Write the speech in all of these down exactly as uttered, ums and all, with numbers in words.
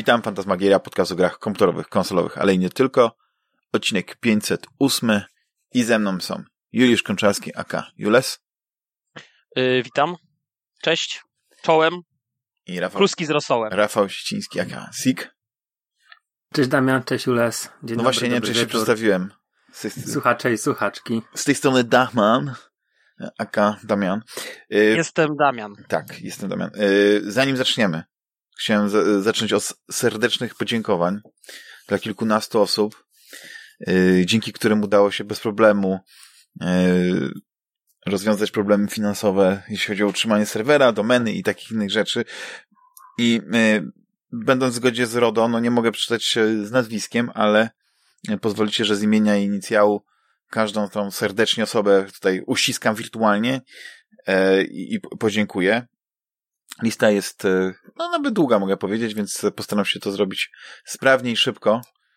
Witam, Fantasmagieria, podcast o grach komputerowych, konsolowych, ale i nie tylko. Odcinek pięćset osiem i ze mną są Juliusz Konczarski, aka Jules. Yy, witam. Cześć. Czołem. I Rafał, Kluski z rosołem. Rafał Ściński, aka Sik. Cześć Damian, cześć Jules. Dzień no dobry, właśnie, nie wiem, czy się przedstawiłem. Z, Słuchacze i słuchaczki. Z tej strony Dachman, aka Damian. Yy, jestem Damian. Tak, jestem Damian. Yy, zanim zaczniemy, chciałem z- zacząć od serdecznych podziękowań dla kilkunastu osób, yy, dzięki którym udało się bez problemu yy, rozwiązać problemy finansowe, jeśli chodzi o utrzymanie serwera, domeny i takich innych rzeczy. I yy, będąc w zgodzie z RODO, no nie mogę przeczytać z nazwiskiem, ale pozwolicie, że z imienia i inicjału każdą tą serdecznie osobę tutaj uściskam wirtualnie yy, i podziękuję. Lista jest, no nawet długa, mogę powiedzieć, więc postaram się to zrobić sprawnie i szybko.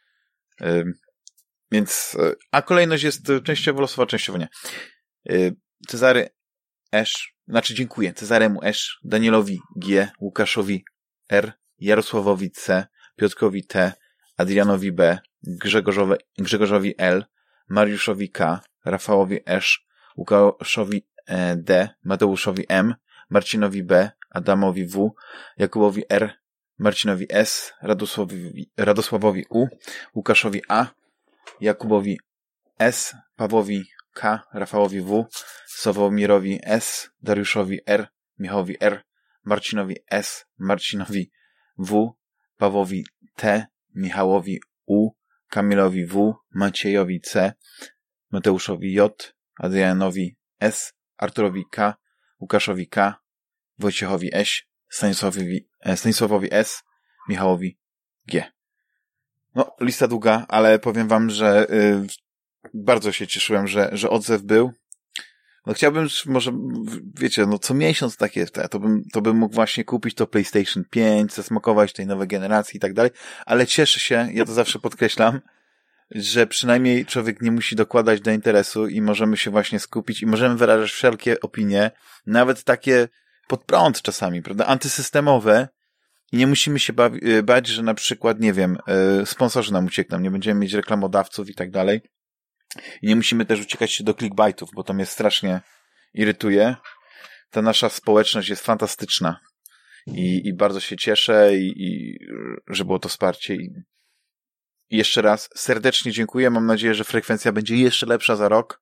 Więc, a kolejność jest częściowo losowa, częściowo nie. Cezary Esz, znaczy dziękuję. Cezaremu Esz, Danielowi G, Łukaszowi R, Jarosławowi C, Piotrkowi T, Adrianowi B, Grzegorzowi, Grzegorzowi L, Mariuszowi K, Rafałowi Esz, Łukaszowi D, Mateuszowi M, Marcinowi B, Adamowi W, Jakubowi R, Marcinowi S, Radosławowi, Radosławowi U, Łukaszowi A, Jakubowi S, Pawłowi K, Rafałowi W, Sławomirowi S, Dariuszowi R, Michałowi R, Marcinowi S, Marcinowi W, Pawłowi T, Michałowi U, Kamilowi W, Maciejowi C, Mateuszowi J, Adrianowi S, Arturowi K, Łukaszowi K, Wojciechowi S, Stanisławowi, Stanisławowi S, Michałowi G. No, lista długa, ale powiem wam, że y, bardzo się cieszyłem, że, że odzew był. No chciałbym, może, wiecie, no co miesiąc takie, to bym, to bym mógł właśnie kupić to PlayStation pięć, zasmakować tej nowej generacji i tak dalej, ale cieszę się, ja to zawsze podkreślam, że przynajmniej człowiek nie musi dokładać do interesu i możemy się właśnie skupić i możemy wyrażać wszelkie opinie, nawet takie pod prąd czasami, prawda, antysystemowe i nie musimy się ba- bać, że na przykład, nie wiem, yy, sponsorzy nam uciekną, nie będziemy mieć reklamodawców i tak dalej i nie musimy też uciekać się do clickbaitów, bo to mnie strasznie irytuje. Ta nasza społeczność jest fantastyczna i, i bardzo się cieszę i, i że było to wsparcie i I jeszcze raz serdecznie dziękuję. Mam nadzieję, że frekwencja będzie jeszcze lepsza za rok.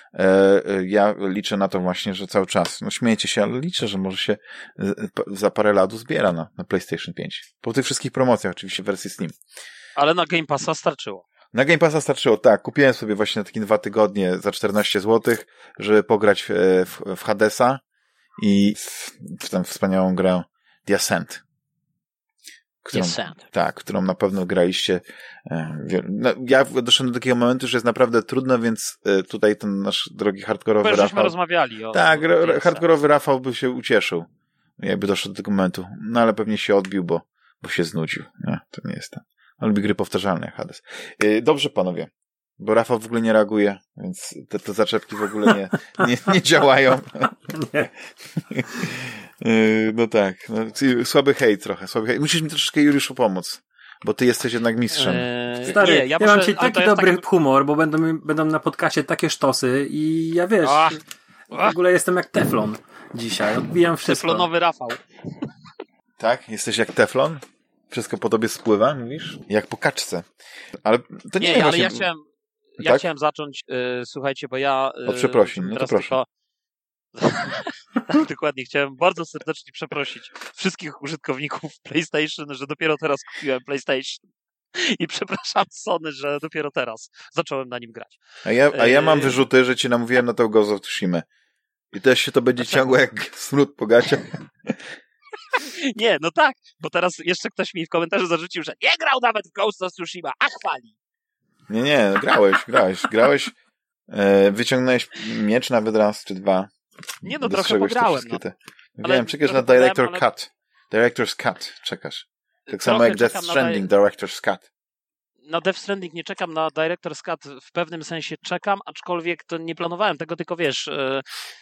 Ja liczę na to właśnie, że cały czas, no śmiejecie się, ale liczę, że może się za parę lat zbiera na, na PlayStation pięć. Po tych wszystkich promocjach, oczywiście w wersji Steam. Ale na Game Passa starczyło. Na Game Passa starczyło, tak. Kupiłem sobie właśnie na takie dwa tygodnie za czternaście złotych, żeby pograć w, w, w Hadesa i w, w tę wspaniałą grę The Ascent. Którą, tak, którą na pewno graliście. No, ja doszedłem do takiego momentu, że jest naprawdę trudno, więc tutaj ten nasz drogi hardkorowy Rafał... Rafał... rozmawiali o... Tak, r- hardkorowy Rafał by się ucieszył, jakby doszedł do tego momentu. No ale pewnie się odbił, bo, bo się znudził. Nie, to nie jest ten. On lubi gry powtarzalne, jak Hades. Dobrze, panowie, bo Rafał w ogóle nie reaguje, więc te, te zaczepki w ogóle nie, nie, nie działają. Nie. No tak, no, słaby hejt trochę, słaby hejt. Musisz mi troszeczkę, Juliuszu, pomóc, bo ty jesteś jednak mistrzem. Eee, Stary, nie, ja, ja, ja muszę, mam dzisiaj taki ja dobry taki... humor, bo będą, będą na podcaście takie sztosy i ja wiesz, Ach, w ogóle jestem jak teflon dzisiaj, odbijam wszystko. Teflonowy Rafał. Tak? Jesteś jak teflon? Wszystko po tobie spływa, mówisz? Jak po kaczce. Ale to nie, Nie, nie ale właśnie... ja chciałem ja tak? chciałem zacząć, yy, słuchajcie, bo ja... Yy, o przeprosin, no to proszę. Tylko... Dokładnie, chciałem bardzo serdecznie przeprosić wszystkich użytkowników PlayStation, że dopiero teraz kupiłem PlayStation. I przepraszam Sony, że dopiero teraz zacząłem na nim grać. A ja, a ja mam wyrzuty, że cię namówiłem na to Ghost of Tsushima. I też się to będzie ciągło jak smród po gaciach. Nie, no tak, bo teraz jeszcze ktoś mi w komentarzu zarzucił, że nie grał nawet w Ghost of Tsushima, a chwali. Nie, nie, grałeś, grałeś, grałeś, e, wyciągnąłeś miecz nawet raz czy dwa. Nie, no trochę pograłem. No. Te... Wiem, czekasz na Director ale... Cut. Director's Cut, czekasz. Tak trochę samo jak Death Stranding, di- Director's Cut. Na Death Stranding nie czekam, na Director's Cut w pewnym sensie czekam, aczkolwiek to nie planowałem tego, tylko wiesz, yy,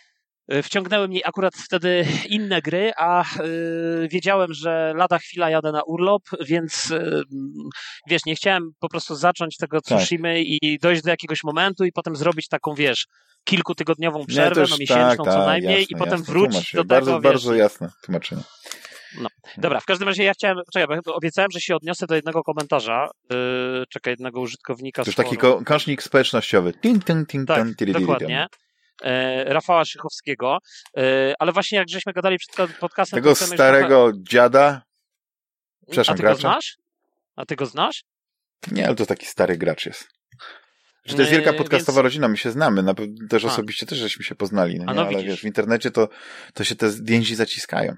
Wciągnęły mnie akurat wtedy inne gry, a yy, wiedziałem, że lada chwila jadę na urlop, więc yy, wiesz, nie chciałem po prostu zacząć tego Tsushimy tak. i dojść do jakiegoś momentu i potem zrobić taką, wiesz, kilkutygodniową przerwę, też, no miesięczną tak, co tak, najmniej jasne, i potem jasne, wrócić do tego, bardzo, wiesz. Bardzo jasne tłumaczenie. No. Dobra, w każdym razie ja chciałem, czekaj, bo obiecałem, że się odniosę do jednego komentarza, yy, czekaj, jednego użytkownika. To już taki ko- kończnik społecznościowy. Tin, tin, tin, tak, tin, tin, dokładnie. E, Rafała Szychowskiego, e, ale właśnie jak żeśmy gadali przed podcastem... Tego starego trochę... dziada, przepraszam, A ty gracza. go znasz? A ty go znasz? Nie, ale to taki stary gracz jest. Że to jest wielka podcastowa Więc... rodzina, my się znamy, na pewno też A. osobiście też żeśmy się poznali, no, nie? No, ale wiesz, w internecie to, to się te więzi zaciskają.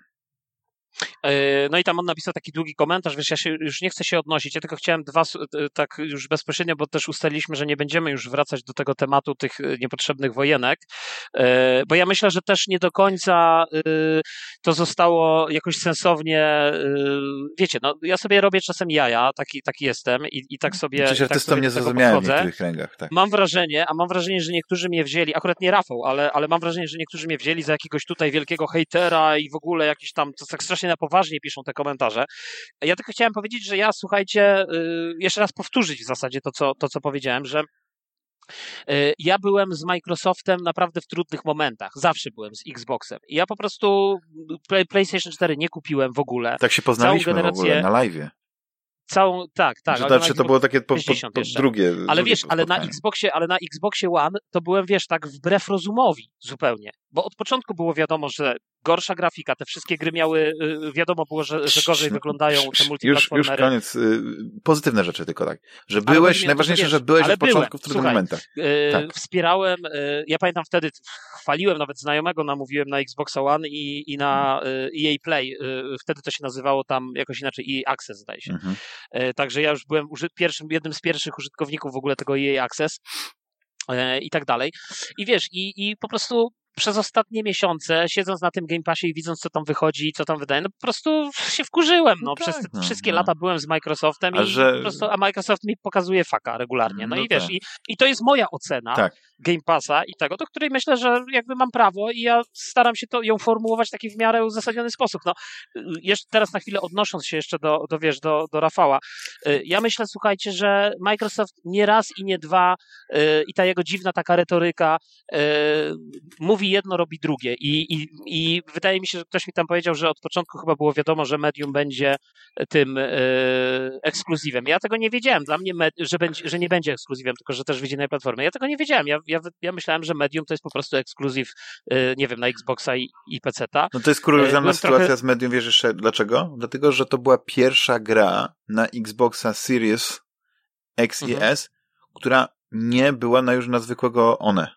No i tam on napisał taki długi komentarz, wiesz, ja się już nie chcę się odnosić, ja tylko chciałem dwa, tak już bezpośrednio, bo też ustaliliśmy, że nie będziemy już wracać do tego tematu tych niepotrzebnych wojenek, bo ja myślę, że też nie do końca to zostało jakoś sensownie, wiecie, no ja sobie robię czasem jaja, taki, taki jestem i, i tak sobie Przecież tak artystom nie zrozumiałem w niektórych kręgach, tak. Mam wrażenie, a mam wrażenie, że niektórzy mnie wzięli, akurat nie Rafał, ale, ale mam wrażenie, że niektórzy mnie wzięli za jakiegoś tutaj wielkiego hejtera i w ogóle jakiś tam, to tak strasznie na poważnie piszą te komentarze. Ja tylko chciałem powiedzieć, że ja, słuchajcie, yy, jeszcze raz powtórzyć w zasadzie to, co, to, co powiedziałem, że yy, ja byłem z Microsoftem naprawdę w trudnych momentach. Zawsze byłem z Xboxem. I ja po prostu Play, PlayStation cztery nie kupiłem w ogóle. Tak się poznaliśmy generację... w ogóle na live'ie. Całą, tak, tak. Że znaczy, to było takie po, po, po drugie. Ale drugie wiesz, ale na Xboxie, ale na Xboxie One to byłem, wiesz, tak wbrew rozumowi zupełnie. Bo od początku było wiadomo, że gorsza grafika, te wszystkie gry miały, wiadomo było, że, że gorzej wyglądają te multiplatformery. Już, już koniec, pozytywne rzeczy tylko tak. Że byłeś, najważniejsze, wiesz, że byłeś od początku w trudnych Słuchaj, momentach. Yy, tak. Wspierałem, yy, ja pamiętam wtedy, chwaliłem nawet znajomego, namówiłem na Xbox One i, i na yy, E A Play, yy, wtedy to się nazywało tam jakoś inaczej, E A Access zdaje się. Mhm. Yy, także ja już byłem uży- pierwszym, jednym z pierwszych użytkowników w ogóle tego E A Access yy, i tak dalej. I wiesz, i, i po prostu przez ostatnie miesiące, siedząc na tym Game Passie i widząc, co tam wychodzi i co tam wydaje, no po prostu się wkurzyłem. No, no przez tak, no, wszystkie no. lata byłem z Microsoftem a i że... po prostu, a Microsoft mi pokazuje faka regularnie. No, no i wiesz, tak. i, i to jest moja ocena tak. Game Passa i tego, do której myślę, że jakby mam prawo i ja staram się to, ją formułować w taki w miarę uzasadniony sposób. No, jeszcze teraz na chwilę odnosząc się jeszcze do, do wiesz, do, do Rafała, ja myślę, słuchajcie, że Microsoft nie raz i nie dwa i ta jego dziwna taka retoryka mówi jedno, robi drugie I, i, i wydaje mi się, że ktoś mi tam powiedział, że od początku chyba było wiadomo, że Medium będzie tym e, ekskluzywem. Ja tego nie wiedziałem. Dla mnie, med, że, będzie, że nie będzie ekskluzywem, tylko że też wyjdzie na platformę. Ja tego nie wiedziałem. Ja, ja, ja myślałem, że Medium to jest po prostu ekskluzyw, e, nie wiem, na Xboxa i, i peceta. No to jest kuriozalna sytuacja trochę... z Medium, wiesz jeszcze dlaczego? Dlatego, że to była pierwsza gra na Xboxa Series X i mhm. S, która nie była na już na zwykłego One.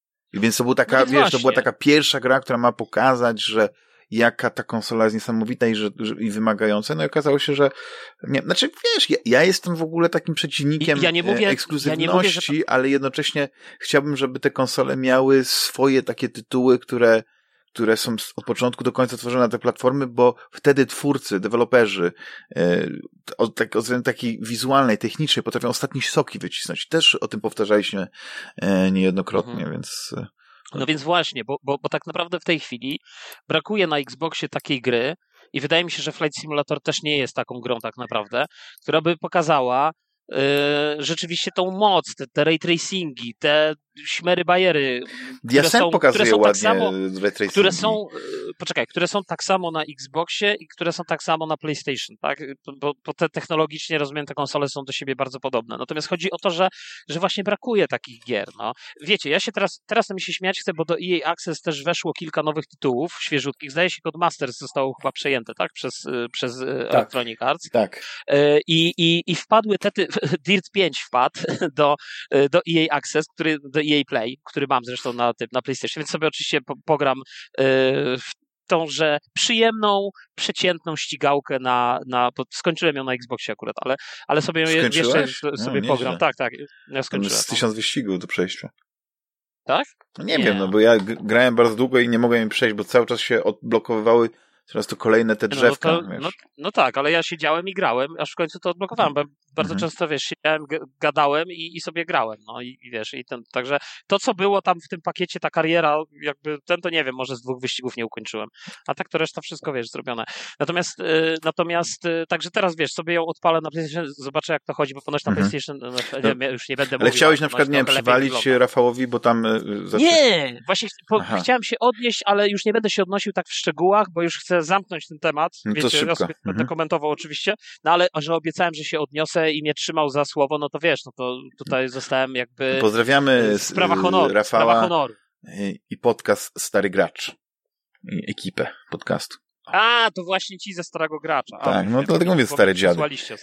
I więc to była taka, no wiesz, właśnie. to była taka pierwsza gra, która ma pokazać, że jaka ta konsola jest niesamowita i, że, że, i wymagająca. No i okazało się, że nie, znaczy wiesz, ja, ja jestem w ogóle takim przeciwnikiem ja nie mówię, ekskluzywności, ja nie mówię, że... ale jednocześnie chciałbym, żeby te konsole miały swoje takie tytuły, które które są od początku do końca tworzone na te platformy, bo wtedy twórcy, deweloperzy e, od, tak, od takiej wizualnej, technicznej potrafią ostatni soki wycisnąć. Też o tym powtarzaliśmy e, niejednokrotnie, mhm. więc... E, no więc właśnie, bo, bo, bo tak naprawdę w tej chwili brakuje na Xboxie takiej gry i wydaje mi się, że Flight Simulator też nie jest taką grą tak naprawdę, która by pokazała yy, rzeczywiście tą moc, te, te ray tracingi, te śmery bajery, które są, pokazuje które są ładnie tak samo, ray tracingi. które są, poczekaj, które są tak samo na Xboxie i które są tak samo na PlayStation, tak? Bo, bo te technologicznie, rozumiem, te konsole są do siebie bardzo podobne. Natomiast chodzi o to, że, że właśnie brakuje takich gier, no. Wiecie, ja się teraz, teraz mi się śmiać chcę, bo do E A Access też weszło kilka nowych tytułów świeżutkich. Zdaje się, Codemasters zostało chyba przejęte, tak? Przez, przez tak, Electronic Arts. Tak. I, i, i wpadły te, ty... Dirt pięć wpadł do, do E A Access, który, do E A Play, który mam zresztą na, tym, na PlayStation, więc sobie oczywiście po, pogram yy, w tąże przyjemną, przeciętną ścigałkę na, na bo skończyłem ją na Xboxie akurat, ale, ale sobie ją jeszcze sobie no, pogram. Tak, tak. Ja skończyłem. Z tysiąc wyścigów do przejścia. Tak? No nie, nie wiem, no bo ja grałem bardzo długo i nie mogłem im przejść, bo cały czas się odblokowywały teraz to kolejne te drzewka. No, to, no, no tak, ale ja siedziałem i grałem, aż w końcu to odblokowałem, bo bardzo mhm. często, wiesz, siedziałem, gadałem i, i sobie grałem, no i, i wiesz, i ten, także to, co było tam w tym pakiecie, ta kariera, jakby ten, to nie wiem, może z dwóch wyścigów nie ukończyłem, a tak to reszta wszystko, wiesz, zrobione. Natomiast, y, natomiast, y, także teraz, wiesz, sobie ją odpalę na PlayStation, zobaczę, jak to chodzi, bo ponoć na mhm. PlayStation, no, nie, już nie będę Ale mówił. chciałeś na przykład, nie wiem, przywalić Rafałowi, bo tam... Y, zaczy... Nie! Właśnie po, chciałem się odnieść, ale już nie będę się odnosił tak w szczegółach, bo już chcę zamknąć ten temat. No to Wiecie, szybko. ja sobie mhm. będę komentował oczywiście, no ale że obiecałem, że się odniosę i mnie trzymał za słowo, no to wiesz, no to tutaj zostałem jakby... Pozdrawiamy sprawa honoru, Rafała sprawa honoru. I, i podcast Stary Gracz. I ekipę podcastu. A, to właśnie ci ze Starego Gracza. A, tak, no dlatego mówię stare dziady.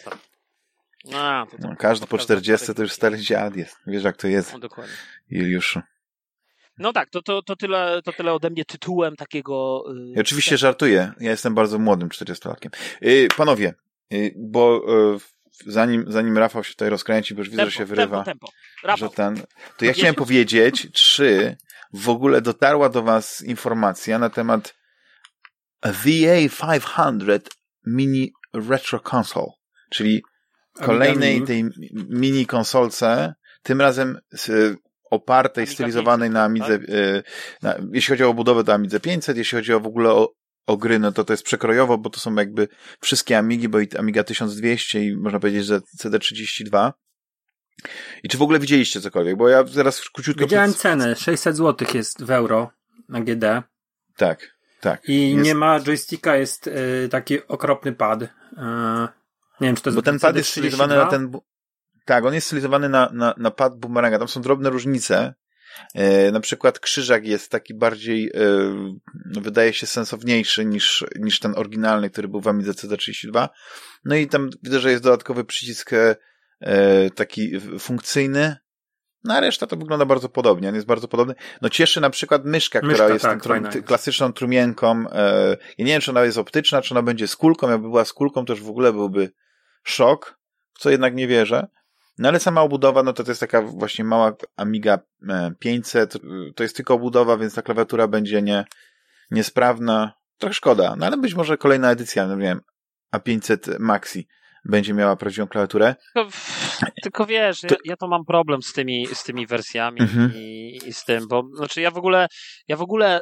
A, to, to, no, każdy po czterdziestce to już stary dziad jest. Wiesz, jak to jest. No, dokładnie. Juliuszu. No tak, to, to, to, tyle, to tyle ode mnie tytułem takiego... Yy, ja oczywiście tak. żartuję. Ja jestem bardzo młodym czterdziestolatkiem. Yy, panowie, yy, bo yy, zanim, zanim Rafał się tutaj rozkręci, bo już widzę, tempo, że się wyrywa. Tempo, tempo. Że ten, to ja chciałem powiedzieć, czy w ogóle dotarła do was informacja na temat V A pięćset Mini Retro Console, czyli kolejnej tej mini konsolce, tym razem z, opartej, Amiga stylizowanej pięćset, na Amidze, tak? na, jeśli chodzi o budowę to Amidze pięćset, jeśli chodzi o w ogóle o, o gry, no to to jest przekrojowo, bo to są jakby wszystkie Amigi, bo i Amiga tysiąc dwieście i można powiedzieć, że C D trzydzieści dwa. I czy w ogóle widzieliście cokolwiek? Bo ja zaraz króciutko... Widziałem przed... cenę, sześćset złotych jest w euro na G D. Tak, tak. I jest... nie ma joysticka, jest y, taki okropny pad. Y, nie wiem, czy to jest... Bo ten pad jest stylizowany na ten... Tak, on jest stylizowany na, na, na pad bumeranga. Tam są drobne różnice. E, na przykład krzyżak jest taki bardziej, e, wydaje się sensowniejszy niż, niż ten oryginalny, który był w Amidze C D trzydzieści dwa. No i tam widzę, że jest dodatkowy przycisk e, taki funkcyjny. No a reszta to wygląda bardzo podobnie. On jest bardzo podobny. No cieszy na przykład myszka, myszka która jest tak, tą tru- klasyczną trumienką. E, ja nie wiem, czy ona jest optyczna, czy ona będzie z kulką. Jakby była z kulką, to już w ogóle byłby szok, w co jednak nie wierzę. No ale sama obudowa, no to to jest taka właśnie mała Amiga pięćset, to jest tylko obudowa, więc ta klawiatura będzie nie, niesprawna. Trochę szkoda, no ale być może kolejna edycja, no nie wiem, A pięćset Maxi będzie miała prawdziwą klawiaturę. Tylko, tylko wiesz, to... Ja, ja to mam problem z tymi, z tymi wersjami mhm. i, i z tym, bo znaczy ja w ogóle, ja w ogóle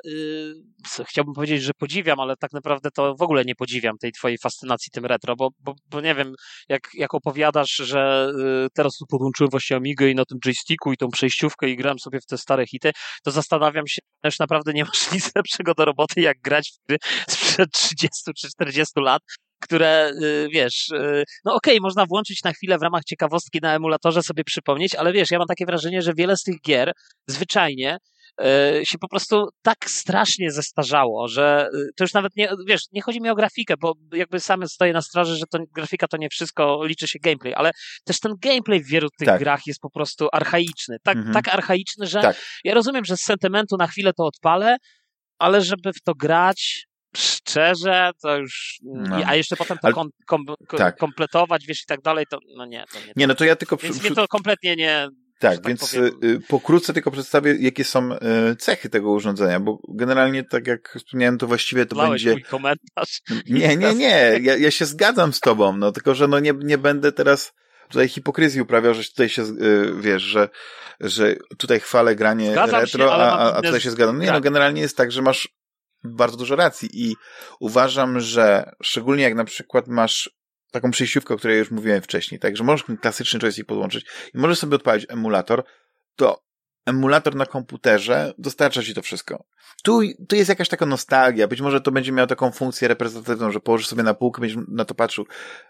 yy, chciałbym powiedzieć, że podziwiam, ale tak naprawdę to w ogóle nie podziwiam tej twojej fascynacji tym retro, bo, bo, bo nie wiem, jak, jak opowiadasz, że yy, teraz tu podłączyłem właśnie Amigę i na tym joysticku i tą przejściówkę i grałem sobie w te stare hity, to zastanawiam się, że naprawdę nie masz nic lepszego do roboty, jak grać w gry sprzed trzydziestu czy czterdziestu lat, które, wiesz, no okej, okay, można włączyć na chwilę w ramach ciekawostki na emulatorze sobie przypomnieć, ale wiesz, ja mam takie wrażenie, że wiele z tych gier zwyczajnie się po prostu tak strasznie zestarzało, że to już nawet nie, wiesz, nie chodzi mi o grafikę, bo jakby sam stoję na straży, że to grafika to nie wszystko, liczy się gameplay, ale też ten gameplay w wielu tych tak. grach jest po prostu archaiczny, tak, mhm. tak archaiczny, że tak. ja rozumiem, że z sentymentu na chwilę to odpalę, ale żeby w to grać szczerze, to już, no. a jeszcze potem to kom, kom, kom, tak. kompletować, wiesz, i tak dalej, to no nie. To nie, nie, no to ja tylko... Więc mnie to kompletnie nie... Tak, tak więc powiem. Pokrótce tylko przedstawię, jakie są cechy tego urządzenia, bo generalnie, tak jak wspomniałem, to właściwie to Lałeś będzie... mój komentarz. Nie, nie, nie, ja, ja się zgadzam z tobą, no tylko, że no nie, nie będę teraz tutaj hipokryzji uprawiał, że tutaj się, wiesz, że, że tutaj chwalę granie zgadzam retro, się, a, a tutaj się zgadzam. Nie, no generalnie jest tak, że masz bardzo dużo racji i uważam, że szczególnie jak na przykład masz taką przejściówkę, o której już mówiłem wcześniej, tak, że możesz klasyczny joystick podłączyć i możesz sobie odpalić emulator, to emulator na komputerze dostarcza ci to wszystko. Tu, tu jest jakaś taka nostalgia, być może to będzie miało taką funkcję reprezentatywną, że położysz sobie na półkę, będziesz na to patrzył,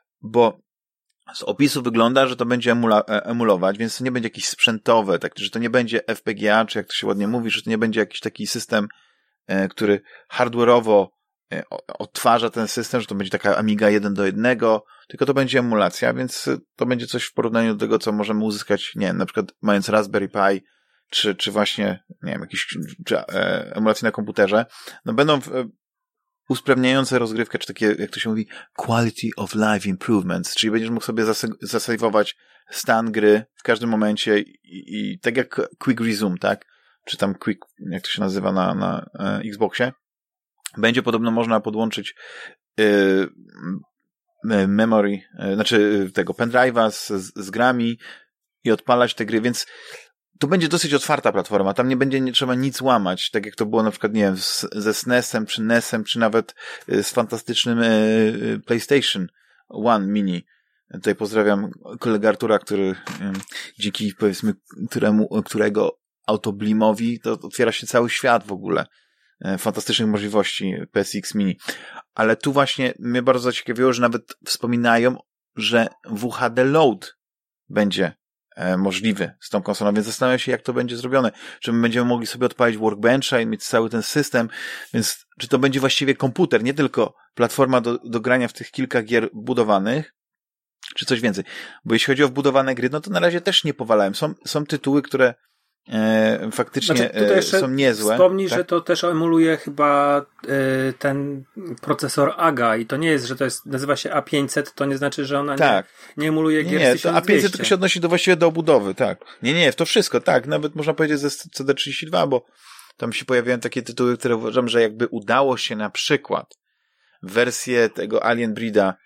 bo z opisu wygląda, że to będzie emula, emulować, więc to nie będzie jakieś sprzętowe, tak, że to nie będzie F P G A, czy jak to się ładnie mówi, że to nie będzie jakiś taki system, który hardware'owo odtwarza ten system, że to będzie taka Amiga jeden do jednego, tylko to będzie emulacja, więc to będzie coś w porównaniu do tego, co możemy uzyskać, nie wiem, na przykład mając Raspberry Pi, czy, czy właśnie, nie wiem, jakieś czy, e, emulacje na komputerze, no będą w, e, usprawniające rozgrywkę, czy takie, jak to się mówi, quality of life improvements, czyli będziesz mógł sobie zase- zasejwować stan gry w każdym momencie i, i tak jak Quick Resume, tak? Czy tam Quick, jak to się nazywa na, na e, Xboxie, będzie podobno można podłączyć yy, memory, znaczy tego pendrive'a z, z grami i odpalać te gry, więc to będzie dosyć otwarta platforma, tam nie będzie nie trzeba nic łamać, tak jak to było na przykład, nie wiem, z, ze S N E S-em, czy N E S-em, czy nawet z fantastycznym e, PlayStation One Mini. Tutaj pozdrawiam kolegę Artura, który e, dzięki, powiedzmy, któremu, którego autoblimowi to otwiera się cały świat w ogóle e, fantastycznych możliwości P S X Mini. Ale tu właśnie mnie bardzo zaciekawiło, że nawet wspominają, że W H D Load będzie możliwy z tą konsolą, więc zastanawiam się, jak to będzie zrobione. Czy my będziemy mogli sobie odpalić Workbencha i mieć cały ten system, więc czy to będzie właściwie komputer, nie tylko platforma do, do grania w tych kilka gier budowanych, czy coś więcej. Bo jeśli chodzi o wbudowane gry, no to na razie też nie powalałem. Są, są tytuły, które e, faktycznie znaczy, e, są niezłe. Wspomnij, tak? że to też emuluje chyba e, ten procesor A G A i to nie jest, że to jest, nazywa się A pięćset, to nie znaczy, że ona tak. nie, nie emuluje gier nie, nie, z tysiąc dwieście. A pięćset tylko się odnosi do, właściwie do obudowy, tak. Nie, nie, to wszystko, tak. Nawet można powiedzieć ze C D trzydzieści dwa, bo tam się pojawiają takie tytuły, które uważam, że jakby udało się na przykład wersję tego Alien Breeda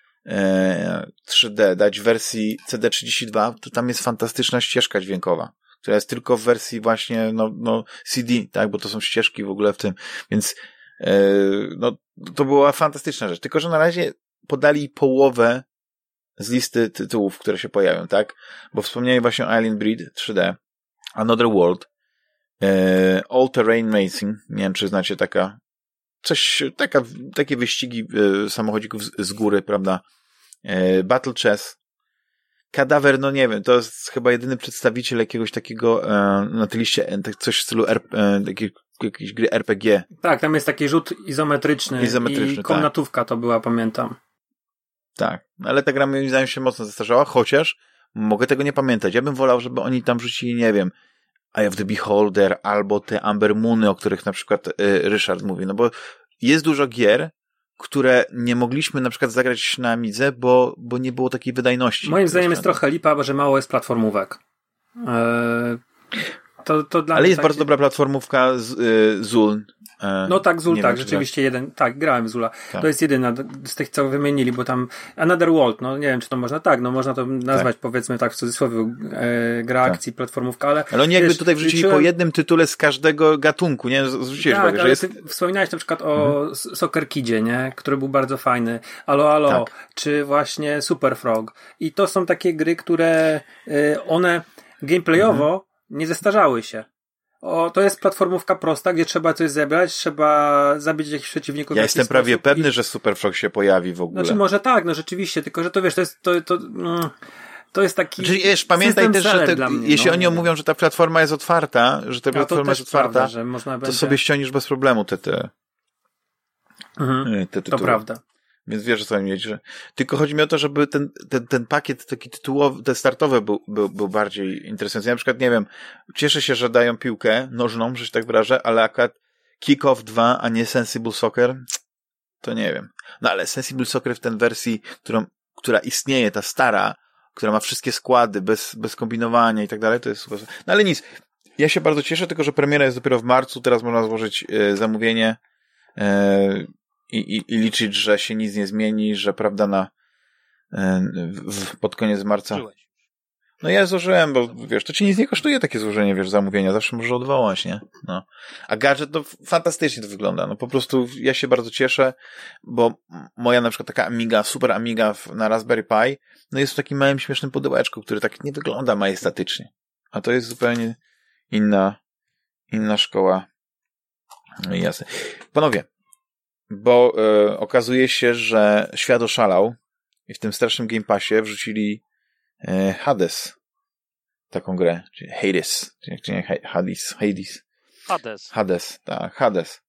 e, trzy D dać w wersji C D trzydzieści dwa, to tam jest fantastyczna ścieżka dźwiękowa, która jest tylko w wersji właśnie no, no C D, tak, bo to są ścieżki w ogóle w tym, więc e, no to była fantastyczna rzecz, tylko że na razie podali połowę z listy tytułów, które się pojawią, tak, bo wspomniałem właśnie o Alien Breed trzy D, Another World, e, All Terrain Racing, nie wiem, czy znacie taka coś, taka, takie wyścigi e, samochodzików z, z góry, prawda, e, Battle Chess, Kadawer, no nie wiem, to jest chyba jedyny przedstawiciel jakiegoś takiego e, na tej liście, coś w stylu R, e, takiej, jakiejś gry R P G. Tak, tam jest taki rzut izometryczny, izometryczny i komnatówka tak. To była, pamiętam. Tak, ale ta gra moim zdaniem się mocno zestarzała, chociaż mogę tego nie pamiętać. Ja bym wolał, żeby oni tam rzucili, nie wiem, Eye of the Beholder albo te Amber Moony, o których na przykład y, Ryszard mówi, no bo jest dużo gier, które nie mogliśmy na przykład zagrać na Amidze, bo, bo nie było takiej wydajności. Moim zdaniem jest trochę lipa, że mało jest platformówek. Eee, to, to dla Ale jest takie... bardzo dobra platformówka z, y, Zuln. E, no tak, Zul, tak, wiem, rzeczywiście tak. jeden, tak, grałem w Zula. Tak. To jest jedyna z tych, co wymienili, bo tam Another World, no nie wiem, czy to można, tak, no można to nazwać, tak. Powiedzmy tak w cudzysłowie, e, gra tak. akcji, platformówka, ale... Ale oni jakby wiesz, tutaj wrzucili liczyłem... po jednym tytule z każdego gatunku, nie? Zwróciłeś tak, uwagę, że jest... Wspominałeś na przykład o mhm. Soccer Kidzie, nie? Który był bardzo fajny. Alo, alo, tak. Czy właśnie Super Frog. I to są takie gry, które y, one gameplayowo mhm. nie zestarzały się. O, to jest platformówka prosta, gdzie trzeba coś zebrać, trzeba zabić jakichś przeciwników. Ja jestem prawie pewny, i... że Super Frog się pojawi w ogóle. Znaczy może tak, no rzeczywiście, tylko że to wiesz, to jest to, to, mm, to jest taki Czyli wiesz, pamiętaj też, że te, mnie, jeśli no, oni mówią, że ta platforma jest otwarta, że ta platforma jest otwarta, prawda, że można to będzie... sobie ściągniesz bez problemu te, te, mhm, te tytuły. To prawda. Więc wiesz, co mi że... Tylko chodzi mi o to, żeby ten, ten, ten pakiet taki tytułowy, te startowe był, był, był bardziej interesujący. Ja na przykład, nie wiem, cieszę się, że dają piłkę nożną, że się tak wyrażę, ale akurat Kick-Off dwa, a nie Sensible Soccer, to nie wiem. No ale Sensible Soccer w ten wersji, którą, która istnieje, ta stara, która ma wszystkie składy, bez, bez kombinowania i tak dalej, to jest super. No ale nic. Ja się bardzo cieszę, tylko że premiera jest dopiero w marcu, teraz można złożyć y, zamówienie, y, I, i, i liczyć, że się nic nie zmieni, że prawda na w, pod koniec marca. Żyłeś. No ja złożyłem, bo wiesz, to ci nic nie kosztuje takie złożenie, wiesz, zamówienia, zawsze możesz odwołać, nie? No. A gadżet, to fantastycznie to wygląda, no po prostu ja się bardzo cieszę, bo moja na przykład taka Amiga, super Amiga na Raspberry Pi, no jest w takim małym śmiesznym pudełeczku, który tak nie wygląda majestatycznie. A to jest zupełnie inna inna szkoła. No i jasne. Panowie, bo e, okazuje się, że świat oszalał i w tym strasznym Game Passie wrzucili e, Hades, taką grę, czyli Hades, czy nie Hades, Hades. Hades. Hades, tak, Hades.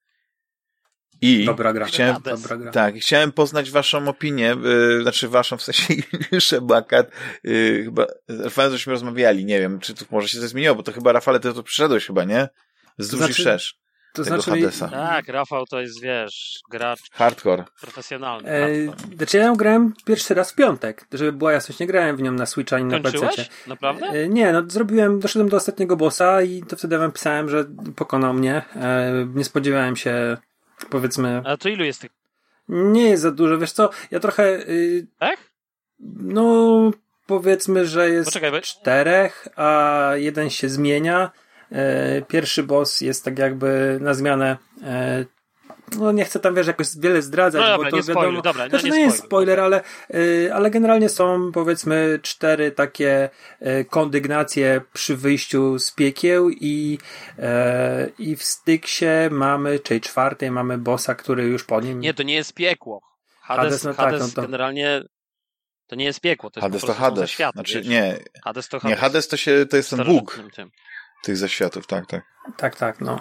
I dobra gra. Chciałem, dobra gra. Tak, chciałem poznać waszą opinię, yy, znaczy waszą, w sensie Szebakat, yy, chyba Rafale, żeśmy rozmawiali, nie wiem, czy tu może się coś zmieniło, bo to chyba Rafale, ty to przyszedłeś chyba, nie? Z to duży znaczy, wszerz. To tego znaczy, Hadesa. Tak, Rafał to jest, wiesz, gracz hardcore. Profesjonalny. E, znaczy ja ją grałem pierwszy raz w piątek, żeby była jasność, nie grałem w nią na Switcha ani na Kończyłeś? pececie. Naprawdę? E, nie, no zrobiłem, doszedłem do ostatniego bossa i to wtedy wam pisałem, że pokonał mnie. E, nie spodziewałem się, powiedzmy... A to ilu jest tych? Nie jest za dużo, wiesz co, ja trochę... Yy, tak? No, powiedzmy, że jest Poczekaj, czterech, a jeden się zmienia. E, pierwszy boss jest tak jakby na zmianę. E, no nie chcę tam, wiesz, jakoś wiele zdradzać, no bo dobra, to nie wiadomo. Spoiler, dobra, no znaczy, nie to nie jest spoiler, okay. ale, e, ale generalnie są, powiedzmy, cztery takie e, kondygnacje przy wyjściu z piekieł i, e, i w Styksie mamy, czyli czwartej mamy bossa, który już po nim... Nie, to nie jest piekło. Hades, Hades, no Hades tak, no to... generalnie to nie jest piekło, to jest Hades po to Hades. zaświaty, znaczy, nie, Hades to Hades. Nie, Hades to, się, to jest ten Bóg tym. tych zaświatów, tak, tak. Tak, tak, no.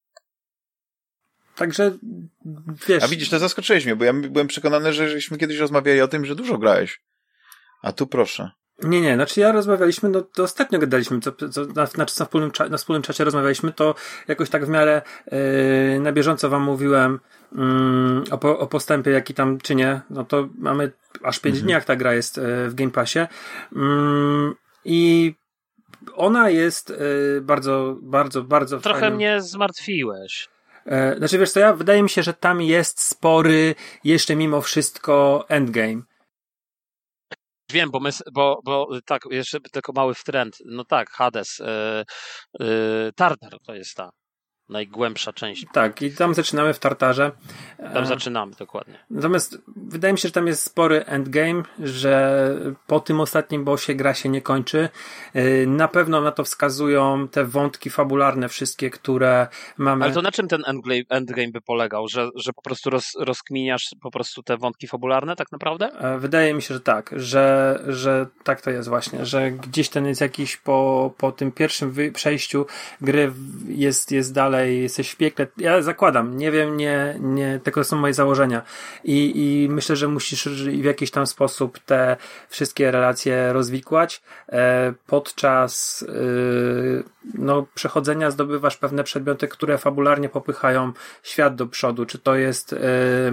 Także, wiesz... A widzisz, to zaskoczyłeś mnie, bo ja byłem przekonany, że żeśmy kiedyś rozmawiali o tym, że dużo grałeś. A tu proszę. Nie, nie, znaczy ja rozmawialiśmy, no to ostatnio gadaliśmy, co, co, na, znaczy na, wspólnym cza, na wspólnym czacie rozmawialiśmy, to jakoś tak w miarę yy, na bieżąco wam mówiłem yy, o, po, o postępie, jaki tam czynię, no to mamy aż pięć mhm. dni, jak ta gra jest yy, w Game Passie yy, i ona jest yy, bardzo, bardzo, bardzo Trochę fajnym... mnie zmartwiłeś. Yy, znaczy wiesz co, ja, wydaje mi się, że tam jest spory jeszcze mimo wszystko endgame. Wiem, bo my, bo, bo tak, jeszcze tylko mały wtręt. No tak, Hades. Yy, yy, Tartar to jest ta najgłębsza część. Tak, i tam zaczynamy w Tartarze. Tam zaczynamy, dokładnie. Natomiast wydaje mi się, że tam jest spory endgame, że po tym ostatnim bossie gra się nie kończy. Na pewno na to wskazują te wątki fabularne wszystkie, które mamy. Ale to na czym ten endgame, endgame by polegał? Że, że po prostu roz, rozkminiasz po prostu te wątki fabularne tak naprawdę? Wydaje mi się, że tak, że, że tak to jest właśnie, że gdzieś ten jest jakiś po, po tym pierwszym wy- przejściu gry jest, jest dalej jesteś w piekle. Ja zakładam, nie wiem, nie, nie, tylko są moje założenia. I, i myślę, że musisz w jakiś tam sposób te wszystkie relacje rozwikłać. E, podczas e, no, przechodzenia zdobywasz pewne przedmioty, które fabularnie popychają świat do przodu. Czy to jest e,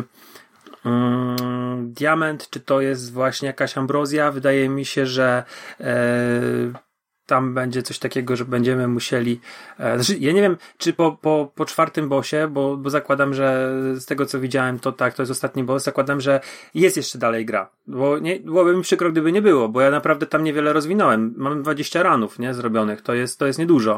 mm, diament, czy to jest właśnie jakaś ambrozja. Wydaje mi się, że e, tam będzie coś takiego, że będziemy musieli... E, znaczy, ja nie wiem, czy po, po, po czwartym bossie, bo, bo zakładam, że z tego, co widziałem, to tak, to jest ostatni boss, zakładam, że jest jeszcze dalej gra. Bo nie, byłoby mi przykro, gdyby nie było, bo ja naprawdę tam niewiele rozwinąłem. Mam dwadzieścia ranów, nie, zrobionych. To jest, to jest niedużo.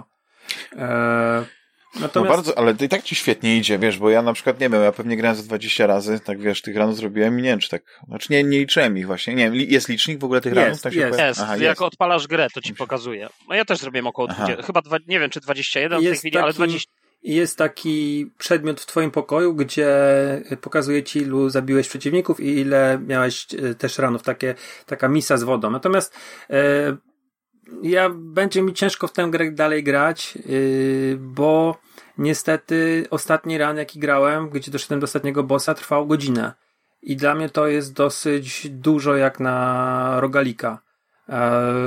E, Natomiast... No bardzo, ale to i tak ci świetnie idzie, wiesz, bo ja na przykład, nie wiem, ja pewnie grałem ze dwadzieścia razy, tak wiesz, tych ranów zrobiłem i nie wiem, czy tak, znaczy nie, nie liczyłem ich właśnie, nie wiem, jest licznik w ogóle tych jest, ranów? Tak się jest, powiem? jest. Aha, jak jest. odpalasz grę, to ci pokazuje. No ja też zrobiłem około dwadzieścia, chyba, dwa, nie wiem, czy dwadzieścia jeden jest w tej chwili, taki, ale dwadzieścia. Jest taki przedmiot w twoim pokoju, gdzie pokazuje ci, ilu zabiłeś przeciwników i ile miałeś też ranów, takie, taka misa z wodą. Natomiast e, ja będzie mi ciężko w tę grę dalej grać, yy, bo niestety ostatni run, jaki grałem, gdzie doszedłem do ostatniego bossa, trwał godzinę. I dla mnie to jest dosyć dużo jak na rogalika. Yy,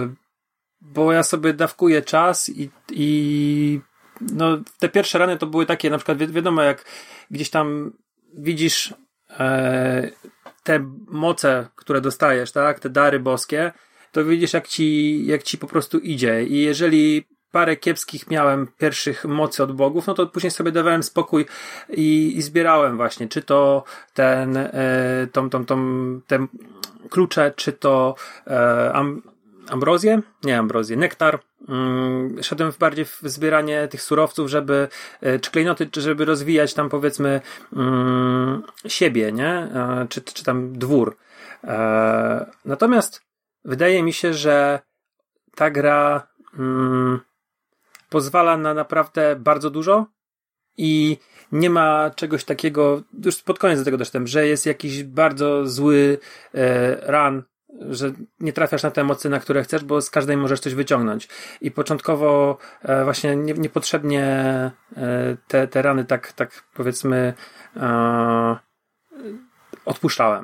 bo ja sobie dawkuję czas i, i no, te pierwsze rany to były takie, na przykład wi- wiadomo, jak gdzieś tam widzisz e, te moce, które dostajesz, tak, te dary boskie, to widzisz, jak ci, jak ci po prostu idzie. I jeżeli parę kiepskich miałem pierwszych mocy od bogów, no to później sobie dawałem spokój i, i zbierałem właśnie, czy to ten, e, tą, tą, tą, te klucze, czy to e, am, ambrozję? Nie ambrozję, nektar. Mm, szedłem w bardziej w zbieranie tych surowców, żeby, e, czy klejnoty, czy żeby rozwijać tam powiedzmy mm, siebie, nie? E, czy, czy tam dwór. E, natomiast wydaje mi się, że ta gra mm, pozwala na naprawdę bardzo dużo i nie ma czegoś takiego, już pod koniec do tego doszedłem, że jest jakiś bardzo zły e, run, że nie trafiasz na te emocje, na które chcesz, bo z każdej możesz coś wyciągnąć. I początkowo e, właśnie nie, niepotrzebnie e, te, te rany tak, tak powiedzmy e, odpuszczałem.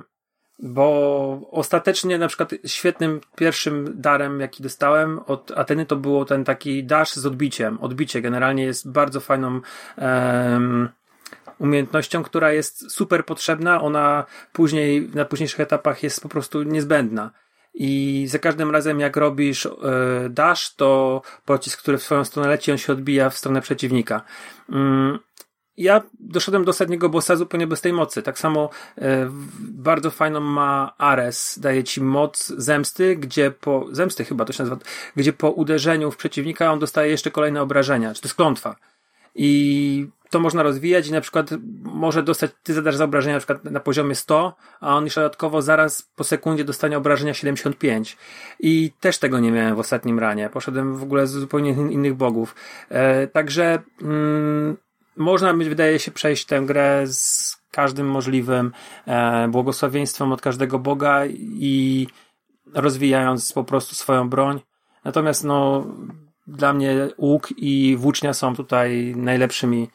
Bo ostatecznie na przykład świetnym pierwszym darem, jaki dostałem od Ateny, to było ten taki dash z odbiciem. Odbicie generalnie jest bardzo fajną um, umiejętnością, która jest super potrzebna. Ona później, na późniejszych etapach jest po prostu niezbędna. I za każdym razem jak robisz e, dash, to pocisk, który w swoją stronę leci, on się odbija w stronę przeciwnika. Um, ja doszedłem do ostatniego bossa zupełnie bez tej mocy. Tak samo e, bardzo fajną ma Ares. Daje ci moc zemsty, gdzie po... Zemsty chyba to się nazywa. Gdzie po uderzeniu w przeciwnika on dostaje jeszcze kolejne obrażenia. Czy to jest klątwa. I to można rozwijać i na przykład może dostać, ty zadasz za obrażenia na przykład na poziomie sto, a on jeszcze dodatkowo zaraz po sekundzie dostanie obrażenia siedemdziesiąt pięć. I też tego nie miałem w ostatnim ranie. Poszedłem w ogóle z zupełnie innych bogów. E, także mm, można być, wydaje się, przejść tę grę z każdym możliwym e, błogosławieństwem od każdego boga i rozwijając po prostu swoją broń. Natomiast no dla mnie łuk i włócznia są tutaj najlepszymi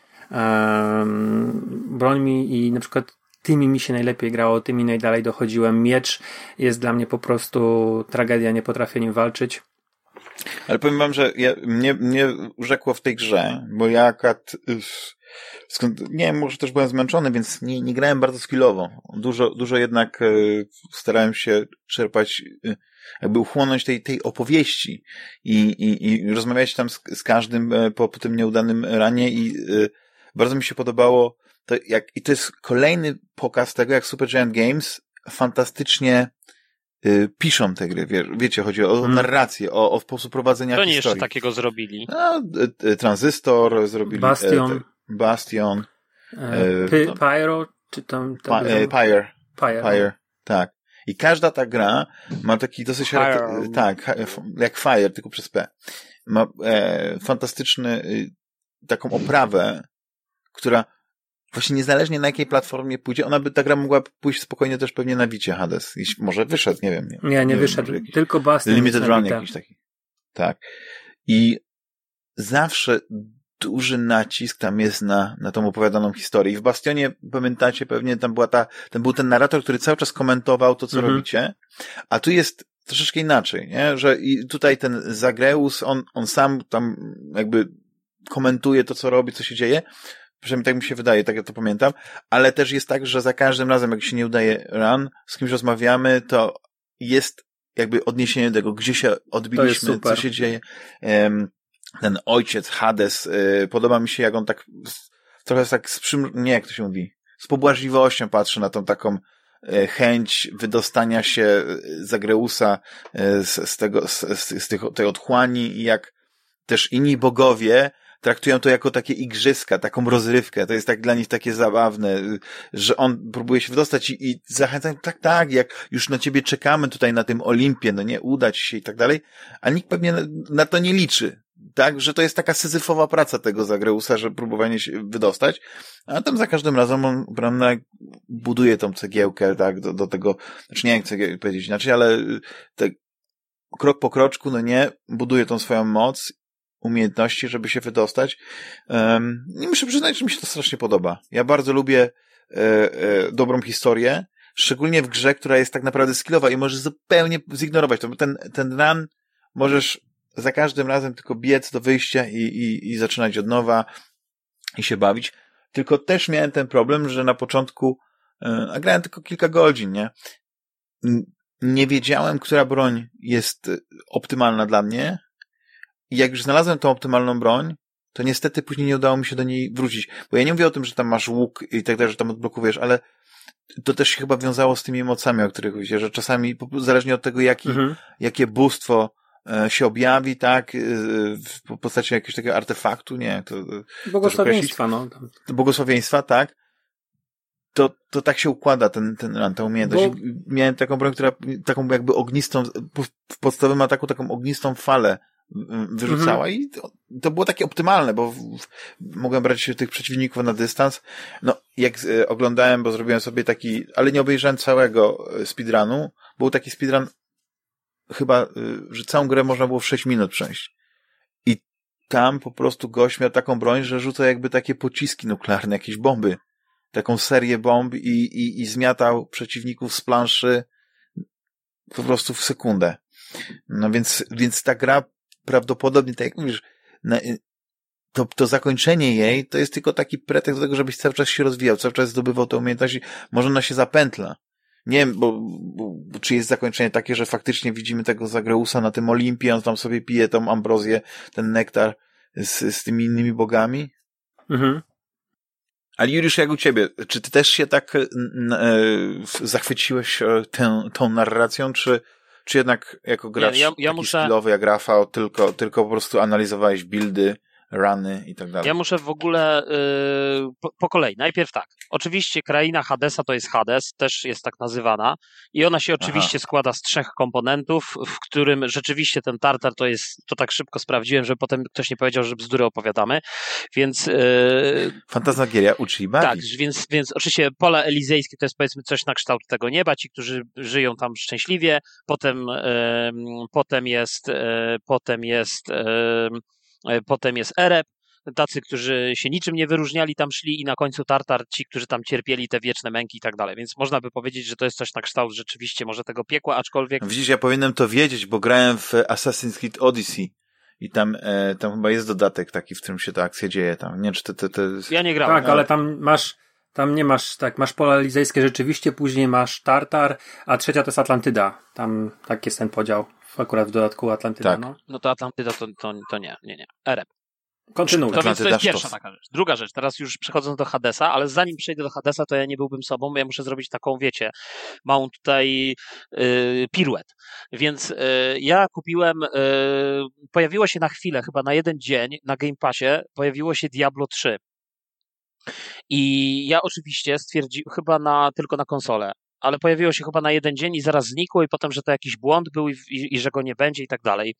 um, brońmi i na przykład tymi mi się najlepiej grało, tymi najdalej dochodziłem. Miecz jest dla mnie po prostu tragedia, nie potrafię nim walczyć. Ale powiem wam, że ja, mnie, mnie urzekło w tej grze, bo ja akurat skąd, nie wiem, może też byłem zmęczony, więc nie, nie grałem bardzo skillowo. Dużo, dużo jednak y, starałem się czerpać, y, jakby uchłonąć tej, tej opowieści i, i, i rozmawiać tam z, z każdym y, po, po tym nieudanym ranie i y, bardzo mi się podobało to, jak, i to jest kolejny pokaz tego, jak Supergiant Games fantastycznie y, piszą te gry, wie, wiecie, chodzi o hmm. narrację, o, o sposób prowadzenia to historii. To nie jeszcze takiego zrobili. No, y, y, Transystor zrobili. Bastion. Y, Bastion. E, Py, Pyro, czy tam... tam Pyre. Pyre. Pyre. Pyre, tak. I każda ta gra ma taki dosyć... Fire. Tak, jak Fire, tylko przez P. Ma e, fantastyczny taką oprawę, która właśnie niezależnie na jakiej platformie pójdzie, ona by, ta gra mogła pójść spokojnie też pewnie na Wicie Hades. Jeśli, może wyszedł, nie wiem. Nie, nie, nie, nie wyszedł. Tylko Bastion. Limited Run jakiś taki. Tak. I zawsze duży nacisk tam jest na, na tą opowiadaną historię. I w Bastionie, pamiętacie, pewnie tam była ta, ten był ten narrator, który cały czas komentował to, co mhm. robicie, a tu jest troszeczkę inaczej, nie? Że i tutaj ten Zagreus, on, on sam tam jakby komentuje to, co robi, co się dzieje. Przynajmniej tak mi się wydaje, tak ja to pamiętam, ale też jest tak, że za każdym razem, jak się nie udaje run, z kimś rozmawiamy, to jest jakby odniesienie do tego, gdzie się odbiliśmy, co się dzieje. Um, ten ojciec Hades, y, podoba mi się, jak on tak trochę tak z przym... nie, jak to się mówi, z pobłażliwością patrzy na tą taką y, chęć wydostania się Zagreusa y, z, z tego, z, z, z tych, tej otchłani i jak też inni bogowie traktują to jako takie igrzyska, taką rozrywkę. To jest tak dla nich takie zabawne, że on próbuje się wydostać i, i zachęcają, tak, tak, jak już na ciebie czekamy tutaj na tym Olimpie, no nie, uda ci się i tak dalej, a nikt pewnie na, na to nie liczy. Tak, że to jest taka syzyfowa praca tego Zagreusa, że próbowanie się wydostać, a tam za każdym razem on, prawda, buduje tą cegiełkę, tak, do, do tego, znaczy nie chcę powiedzieć inaczej, ale te, krok po kroczku, no nie, buduje tą swoją moc, umiejętności, żeby się wydostać. Um, I muszę przyznać, że mi się to strasznie podoba. Ja bardzo lubię e, e, dobrą historię, szczególnie w grze, która jest tak naprawdę skillowa i możesz zupełnie zignorować to, bo ten, ten run możesz za każdym razem tylko biec do wyjścia i, i, i zaczynać od nowa i się bawić. Tylko też miałem ten problem, że na początku, a grałem tylko kilka godzin, nie? Nie wiedziałem, która broń jest optymalna dla mnie i jak już znalazłem tą optymalną broń, to niestety później nie udało mi się do niej wrócić. Bo ja nie mówię o tym, że tam masz łuk i tak dalej, że tam odblokujesz, ale to też się chyba wiązało z tymi mocami, o których mówicie, że czasami zależnie od tego, jaki, mhm. jakie bóstwo się objawi, tak, w postaci jakiegoś takiego artefaktu, nie, to... Błogosławieństwa, no. Błogosławieństwa, tak, to, to tak się układa ten, ten, ta umiejętność. Bo... Miałem taką broń, która taką jakby ognistą, w podstawowym ataku taką ognistą falę wyrzucała mhm. i to, to było takie optymalne, bo w, w, mogłem brać tych przeciwników na dystans. No, jak e, oglądałem, bo zrobiłem sobie taki, ale nie obejrzałem całego speedrunu, był taki speedrun chyba, że całą grę można było w sześć minut przejść. I tam po prostu gość miał taką broń, że rzucał jakby takie pociski nuklearne, jakieś bomby. Taką serię bomb i, i, i zmiatał przeciwników z planszy po prostu w sekundę. No więc, więc ta gra prawdopodobnie, tak jak mówisz, na, to, to zakończenie jej to jest tylko taki pretekst do tego, żebyś cały czas się rozwijał, cały czas zdobywał te umiejętności. Może ona się zapętla. Nie wiem, bo, bo, bo czy jest zakończenie takie, że faktycznie widzimy tego Zagreusa na tym Olimpie, on tam sobie pije tą ambrozję, ten nektar z, z tymi innymi bogami? Mhm. Ale Juliusz, jak u ciebie? Czy ty też się tak e, zachwyciłeś tę, tą narracją, czy, czy jednak jako gracz nie, ja, ja taki muszę... skillowy jak Rafał, tylko, tylko po prostu analizowałeś buildy, runy i tak dalej? Ja muszę w ogóle yy, po, po kolei. Najpierw tak. Oczywiście kraina Hadesa to jest Hades, też jest tak nazywana i ona się oczywiście Aha. składa z trzech komponentów, w którym rzeczywiście ten Tartar to jest, to tak szybko sprawdziłem, że potem ktoś nie powiedział, że bzdury opowiadamy, więc... Yy, Fantasmagieria uczy i bawi. Tak, więc, więc oczywiście pola elizejskie to jest powiedzmy coś na kształt tego nieba, ci, którzy żyją tam szczęśliwie, potem, yy, potem jest yy, potem jest yy, Potem jest Ereb, tacy, którzy się niczym nie wyróżniali, tam szli i na końcu Tartar, ci, którzy tam cierpieli te wieczne męki i tak dalej. Więc można by powiedzieć, że to jest coś na kształt rzeczywiście może tego piekła, aczkolwiek... Widzisz, ja powinienem to wiedzieć, bo grałem w Assassin's Creed Odyssey i tam, e, tam chyba jest dodatek taki, w którym się ta akcja dzieje. Tam. Nie wiem, czy to, to, to jest... Ja nie grałem. Tak, ale... ale tam masz... Tam nie masz, tak, masz pola elizejskie rzeczywiście, później masz Tartar, a trzecia to jest Atlantyda. Tam tak jest ten podział. Akurat w dodatku Atlantyda. Tak. No. no to Atlantyda to, to, to nie, nie, nie. Ereb. Kontynuuj. To, więc to jest pierwsza taka rzecz. Druga rzecz, teraz już przechodząc do Hadesa, ale zanim przejdę do Hadesa, to ja nie byłbym sobą, bo ja muszę zrobić taką, wiecie, małą tutaj yy, piruet. Więc yy, ja kupiłem, yy, pojawiło się na chwilę, chyba na jeden dzień na Game Passie, pojawiło się Diablo trzy. I ja oczywiście stwierdziłem, chyba na, tylko na konsolę, ale pojawiło się chyba na jeden dzień i zaraz znikło i potem, że to jakiś błąd był i, i, i że go nie będzie i tak dalej.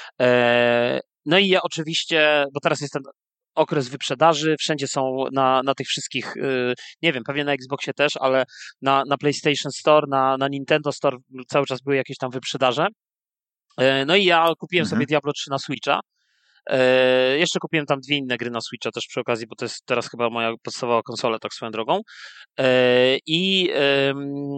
E, no i ja oczywiście, bo teraz jest ten okres wyprzedaży, wszędzie są na, na tych wszystkich, y, nie wiem, pewnie na Xboxie też, ale na, na PlayStation Store, na, na Nintendo Store cały czas były jakieś tam wyprzedaże. E, no i ja kupiłem mhm. sobie Diablo trzy na Switcha. E, jeszcze kupiłem tam dwie inne gry na Switcha też przy okazji, bo to jest teraz chyba moja podstawowa konsola, tak swoją drogą. E, I e,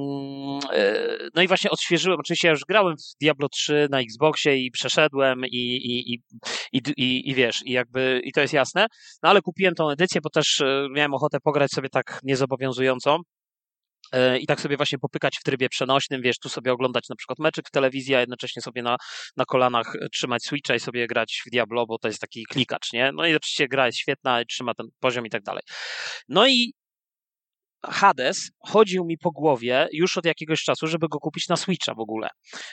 no i właśnie odświeżyłem, oczywiście ja już grałem w Diablo trzy na Xboxie i przeszedłem i, i, i, i, i, i wiesz, i jakby, i to jest jasne, no ale kupiłem tą edycję, bo też miałem ochotę pograć sobie tak niezobowiązująco. I tak sobie właśnie popykać w trybie przenośnym, wiesz, tu sobie oglądać na przykład meczyk w telewizji, a jednocześnie sobie na, na kolanach trzymać Switcha i sobie grać w Diablo, bo to jest taki klikacz, nie? No i oczywiście gra jest świetna, trzyma ten poziom i tak dalej. No i Hades chodził mi po głowie już od jakiegoś czasu, żeby go kupić na Switcha w ogóle.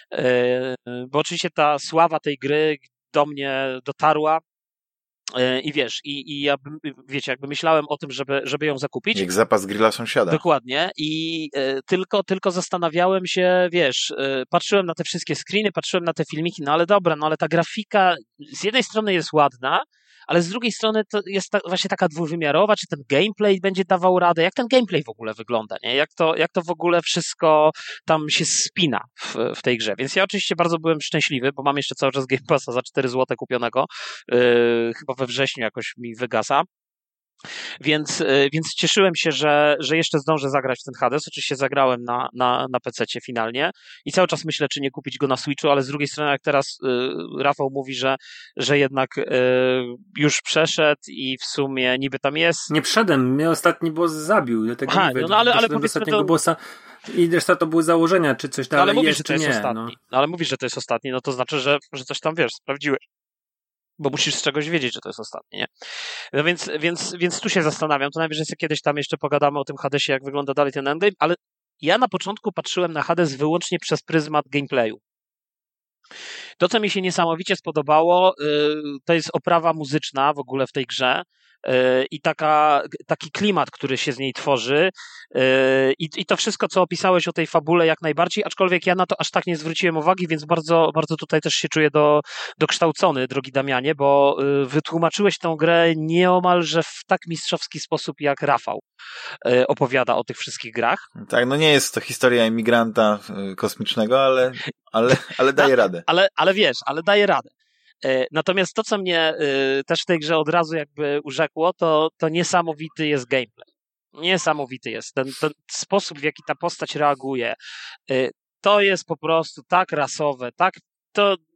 Bo oczywiście ta sława tej gry do mnie dotarła. I wiesz, i, i ja, wiecie, jakby myślałem o tym, żeby, żeby ją zakupić. Jak zapas grilla sąsiada. Dokładnie. I y, tylko, tylko zastanawiałem się, wiesz, y, patrzyłem na te wszystkie screeny, patrzyłem na te filmiki, no ale dobra, no ale ta grafika z jednej strony jest ładna, ale z drugiej strony to jest ta, właśnie taka dwuwymiarowa, czy ten gameplay będzie dawał radę, jak ten gameplay w ogóle wygląda, nie? Jak to, jak to w ogóle wszystko tam się spina w, w tej grze. Więc ja oczywiście bardzo byłem szczęśliwy, bo mam jeszcze cały czas Game Passa za cztery złote kupionego, yy, chyba we wrześniu jakoś mi wygasa. Więc, więc cieszyłem się, że, że jeszcze zdążę zagrać w ten Hades. Oczywiście zagrałem na, na, na pececie finalnie i cały czas myślę, czy nie kupić go na Switchu, ale z drugiej strony, jak teraz y, Rafał mówi, że, że jednak y, już przeszedł i w sumie niby tam jest. Nie wszedłem, mnie ostatni boss zabił, dlatego Aha, nie no, no, ale, ale powiedzmy to... bossa i reszta to były założenia, czy coś dalej no, ale mówisz, jest, że to jest nie, ostatni. No. No, ale mówisz, że to jest ostatni, no to znaczy, że, że coś tam wiesz, sprawdziłeś. Bo musisz z czegoś wiedzieć, że to jest ostatni, nie? No więc, więc, więc tu się zastanawiam, to najwyżej kiedyś tam jeszcze pogadamy o tym Hadesie, jak wygląda dalej ten endgame, ale ja na początku patrzyłem na Hades wyłącznie przez pryzmat gameplayu. To, co mi się niesamowicie spodobało, to jest oprawa muzyczna w ogóle w tej grze i taka, taki klimat, który się z niej tworzy i, i to wszystko, co opisałeś o tej fabule jak najbardziej, aczkolwiek ja na to aż tak nie zwróciłem uwagi, więc bardzo, bardzo tutaj też się czuję do, dokształcony, drogi Damianie, bo wytłumaczyłeś tę grę nieomalże w tak mistrzowski sposób, jak Rafał opowiada o tych wszystkich grach. Tak, no nie jest to historia emigranta kosmicznego, ale, ale, ale daje radę. Ale, ale wiesz, ale daje radę. Natomiast to, co mnie też w tej grze od razu jakby urzekło, to, to niesamowity jest gameplay. Niesamowity jest. Ten, ten sposób, w jaki ta postać reaguje, to jest po prostu tak rasowe, tak, to,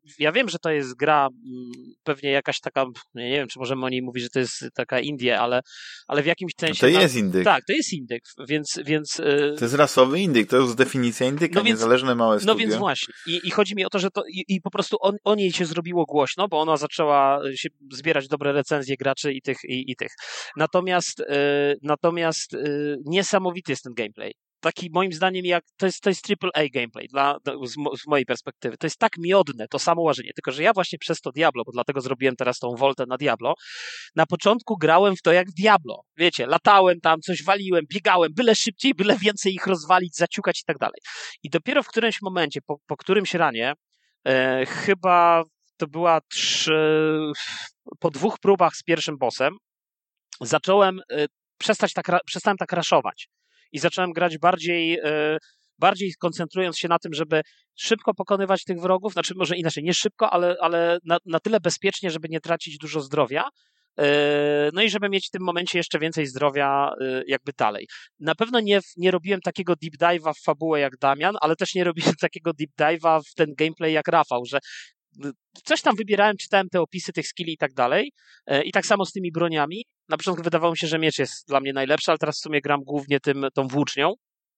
ja wiem, że to jest gra pewnie jakaś taka, nie wiem, czy możemy o niej mówić, że to jest taka Indie, ale, ale w jakimś sensie... To jest indyk. Tak, to jest indyk, więc... więc to jest rasowy indyk, to jest definicja indyka, no więc, niezależne małe studio. No więc właśnie. I, i chodzi mi o to, że to i, i po prostu on, o niej się zrobiło głośno, bo ona zaczęła się zbierać dobre recenzje graczy i tych. I, i tych. Natomiast, yy, natomiast yy, niesamowity jest ten gameplay. Taki moim zdaniem jak, to jest, to jest triple A gameplay dla, z, mo, z mojej perspektywy. To jest tak miodne, to samo łażenie, tylko że ja właśnie przez to Diablo, bo dlatego zrobiłem teraz tą woltę na Diablo, na początku grałem w to jak w Diablo. Wiecie, latałem tam, coś waliłem, biegałem, byle szybciej, byle więcej ich rozwalić, zaciukać i tak dalej. I dopiero w którymś momencie, po, po którymś ranie, e, chyba to była trzy, po dwóch próbach z pierwszym bossem, zacząłem e, przestać tak, przestałem tak raszować. I zacząłem grać bardziej, e, bardziej koncentrując się na tym, żeby szybko pokonywać tych wrogów, znaczy może inaczej, nie szybko, ale, ale na, na tyle bezpiecznie, żeby nie tracić dużo zdrowia, e, no i żeby mieć w tym momencie jeszcze więcej zdrowia e, jakby dalej. Na pewno nie, nie robiłem takiego deep dive'a w fabułę jak Damian, ale też nie robiłem takiego deep dive'a w ten gameplay jak Rafał, że coś tam wybierałem, czytałem te opisy tych skilli i tak dalej. I tak samo z tymi broniami. Na początku wydawało mi się, że miecz jest dla mnie najlepszy, ale teraz w sumie gram głównie tym, tą włócznią.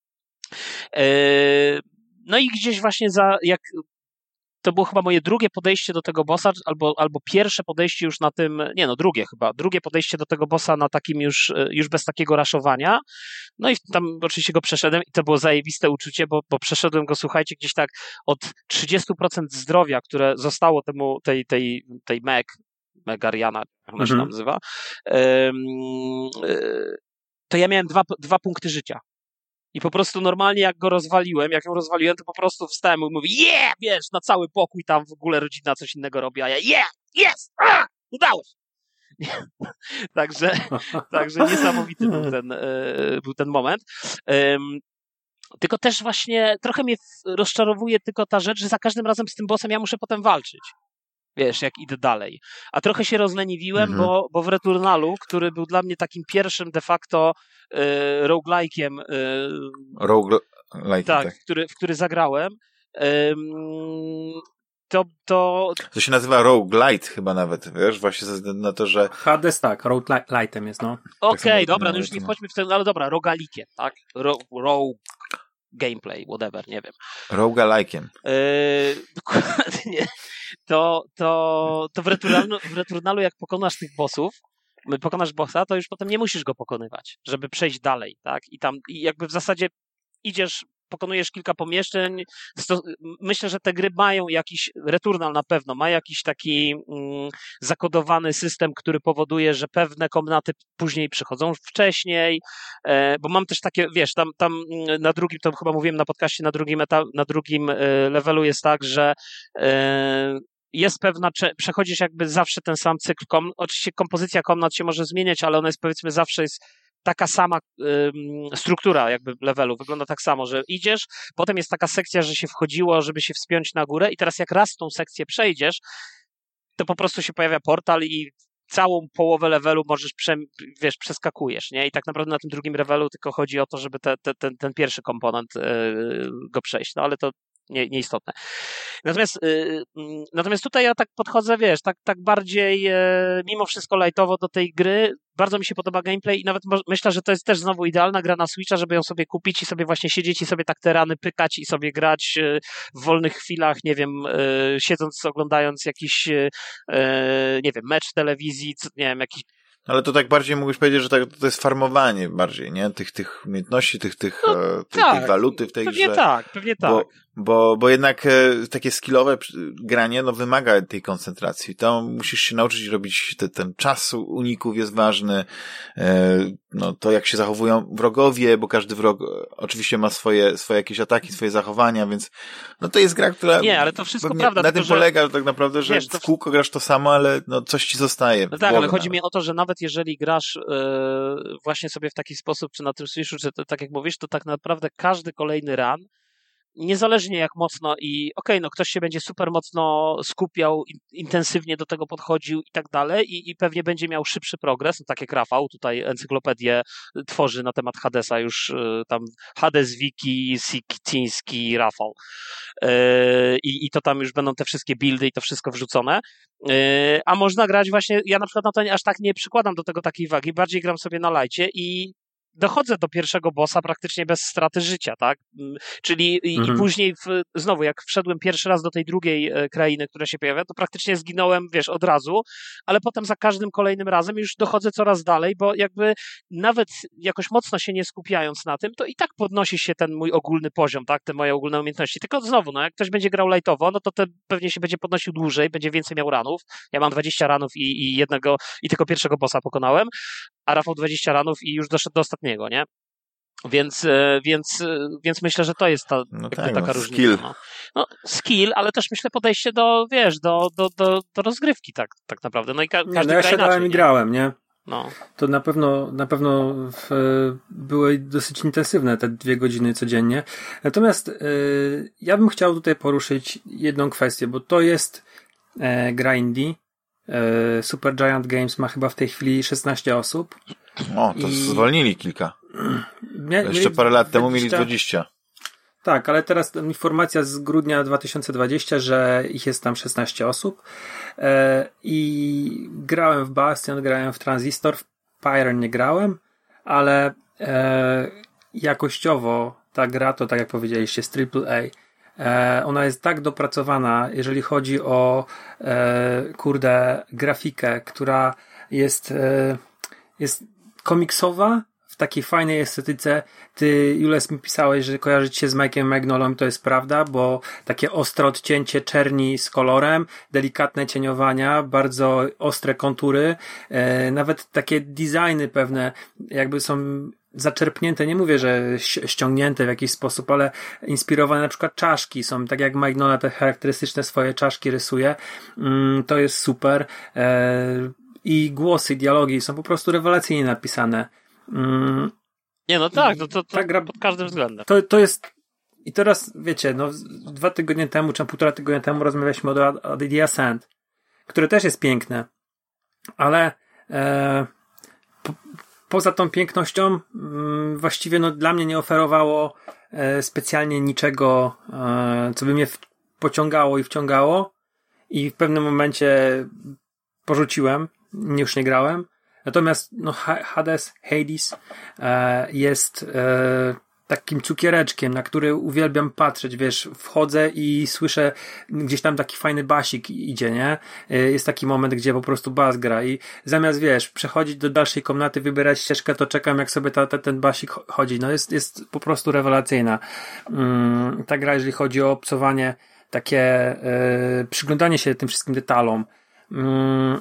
No i gdzieś właśnie za, jak to było chyba moje drugie podejście do tego bossa, albo, albo pierwsze podejście już na tym, nie no, drugie chyba, drugie podejście do tego bossa na takim już, już bez takiego raszowania. No i tam oczywiście go przeszedłem i to było zajebiste uczucie, bo, bo przeszedłem go, słuchajcie, gdzieś tak od trzydzieści procent zdrowia, które zostało temu, tej, tej, tej Meg, Megariana, jak ona się mhm. nazywa, um, to ja miałem dwa, dwa punkty życia. I po prostu normalnie jak go rozwaliłem, jak ją rozwaliłem, to po prostu wstałem i mówię, yeah, wiesz, na cały pokój tam w ogóle rodzina coś innego robi, a ja, yeah, yes, ah, udało się. także, także niesamowity był ten, e, był ten moment. Um, tylko też właśnie trochę mnie rozczarowuje tylko ta rzecz, że za każdym razem z tym bossem ja muszę potem walczyć. Wiesz, jak idę dalej. A trochę się rozleniwiłem, mhm. bo, bo w Returnalu, który był dla mnie takim pierwszym de facto y, roguelike'iem, y, Roguelike, tak, tak. W, który, w który zagrałem, y, to, to... To się nazywa roguelite chyba nawet, wiesz, właśnie ze względu na to, że... Hades tak, roguelite'em jest, no. Okej, okay, dobra, no już nie wchodźmy w ten, ale dobra, rogalikiem, tak? Ro, rogue gameplay, whatever, nie wiem. Roguelike'iem. Yy, dokładnie. To, to, to w, Returnalu, w Returnalu jak pokonasz tych bossów, pokonasz bossa, to już potem nie musisz go pokonywać, żeby przejść dalej, tak? I tam i jakby w zasadzie idziesz, pokonujesz kilka pomieszczeń. Sto, myślę, że te gry mają jakiś, Returnal na pewno ma jakiś taki mm, zakodowany system, który powoduje, że pewne komnaty później przychodzą wcześniej, e, bo mam też takie, wiesz, tam, tam na drugim, to chyba mówiłem na podcaście, na drugim, etap, na drugim e, levelu jest tak, że e, jest pewna, przechodzisz jakby zawsze ten sam cykl, kom, oczywiście kompozycja komnat się może zmieniać, ale ona jest powiedzmy zawsze jest taka sama ym, struktura jakby levelu, wygląda tak samo, że idziesz, potem jest taka sekcja, że się wchodziło, żeby się wspiąć na górę i teraz jak raz tą sekcję przejdziesz, to po prostu się pojawia portal i całą połowę levelu możesz, prze, wiesz, przeskakujesz, nie? I tak naprawdę na tym drugim levelu tylko chodzi o to, żeby te, te, ten, ten pierwszy komponent yy, go przejść, no ale to nie, nieistotne. Natomiast, yy, natomiast tutaj ja tak podchodzę, wiesz, tak, tak bardziej yy, mimo wszystko lightowo do tej gry. Bardzo mi się podoba gameplay i nawet mo- myślę, że to jest też znowu idealna gra na Switcha, żeby ją sobie kupić i sobie właśnie siedzieć i sobie tak te rany pykać i sobie grać yy, w wolnych chwilach, nie wiem, yy, siedząc, oglądając jakiś, yy, nie wiem, mecz w telewizji, nie wiem, jakiś. Ale to tak bardziej mógłbyś powiedzieć, że tak, to jest farmowanie bardziej, nie? Tych, tych umiejętności, tych, tych, no, tych, tak, tych waluty w tej pewnie grze. Tak, pewnie tak. Bo, bo, bo jednak e, takie skillowe granie, no wymaga tej koncentracji. To musisz się nauczyć robić, te, ten czas uników jest ważny, e, no to jak się zachowują wrogowie, bo każdy wrog oczywiście ma swoje, swoje jakieś ataki, swoje zachowania, więc no to jest gra, która... Nie, ale to wszystko prawda. Na tym tylko, polega że, tak naprawdę, że wiesz, to... w kółko grasz to samo, ale no coś ci zostaje. No tak, ale chodzi mi o to, że nawet jeżeli grasz yy, właśnie sobie w taki sposób, czy na tym Switchu, czy to, tak jak mówisz, to tak naprawdę każdy kolejny run niezależnie jak mocno i okej, okay, no ktoś się będzie super mocno skupiał, intensywnie do tego podchodził i tak dalej i, i pewnie będzie miał szybszy progres, no tak jak Rafał tutaj encyklopedię tworzy na temat Hadesa już tam Hades, Wiki, Sikciński, Rafał yy, i, i to tam już będą te wszystkie buildy i to wszystko wrzucone, yy, a można grać właśnie, ja na przykład na to aż tak nie przykładam do tego takiej wagi, bardziej gram sobie na lajcie i dochodzę do pierwszego bossa praktycznie bez straty życia, tak? Czyli mhm. i później w, znowu, jak wszedłem pierwszy raz do tej drugiej e, krainy, która się pojawia, to praktycznie zginąłem, wiesz, od razu, ale potem za każdym kolejnym razem już dochodzę coraz dalej, bo jakby nawet jakoś mocno się nie skupiając na tym, to i tak podnosi się ten mój ogólny poziom, tak? Te moje ogólne umiejętności. Tylko znowu, no jak ktoś będzie grał lightowo, no to te pewnie się będzie podnosił dłużej, będzie więcej miał ranów. Ja mam dwadzieścia ranów i, i jednego, i tylko pierwszego bossa pokonałem, a Rafał dwadzieścia ranów i już doszedł do ostatniego, nie? Więc, więc, więc myślę, że to jest ta no tak, taka no, różnica. Skill. No. no, skill, ale też myślę podejście do, wiesz, do, do, do, do rozgrywki tak, tak naprawdę. No i ka- każdy no ja gra siadałem inaczej, i grałem, nie? No. To na pewno, na pewno w, były dosyć intensywne te dwie godziny codziennie. Natomiast y, ja bym chciał tutaj poruszyć jedną kwestię, bo to jest e, gra indie. E, Super Giant Games ma chyba w tej chwili szesnaście osób. O, to I... zwolnili kilka. Mia- Jeszcze mieli parę lat temu dwadzieścia... mieli dwadzieścia. Tak, ale teraz informacja z grudnia dwa tysiące dwudziestego, że ich jest tam szesnaście osób. E, I grałem w Bastion, grałem w Transistor, w Pyre nie grałem, ale e, jakościowo ta gra, to tak jak powiedzieliście, jest triple A. E, ona jest tak dopracowana, jeżeli chodzi o e, kurde grafikę, która jest, e, jest komiksowa, w takiej fajnej estetyce. Ty, Jules, mi pisałeś, że kojarzyć się z Mike'em Magnolą, to jest prawda, bo takie ostre odcięcie czerni z kolorem, delikatne cieniowania, bardzo ostre kontury, e, nawet takie designy pewne jakby są zaczerpnięte, nie mówię, że ściągnięte w jakiś sposób, ale inspirowane, na przykład czaszki są, tak jak Magnola te charakterystyczne swoje czaszki rysuje, mm, to jest super. E, I głosy, dialogi są po prostu rewelacyjnie napisane. Mm. Nie, no tak, no to, to, to gra, pod każdym względem. To, to jest i teraz, wiecie, no dwa tygodnie temu, czy półtora tygodnia temu rozmawialiśmy o, o The Ascent, które też jest piękne, ale e, po, poza tą pięknością m, właściwie no dla mnie nie oferowało e, specjalnie niczego, e, co by mnie w, pociągało i wciągało i w pewnym momencie porzuciłem, już nie grałem. Natomiast no, Hades, Hades e, jest e, takim cukiereczkiem, na który uwielbiam patrzeć, wiesz, wchodzę i słyszę gdzieś tam taki fajny basik idzie, nie? E, jest taki moment, gdzie po prostu bas gra i zamiast, wiesz, przechodzić do dalszej komnaty, wybierać ścieżkę, to czekam, jak sobie ta, ta, ten basik chodzi. No jest, jest po prostu rewelacyjna. Mm, ta gra, jeżeli chodzi o obcowanie, takie e, przyglądanie się tym wszystkim detalom. Mm,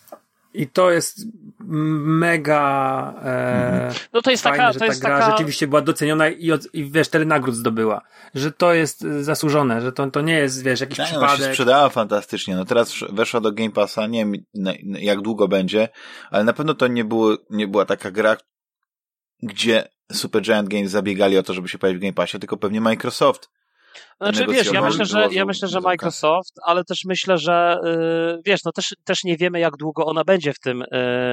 I to jest mega e, no to jest fajne, taka, że to ta jest gra taka... rzeczywiście była doceniona i, od, i wiesz, tyle nagród zdobyła. Że to jest zasłużone, że to, to nie jest, wiesz, jakiś tak, przypadek. Ona się sprzedała fantastycznie. No teraz weszła do Game Passa, nie wiem jak długo będzie, ale na pewno to nie, było, nie była taka gra, gdzie Supergiant Games zabiegali o to, żeby się pojawić w Game Passie, tylko pewnie Microsoft. Znaczy wiesz, ja myślę, że ja myślę, że Microsoft, ale też myślę, że yy, wiesz, no też, też nie wiemy, jak długo ona będzie w tym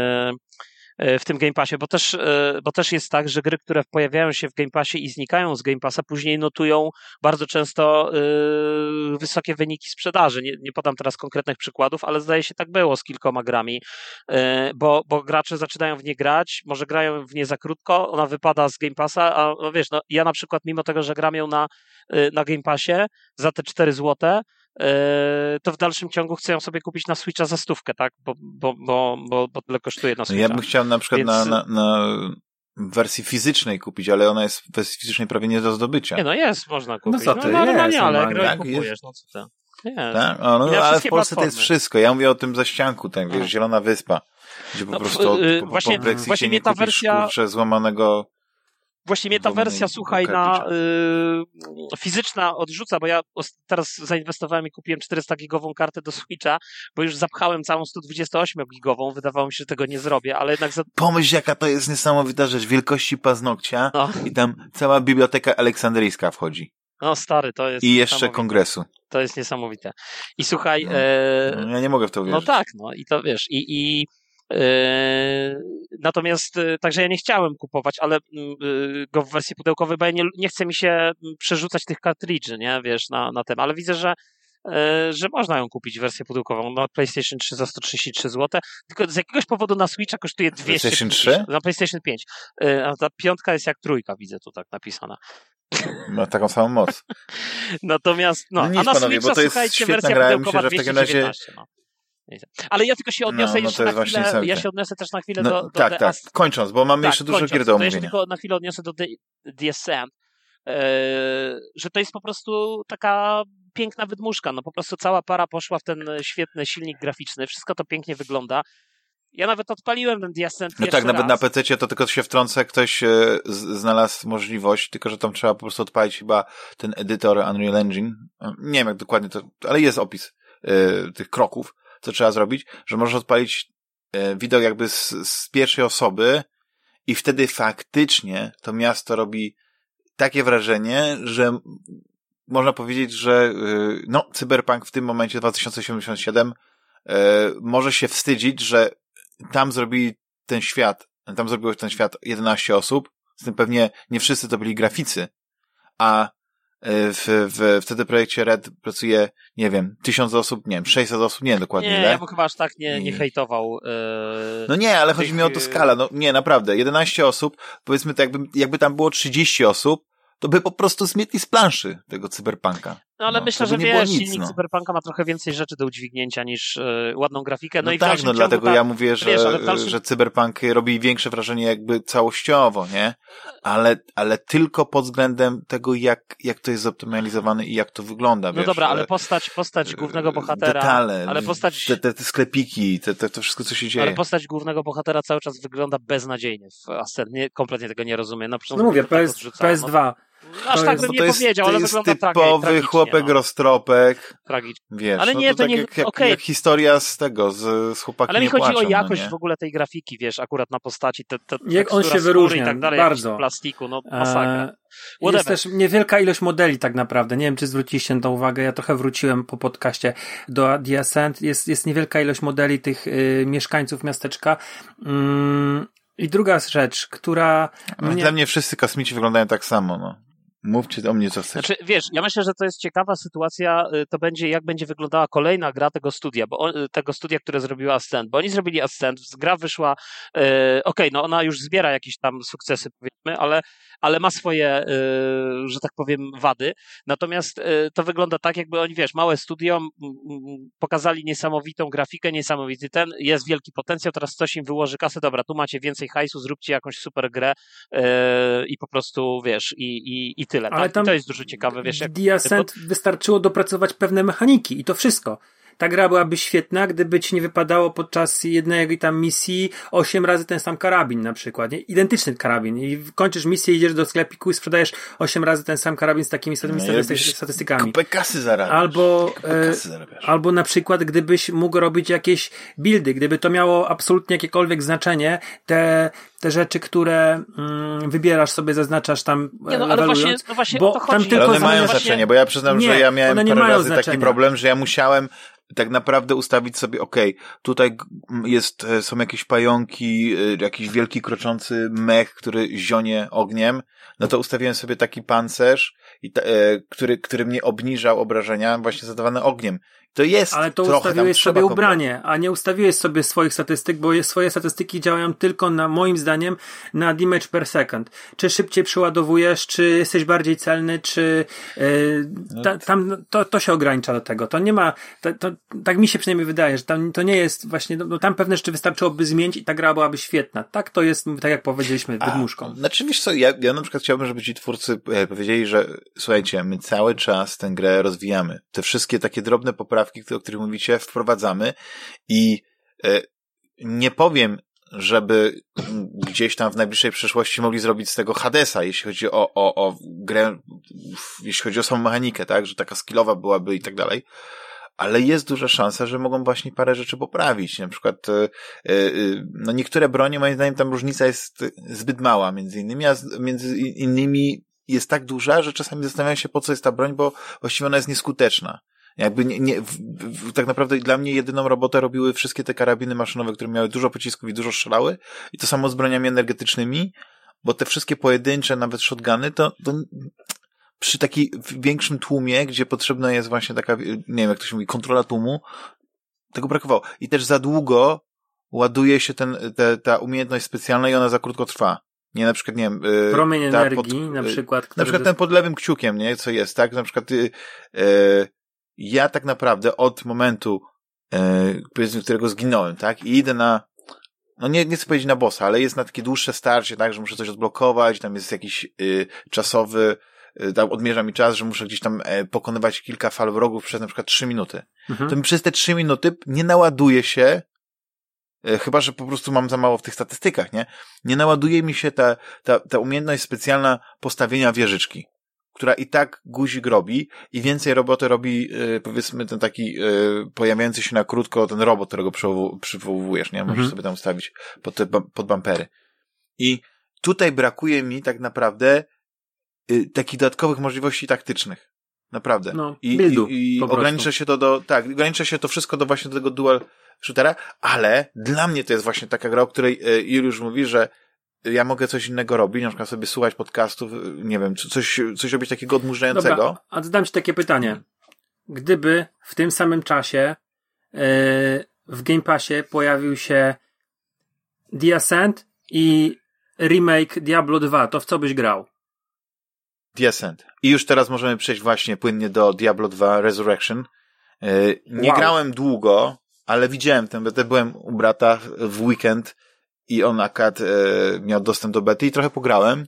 yy, w tym Game Passie, bo też, yy, bo też jest tak, że gry, które pojawiają się w Game Passie i znikają z Game Passa, później notują bardzo często yy, wysokie wyniki sprzedaży. Nie, nie podam teraz konkretnych przykładów, ale zdaje się tak było z kilkoma grami, yy, bo, bo gracze zaczynają w nie grać, może grają w nie za krótko, ona wypada z Game Passa, a no wiesz, no ja na przykład mimo tego, że gram ją na na Game Passie za te cztery złote, to w dalszym ciągu chcę ją sobie kupić na Switcha za stówkę, tak? Bo, bo, bo, bo, bo tyle kosztuje na Switcha. Ja bym chciał na przykład Więc... na, na, na wersji fizycznej kupić, ale ona jest w wersji fizycznej prawie nie do zdobycia. Nie, no jest, można kupić. No co ty, no, normalnie, jest, ale normalnie. jak kupujesz, jest. no co ty. Jest. Tak? O, no, ale w Polsce platformy. To jest wszystko. Ja mówię o tym zaścianku, tak, wiesz, Zielona Wyspa, gdzie po no, prostu od, yy, po, właśnie, po Brexicie właśnie nie ta kupisz, wersja... kurczę, złamanego Właśnie mnie ta wersja, słuchaj, na y, fizyczna odrzuca, bo ja teraz zainwestowałem i kupiłem czterysta gigową kartę do Switcha, bo już zapchałem całą sto dwadzieścia osiem gigową, wydawało mi się, że tego nie zrobię, ale jednak... Za... Pomyśl, jaka to jest niesamowita rzecz, wielkości paznokcia no. i tam cała biblioteka aleksandryjska wchodzi. No stary, to jest I jeszcze kongresu. To jest niesamowite. I słuchaj... No, e... no, ja nie mogę w to uwierzyć. No tak, no i to wiesz, i... i... Yy, natomiast yy, także ja nie chciałem kupować, ale yy, go w wersji pudełkowej, bo ja nie, nie chcę mi się przerzucać tych kartridży, nie, wiesz, na, na tym, ale widzę, że yy, że można ją kupić wersję pudełkową na PlayStation trzy za sto trzydzieści trzy złote, tylko z jakiegoś powodu na Switcha kosztuje dwieście. PlayStation trzy? Na PlayStation pięć. Yy, a ta piątka jest jak trójka, widzę tu tak napisana. Ma taką samą moc. Natomiast, no, no nic, a na panowie, Switcha, bo to jest słuchajcie, świetna wersja gra, pudełkowa myślę, że w takim razie... no. Ale ja tylko się odniosę no, no jeszcze na chwilę, ja się odniosę też na chwilę no, do, do tak, The tak, As... kończąc, bo mamy tak, jeszcze dużo kończąc, gier do omówienia. To ja się tylko na chwilę odniosę do The, The Ascent, yy, że to jest po prostu taka piękna wydmuszka, no po prostu cała para poszła w ten świetny silnik graficzny, wszystko to pięknie wygląda. Ja nawet odpaliłem ten The Ascent No tak, raz. nawet na pececie to tylko się wtrącę, ktoś e, z, znalazł możliwość, tylko że tam trzeba po prostu odpalić chyba ten edytor Unreal Engine. Nie wiem jak dokładnie to, ale jest opis e, tych kroków, co trzeba zrobić, że możesz odpalić e, widok jakby z, z pierwszej osoby i wtedy faktycznie to miasto robi takie wrażenie, że można powiedzieć, że e, no, Cyberpunk w tym momencie dwa tysiące siedemdziesiąt siedem e, może się wstydzić, że tam zrobili ten świat, tam zrobiło ten świat jedenaście osób, z tym pewnie nie wszyscy to byli graficy, a w, w, w wtedy projekcie Red pracuje, nie wiem, tysiąc osób, nie wiem, sześćset osób, nie wiem dokładnie nie, ile. Ja bym chyba aż tak nie, nie hejtował. Yy, no nie, ale tych... chodzi mi o to skala, no nie, naprawdę, jedenaście osób, powiedzmy to jakby, jakby tam było trzydzieści osób, to by po prostu zmietli z planszy tego Cyberpunka. No ale no, myślę, że wiesz, nic, silnik no. Cyberpunka ma trochę więcej rzeczy do udźwignięcia niż y, ładną grafikę. No, no i tak, no dlatego ta, ja mówię, że, wiesz, ale dalszym... że Cyberpunk robi większe wrażenie jakby całościowo, nie? Ale, ale tylko pod względem tego, jak, jak to jest zoptymalizowane i jak to wygląda, No wiesz, dobra, ale postać, postać głównego bohatera... Detale, ale postać... te, te, te sklepiki, te, te, to wszystko, co się dzieje. Ale postać głównego bohatera cały czas wygląda beznadziejnie w Ascent. Nie, kompletnie tego nie rozumiem. No, no mówię, P S, P S dwa. No, aż tak bym nie jest, powiedział, ale wygląda tragicznie. To jest typowy chłopek no. roztropek. Tragicznie. Wiesz, ale nie, no to, to tak nie, jak, jak, okay. jak historia z tego, z, z chłopakiem Ale mi chodzi płaczą, o jakość no w ogóle tej grafiki, wiesz, akurat na postaci. Te, te, jak on się wyróżnia, i tak dalej, bardzo. Plastiku, no masakra. Eee, jest też niewielka ilość modeli tak naprawdę. Nie wiem, czy zwróciliście na to uwagę. Ja trochę wróciłem po podcaście do The Ascent. Jest, jest niewielka ilość modeli tych y, mieszkańców miasteczka. Mm, I druga rzecz, która... Mnie... Dla mnie wszyscy kosmici wyglądają tak samo, no. Mówcie o mnie, co chcesz. Znaczy, wiesz, ja myślę, że to jest ciekawa sytuacja, to będzie, jak będzie wyglądała kolejna gra tego studia, bo on, tego studia, które zrobiło Ascent, bo oni zrobili Ascent, gra wyszła, e, okej, okay, no ona już zbiera jakieś tam sukcesy, powiedzmy, ale, ale ma swoje, e, że tak powiem, wady, natomiast e, to wygląda tak, jakby oni, wiesz, małe studio, m, m, pokazali niesamowitą grafikę, niesamowity ten, jest wielki potencjał, teraz coś im wyłoży kasę, dobra, tu macie więcej hajsu, zróbcie jakąś super grę e, i po prostu, wiesz, i, i, i tyle. Ale tak? tam I to jest dużo ciekawe, wiesz, jak... W The Ascent pod... wystarczyło dopracować pewne mechaniki i to wszystko. Ta gra byłaby świetna, gdyby ci nie wypadało podczas jednej tam misji osiem razy ten sam karabin na przykład, nie? Identyczny karabin i kończysz misję, idziesz do sklepiku i sprzedajesz osiem razy ten sam karabin z takimi samymi no, statystykami. Kupę kasy zarabiasz. Albo, e, albo na przykład gdybyś mógł robić jakieś buildy, gdyby to miało absolutnie jakiekolwiek znaczenie, te, te rzeczy, które mm, wybierasz sobie, zaznaczasz tam nie, no, ale właśnie, no właśnie bo o to tam chodzi. tylko ale one mają właśnie... znaczenie, bo ja przyznam, nie, że ja miałem parę razy znaczenia. taki problem, że ja musiałem tak naprawdę ustawić sobie, okej, okay, tutaj jest, są jakieś pająki, jakiś wielki kroczący mech, który zionie ogniem, no to ustawiłem sobie taki pancerz, i ta, e, który, który mnie obniżał obrażenia właśnie zadawane ogniem. To jest ale to trochę ustawiłeś tam sobie ubranie, a nie ustawiłeś sobie swoich statystyk, bo swoje statystyki działają tylko na, moim zdaniem, na damage per second. Czy szybciej przeładowujesz, czy jesteś bardziej celny, czy yy, ta, tam to, to się ogranicza do tego. To nie ma, to, to, tak mi się przynajmniej wydaje, że tam to nie jest właśnie, no, tam pewne rzeczy wystarczyłoby zmienić i ta gra byłaby świetna. Tak to jest, tak jak powiedzieliśmy, wydmuszką. Znaczy wiesz co, ja, ja na przykład chciałbym, żeby ci twórcy powiedzieli, że słuchajcie, my cały czas tę grę rozwijamy. Te wszystkie takie drobne poprawki, o których mówicie, wprowadzamy i e, nie powiem, żeby gdzieś tam w najbliższej przyszłości mogli zrobić z tego Hadesa, jeśli chodzi o, o, o grę, jeśli chodzi o samą mechanikę, tak, że taka skillowa byłaby i tak dalej, ale jest duża szansa, że mogą właśnie parę rzeczy poprawić. Na przykład e, e, no niektóre bronie, moim zdaniem, tam różnica jest zbyt mała między innymi, a z, między innymi jest tak duża, że czasami zastanawiam się, po co jest ta broń, bo właściwie ona jest nieskuteczna. Jakby nie, nie w, w, tak naprawdę dla mnie jedyną robotę robiły wszystkie te karabiny maszynowe, które miały dużo pocisków i dużo strzelały, i to samo z broniami energetycznymi, bo te wszystkie pojedyncze, nawet shotguny, to, to przy takim większym tłumie, gdzie potrzebna jest właśnie taka, nie wiem jak to się mówi, kontrola tłumu, tego brakowało. I też za długo ładuje się ten, te, ta umiejętność specjalna i ona za krótko trwa. Nie, na przykład, nie wiem... Promień energii, pod, na przykład. Na przykład ten pod lewym kciukiem, nie, co jest, tak? Na przykład y, y, ja tak naprawdę od momentu, y, powiedzmy, którego zginąłem, tak? I idę na, no nie, nie chcę powiedzieć na bossa, ale jest na takie dłuższe starcie, tak? Że muszę coś odblokować, tam jest jakiś y, czasowy, y, tam odmierza mi czas, że muszę gdzieś tam y, pokonywać kilka fal wrogów przez na przykład trzy minuty. Mhm. To mi przez te trzy minuty nie naładuje się, chyba że po prostu mam za mało w tych statystykach, nie? Nie naładuje mi się ta, ta, ta umiejętność specjalna postawienia wieżyczki, która i tak guzik robi i więcej roboty robi, yy, powiedzmy, ten taki yy, pojawiający się na krótko ten robot, którego przywoł, przywołujesz, nie? Możesz mhm. sobie tam ustawić pod, te, pod bumpery. I tutaj brakuje mi tak naprawdę yy, takich dodatkowych możliwości taktycznych. Naprawdę. No, I, buildu, i, i ogranicza się to do, tak, ogranicza się to wszystko do właśnie do tego dual shootera, ale dla mnie to jest właśnie taka gra, o której Juliusz mówi, że ja mogę coś innego robić, na przykład sobie słuchać podcastów, nie wiem, coś, coś robić takiego odmurzającego. Dobra, a zadam ci takie pytanie. Gdyby w tym samym czasie yy, w Game Passie pojawił się The Ascent i remake Diablo dwa, to w co byś grał? The Ascent. I już teraz możemy przejść właśnie płynnie do Diablo dwa Resurrection. Yy, nie wow. grałem długo, ale widziałem ten betę, byłem u brata w weekend i on akurat e, miał dostęp do bety i trochę pograłem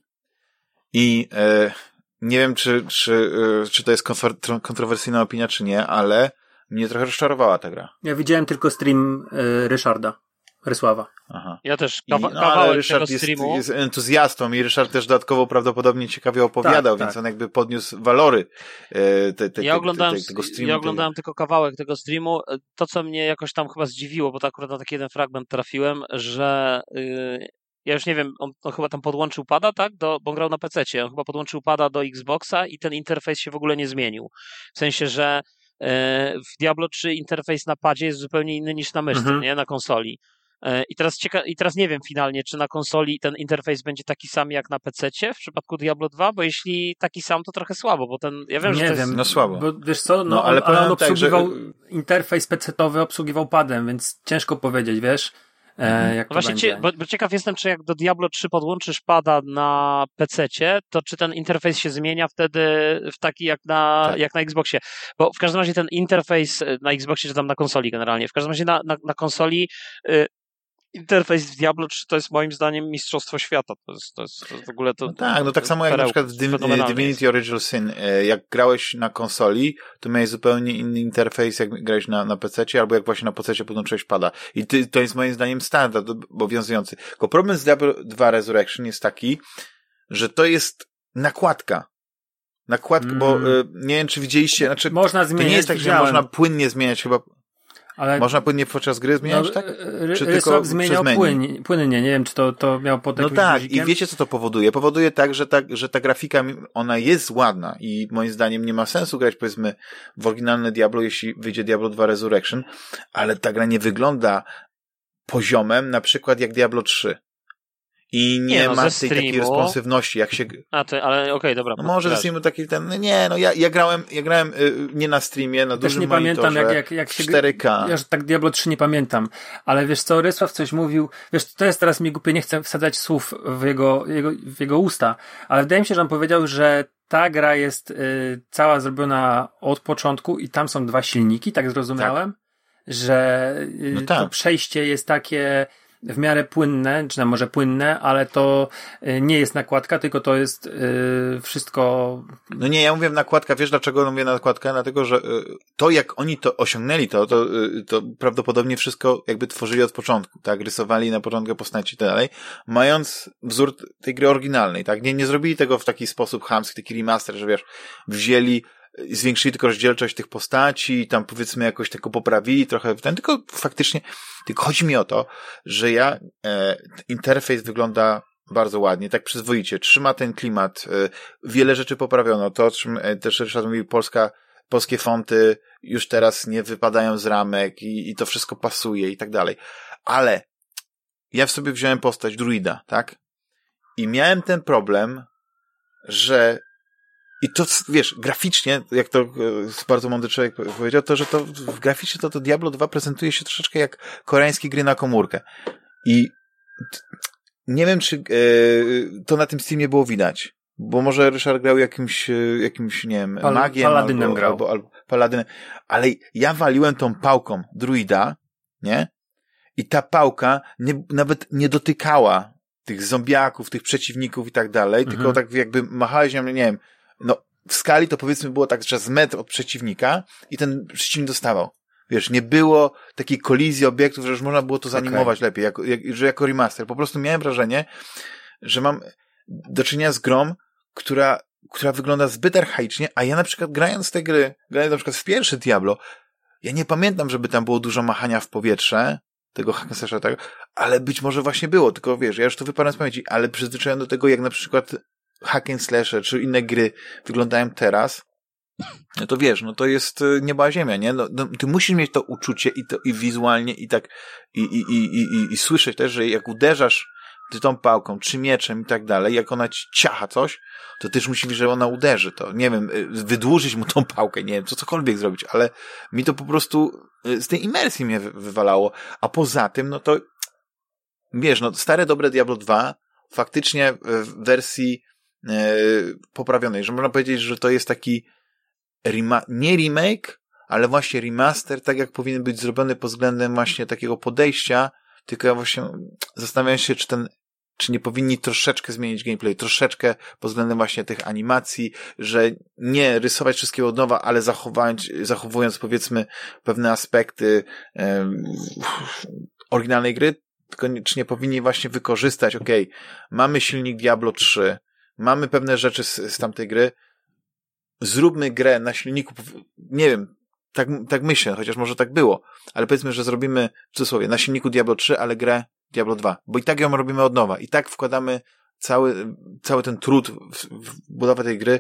i e, nie wiem, czy, czy, e, czy to jest konfor- kontrowersyjna opinia, czy nie, ale mnie trochę rozczarowała ta gra. Ja widziałem tylko stream e, Ryszarda, Rysława. Aha. Ja też kawa- I, no, kawałek ale Ryszard tego jest, streamu. jest entuzjastą i Ryszard też dodatkowo prawdopodobnie ciekawie opowiadał, tak, więc tak. on jakby podniósł walory e, te, te, ja oglądałem, te, te, tego streamu. Ja oglądałem tego. tylko kawałek tego streamu. To, co mnie jakoś tam chyba zdziwiło, bo to akurat na taki jeden fragment trafiłem, że yy, ja już nie wiem, on, on chyba tam podłączył pada, tak? Do, bo on grał na pececie. On chyba podłączył pada do Xboxa i ten interfejs się w ogóle nie zmienił. W sensie, że yy, w Diablo trzy interfejs na padzie jest zupełnie inny niż na myszce, mhm. nie? Na konsoli. I teraz, cieka- I teraz nie wiem finalnie, czy na konsoli ten interfejs będzie taki sam jak na pececie w przypadku Diablo dwa, bo jeśli taki sam, to trochę słabo, bo ten, ja wiem, nie że to wiem, jest... No słabo. Bo wiesz co, no, no ale, ale on obsługiwał, tak, że... interfejs pecetowy obsługiwał padem, więc ciężko powiedzieć, wiesz, e, jak to Właśnie będzie. Cie, bo, bo ciekaw jestem, czy jak do Diablo trzy podłączysz pada na pececie, to czy ten interfejs się zmienia wtedy w taki jak na, tak. jak na Xboxie, bo w każdym razie ten interfejs na Xboxie, czy tam na konsoli generalnie, w każdym razie na, na, na konsoli y, interfejs w Diablo trzy to jest moim zdaniem mistrzostwo świata. To jest, to jest, to jest w ogóle to. No tak, no tak samo jak perełka, na przykład w Dim- Divinity Original Sin. Jak grałeś na konsoli, to miałeś zupełnie inny interfejs, jak grałeś na, na pececie, albo jak właśnie na pececie podłączyłeś pada. I ty, to jest moim zdaniem standard obowiązujący. Tylko problem z Diablo dwa Resurrection jest taki, że to jest nakładka. Nakładka, mm. bo y, nie wiem, czy widzieliście, znaczy, można zmieniać, to nie jest tak, widziałem. że można płynnie zmieniać chyba. Ale... Można płynnie podczas gry zmieniać, no, tak? Czy tylko zmieniał płynnie, płynnie, nie wiem, czy to, to miał pod jakimś No tak, guzikiem? I wiecie, co to powoduje? Powoduje tak, że ta, że ta grafika, ona jest ładna i moim zdaniem nie ma sensu grać, powiedzmy, w oryginalne Diablo, jeśli wyjdzie Diablo dwa Resurrection, ale ta gra nie wygląda poziomem, na przykład jak Diablo trzy. I nie, nie no, ma tej streamu... takiej responsywności, jak się... A, to, ale okej, okay, dobra. No może ze streamu taki ten... Nie, no ja, ja grałem, ja grałem y, nie na streamie, na Też dużym nie pamiętam, jak, jak, jak się... cztery K. Ja tak Diablo trzy nie pamiętam. Ale wiesz co, Rysław coś mówił... Wiesz, to jest teraz mi głupie, nie chcę wsadzać słów w jego, jego, w jego usta, ale wydaje mi się, że on powiedział, że ta gra jest y, cała zrobiona od początku i tam są dwa silniki, tak zrozumiałem? Tak. Że y, no tak. to przejście jest takie... w miarę płynne, czy tam może płynne, ale to nie jest nakładka, tylko to jest yy, wszystko... No nie, ja mówię nakładka, wiesz dlaczego mówię nakładka? Dlatego, że to jak oni to osiągnęli, to, to, to prawdopodobnie wszystko jakby tworzyli od początku, tak? Rysowali na początku postaci i tak dalej, mając wzór tej gry oryginalnej, tak? Nie, nie zrobili tego w taki sposób chamski, taki remaster, że wiesz, wzięli zwiększyli tylko rozdzielczość tych postaci, tam powiedzmy jakoś tylko poprawili trochę ten, tylko faktycznie, tylko chodzi mi o to, że ja, e, interfejs wygląda bardzo ładnie, tak przyzwoicie, trzyma ten klimat, wiele rzeczy poprawiono, to o czym też Ryszard mówił, Polska, polskie fonty już teraz nie wypadają z ramek i, i to wszystko pasuje i tak dalej, ale ja w sobie wziąłem postać druida, tak? I miałem ten problem, że i to, wiesz, graficznie, jak to bardzo mądry człowiek powiedział, to, że to graficznie to, to Diablo dwa prezentuje się troszeczkę jak koreańskie gry na komórkę. I nie wiem, czy e, to na tym Steamie było widać, bo może Ryszard grał jakimś, jakimś nie wiem, Pal- magiem Paladynem albo, grał. albo, albo Paladynem, ale ja waliłem tą pałką druida, nie? I ta pałka nie, nawet nie dotykała tych zombiaków, tych przeciwników i tak dalej, mhm. tylko tak jakby machałeś, nie wiem, no w skali to powiedzmy było tak, że z metr od przeciwnika i ten przeciwnik dostawał. Wiesz, nie było takiej kolizji obiektów, że już można było to zanimować okay. lepiej, jako, jak, że jako remaster. Po prostu miałem wrażenie, że mam do czynienia z grą, która, która wygląda zbyt archaicznie, a ja na przykład grając te gry, grając na przykład w pierwsze Diablo, ja nie pamiętam, żeby tam było dużo machania w powietrze, tego hack and slasha, tak, ale być może właśnie było, tylko wiesz, ja już to wypadam z pamięci, ale przyzwyczaiłem do tego, jak na przykład hack and slashe, czy inne gry wyglądają teraz, no to wiesz, no to jest nieba ziemia, nie? No, no, ty musisz mieć to uczucie i to i wizualnie i tak i, i, i, i, i, i słyszeć też, że jak uderzasz ty tą pałką, czy mieczem i tak dalej, jak ona ci ciacha coś, to też musi wiedzieć, że ona uderzy to. Nie wiem, wydłużyć mu tą pałkę, nie wiem, co cokolwiek zrobić, ale mi to po prostu z tej imersji mnie wywalało. A poza tym, no to wiesz, no stare dobre Diablo dwa faktycznie w wersji e, poprawionej, że można powiedzieć, że to jest taki rema- nie remake, ale właśnie remaster, tak jak powinien być zrobiony pod względem właśnie takiego podejścia, tylko ja właśnie zastanawiam się, czy ten, czy nie powinni troszeczkę zmienić gameplay, troszeczkę pod względem właśnie tych animacji, że nie rysować wszystkiego od nowa, ale zachowując, zachowując powiedzmy pewne aspekty um, oryginalnej gry, tylko nie, czy nie powinni właśnie wykorzystać, okej, okay, mamy silnik Diablo trzy, mamy pewne rzeczy z, z tamtej gry, zróbmy grę na silniku, nie wiem, tak, tak myślę, chociaż może tak było, ale powiedzmy, że zrobimy w cudzysłowie na silniku Diablo trzy, ale grę Diablo dwa, bo i tak ją robimy od nowa, i tak wkładamy cały, cały ten trud w, w budowę tej gry.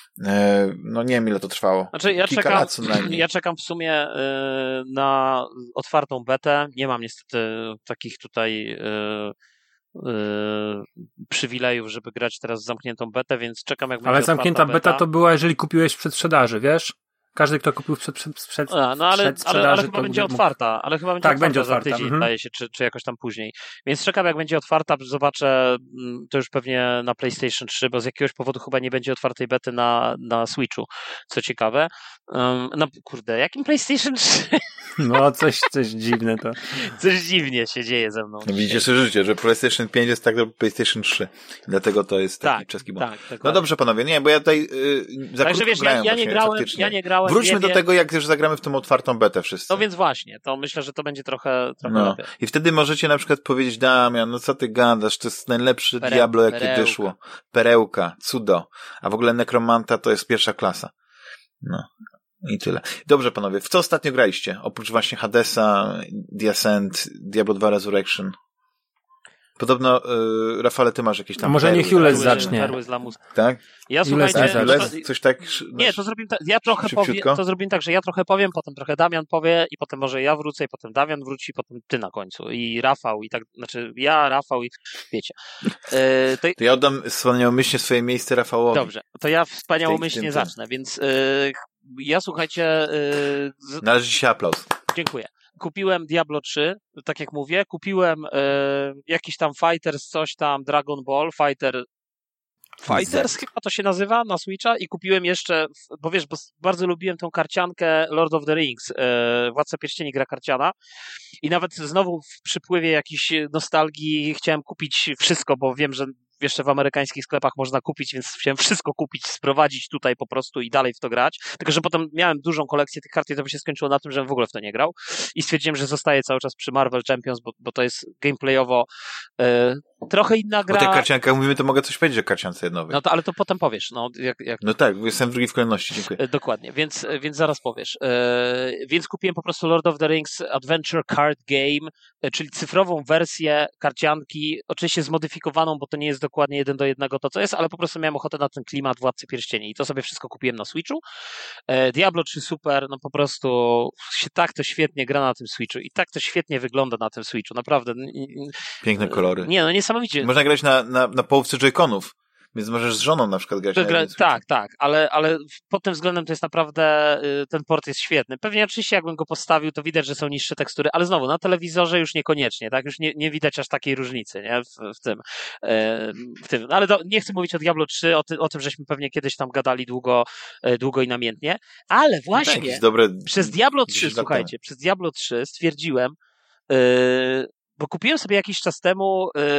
E, no nie wiem, ile to trwało. Znaczy, ja Kilka czekam, lat co najmniej. ja czekam w sumie y, na otwartą betę. Nie mam niestety takich tutaj y, y, przywilejów, żeby grać teraz w zamkniętą betę, więc czekam, jak będzie Ale zamknięta beta. beta to była, jeżeli kupiłeś w przedsprzedaży, wiesz? Każdy, kto kupił przed, przed, przed, A, no ale, ale, ale chyba będzie mógł... otwarta, ale chyba będzie tak, otwarta będzie za otwarta. tydzień, Mhm. zdaje się, czy, czy jakoś tam później. Więc czekam, jak będzie otwarta, zobaczę, to już pewnie na PlayStation trzy, bo z jakiegoś powodu chyba nie będzie otwartej bety na, na Switchu, co ciekawe. Um, no kurde, jakim PlayStation trzy? No, coś, coś dziwne to. Coś dziwnie się dzieje ze mną. No, widzicie sobie życie, że PlayStation pięć jest tak do PlayStation trzy. Dlatego to jest taki tak, czeski błąd. Tak, no dobrze, panowie, nie, bo ja tutaj yy, za Także wiesz, ja, ja, nie grałem, ja nie grałem. Wróćmy nie, do nie... tego, jak już zagramy w tą otwartą betę wszyscy. No więc właśnie, to myślę, że to będzie trochę, trochę no. lepiej. I wtedy możecie na przykład powiedzieć, Damian, no co ty gadasz, to jest najlepszy Pereł, Diablo, jakie perełka. wyszło. Perełka, cudo. A w ogóle Necromanta to jest pierwsza klasa. No. I tyle. Dobrze, panowie, w co ostatnio graliście? Oprócz właśnie Hadesa, The Ascent, Diablo dwa Resurrection. Podobno, yy, Rafale, ty masz jakieś tam... A może perły, niech Jules tak? zacznie. Perły z lamusa. Tak? Ja słuchajcie... Jules, Jules, coś tak... Nie, to zrobimy tak, ja trochę powiem, to zrobimy tak, że ja trochę powiem, potem trochę Damian powie i potem może ja wrócę i potem Damian wróci, potem ty na końcu i Rafał i tak, znaczy ja, Rafał i wiecie. Yy, to... to ja oddam wspaniałomyślnie swoje miejsce Rafałowi. Dobrze, to ja wspaniałomyślnie zacznę, więc yy, ja słuchajcie... Yy, z... Należy się aplauz. Dziękuję. Kupiłem Diablo trzy, tak jak mówię, kupiłem e, jakiś tam Fighters, coś tam, Dragon Ball, Fighter, Fighters chyba to się nazywa na Switcha i kupiłem jeszcze, bo wiesz, bo bardzo lubiłem tą karciankę Lord of the Rings, e, Władca Pierścieni, gra karciana i nawet znowu w przypływie jakiejś nostalgii chciałem kupić wszystko, bo wiem, że jeszcze w amerykańskich sklepach można kupić, więc chciałem wszystko kupić, sprowadzić tutaj po prostu i dalej w to grać. Tylko, że potem miałem dużą kolekcję tych kart i to by się skończyło na tym, żebym w ogóle w to nie grał. I stwierdziłem, że zostaję cały czas przy Marvel Champions, bo, bo to jest gameplayowo e, trochę inna gra. O tych karciankach mówimy, to mogę coś powiedzieć o karciance nowej. No to, ale to potem powiesz. No, jak, jak... no tak, jestem drugi w kolejności, dziękuję. Dokładnie, więc, więc zaraz powiesz. E, więc kupiłem po prostu Lord of the Rings Adventure Card Game, e, czyli cyfrową wersję karcianki, oczywiście zmodyfikowaną, bo to nie jest dokładnie jeden do jednego to, co jest, ale po prostu miałem ochotę na ten klimat Władcy Pierścieni i to sobie wszystko kupiłem na Switchu. E, Diablo trzy super, no po prostu się tak to świetnie gra na tym Switchu i tak to świetnie wygląda na tym Switchu, naprawdę. Piękne kolory. Nie, no niesamowicie. Można grać na, na, na połówce joyconów, więc możesz z żoną na przykład grać. To na gra, tak, tak, ale, ale pod tym względem to jest naprawdę, ten port jest świetny. Pewnie oczywiście jakbym go postawił, to widać, że są niższe tekstury, ale znowu, na telewizorze już niekoniecznie, tak, już nie, nie widać aż takiej różnicy, nie, w, w tym. W tym. Ale do, nie chcę mówić o Diablo trzy, o, ty, o tym, żeśmy pewnie kiedyś tam gadali długo, długo i namiętnie, ale właśnie tak, dobre... przez Diablo trzy, słuchajcie, przez Diablo trzy stwierdziłem, yy, bo kupiłem sobie jakiś czas temu yy,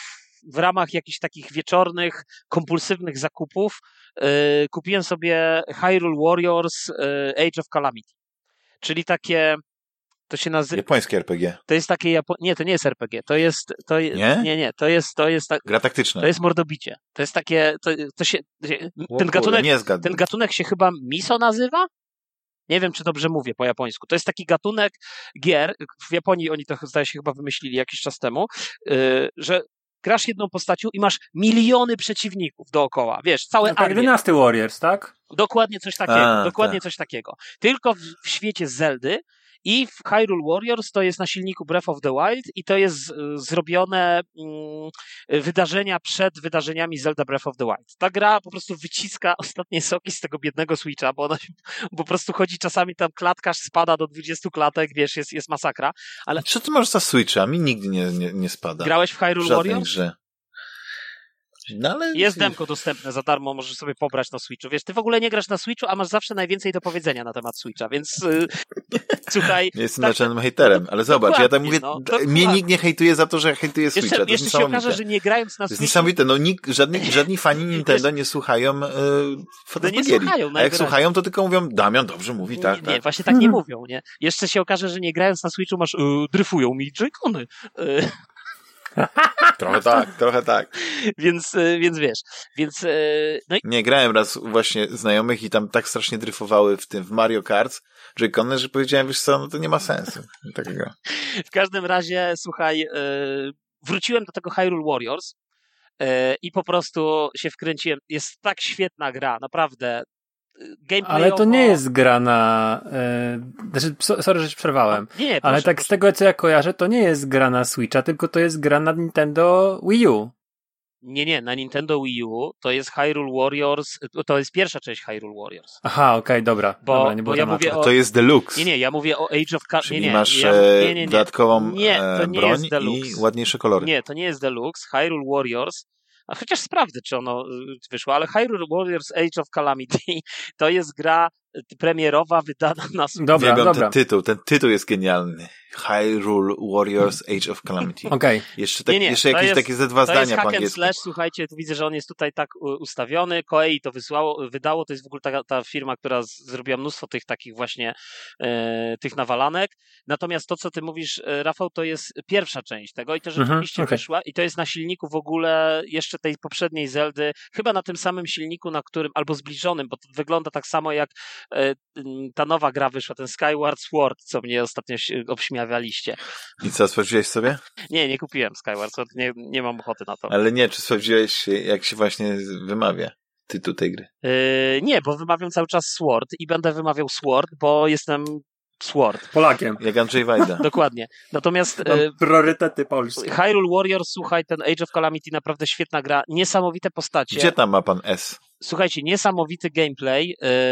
w ramach jakichś takich wieczornych, kompulsywnych zakupów yy, kupiłem sobie Hyrule Warriors yy, Age of Calamity. Czyli takie, to się nazywa... Japońskie R P G. To jest takie, Japo... nie, to nie jest R P G, to jest... To je... Nie? Nie, nie, to jest... To jest ta... Gra taktyczna. To jest mordobicie. To jest takie, to, to się... Ten gatunek, nie ten gatunek się chyba Miso nazywa? Nie wiem, czy dobrze mówię po japońsku. To jest taki gatunek gier, w Japonii oni to zdaje się chyba wymyślili jakiś czas temu, yy, że grasz jedną postacią i masz miliony przeciwników dookoła, wiesz, całe no, tak, armie. Dynasty Warriors, tak? Dokładnie coś takiego, A, dokładnie tak. coś takiego. Tylko w, w świecie Zeldy i w Hyrule Warriors to jest na silniku Breath of the Wild i to jest y, zrobione y, wydarzenia przed wydarzeniami Zelda Breath of the Wild. Ta gra po prostu wyciska ostatnie soki z tego biednego Switcha, bo ona po prostu chodzi czasami tam klatkarz spada do dwudziestu klatek, wiesz, jest, jest masakra. Ale... Co ty masz za Switcha? Mi nigdy nie, nie, nie spada. Grałeś w Hyrule Warriors? Grze. No, ale... Jest demko dostępne za darmo, możesz sobie pobrać na Switchu. Wiesz, ty w ogóle nie grasz na Switchu, a masz zawsze najwięcej do powiedzenia na temat Switcha, więc yy, słuchaj... Nie jestem tak, naczelnym hejterem, ale zobacz, ja tam mówię, no, mnie nikt nie hejtuje za to, że hejtuje Switcha. Jeszcze, to jest jeszcze się okaże, że nie grając na To jest Switchu... niesamowite, no nikt, żadni, żadni fani Nintendo nie słuchają yy, no nie słuchają, a jak słuchają, to tylko mówią, Damian dobrze mówi, tak, Nie, tak. nie właśnie tak nie mówią, nie? Jeszcze się okaże, że nie grając na Switchu masz, yy, dryfują mi joycony. Yy. Trochę tak, trochę tak. Więc, yy, więc wiesz, więc... Yy, no i... Nie, grałem raz u właśnie znajomych i tam tak strasznie dryfowały w tym, w Mario Kart, joycony, że powiedziałem, wiesz co, no to nie ma sensu. Takiego. W każdym razie, słuchaj, yy, wróciłem do tego Hyrule Warriors yy, i po prostu się wkręciłem. Jest tak świetna gra, naprawdę. Ale to nie jest gra na... Yy, znaczy, sorry, że ci przerwałem. Nie, proszę, ale tak proszę. z tego, co ja kojarzę, to nie jest gra na Switcha, tylko to jest gra na Nintendo Wii U. Nie, nie, na Nintendo Wii U to jest Hyrule Warriors, to jest pierwsza część Hyrule Warriors. Aha, okej, okay, dobra. Bo, dobra, nie bo ja mówię o... To jest Deluxe. Nie, nie, ja mówię o Age of Calamity. Czyli nie, nie, masz ja, nie, nie, nie. dodatkową nie, to nie broń jest Deluxe. i ładniejsze kolory. Nie, to nie jest Deluxe. Hyrule Warriors, a chociaż sprawdzę, czy ono wyszło, ale Hyrule Warriors Age of Calamity to jest gra premierowa wydana na Switch. Dobra, Uwielbiam dobra. ten tytuł, ten tytuł jest genialny. Hyrule Warriors Age of Calamity. Okej. Okay. Jeszcze, tak, nie, nie, jeszcze jakieś jest, takie ze dwa to zdania jest po hack and angielsku. slash, słuchajcie, tu widzę, że on jest tutaj tak ustawiony, Koei to wysłało, wydało, to jest w ogóle ta, ta firma, która z, zrobiła mnóstwo tych takich właśnie e, tych nawalanek, natomiast to, co ty mówisz, Rafał, to jest pierwsza część tego i to rzeczywiście mhm, okay. wyszła i to jest na silniku w ogóle jeszcze tej poprzedniej Zeldy, chyba na tym samym silniku, na którym, albo zbliżonym, bo to wygląda tak samo jak e, ta nowa gra wyszła, ten Skyward Sword, co mnie ostatnio obśmiewaliście. I co, sprawdziłeś sobie? Nie, nie kupiłem Skyward Sword, nie, nie mam ochoty na to. Ale nie, czy sprawdziłeś, jak się właśnie wymawia tytuł tej gry? Yy, nie, bo wymawiam cały czas Sword i będę wymawiał Sword, bo jestem Sword. Polakiem. Jak Andrzej Wajda. Dokładnie. Natomiast Mam yy, priorytety polskie. Hyrule Warriors, słuchaj, ten Age of Calamity, naprawdę świetna gra, niesamowite postacie. Gdzie tam ma pan S? Słuchajcie, niesamowity gameplay.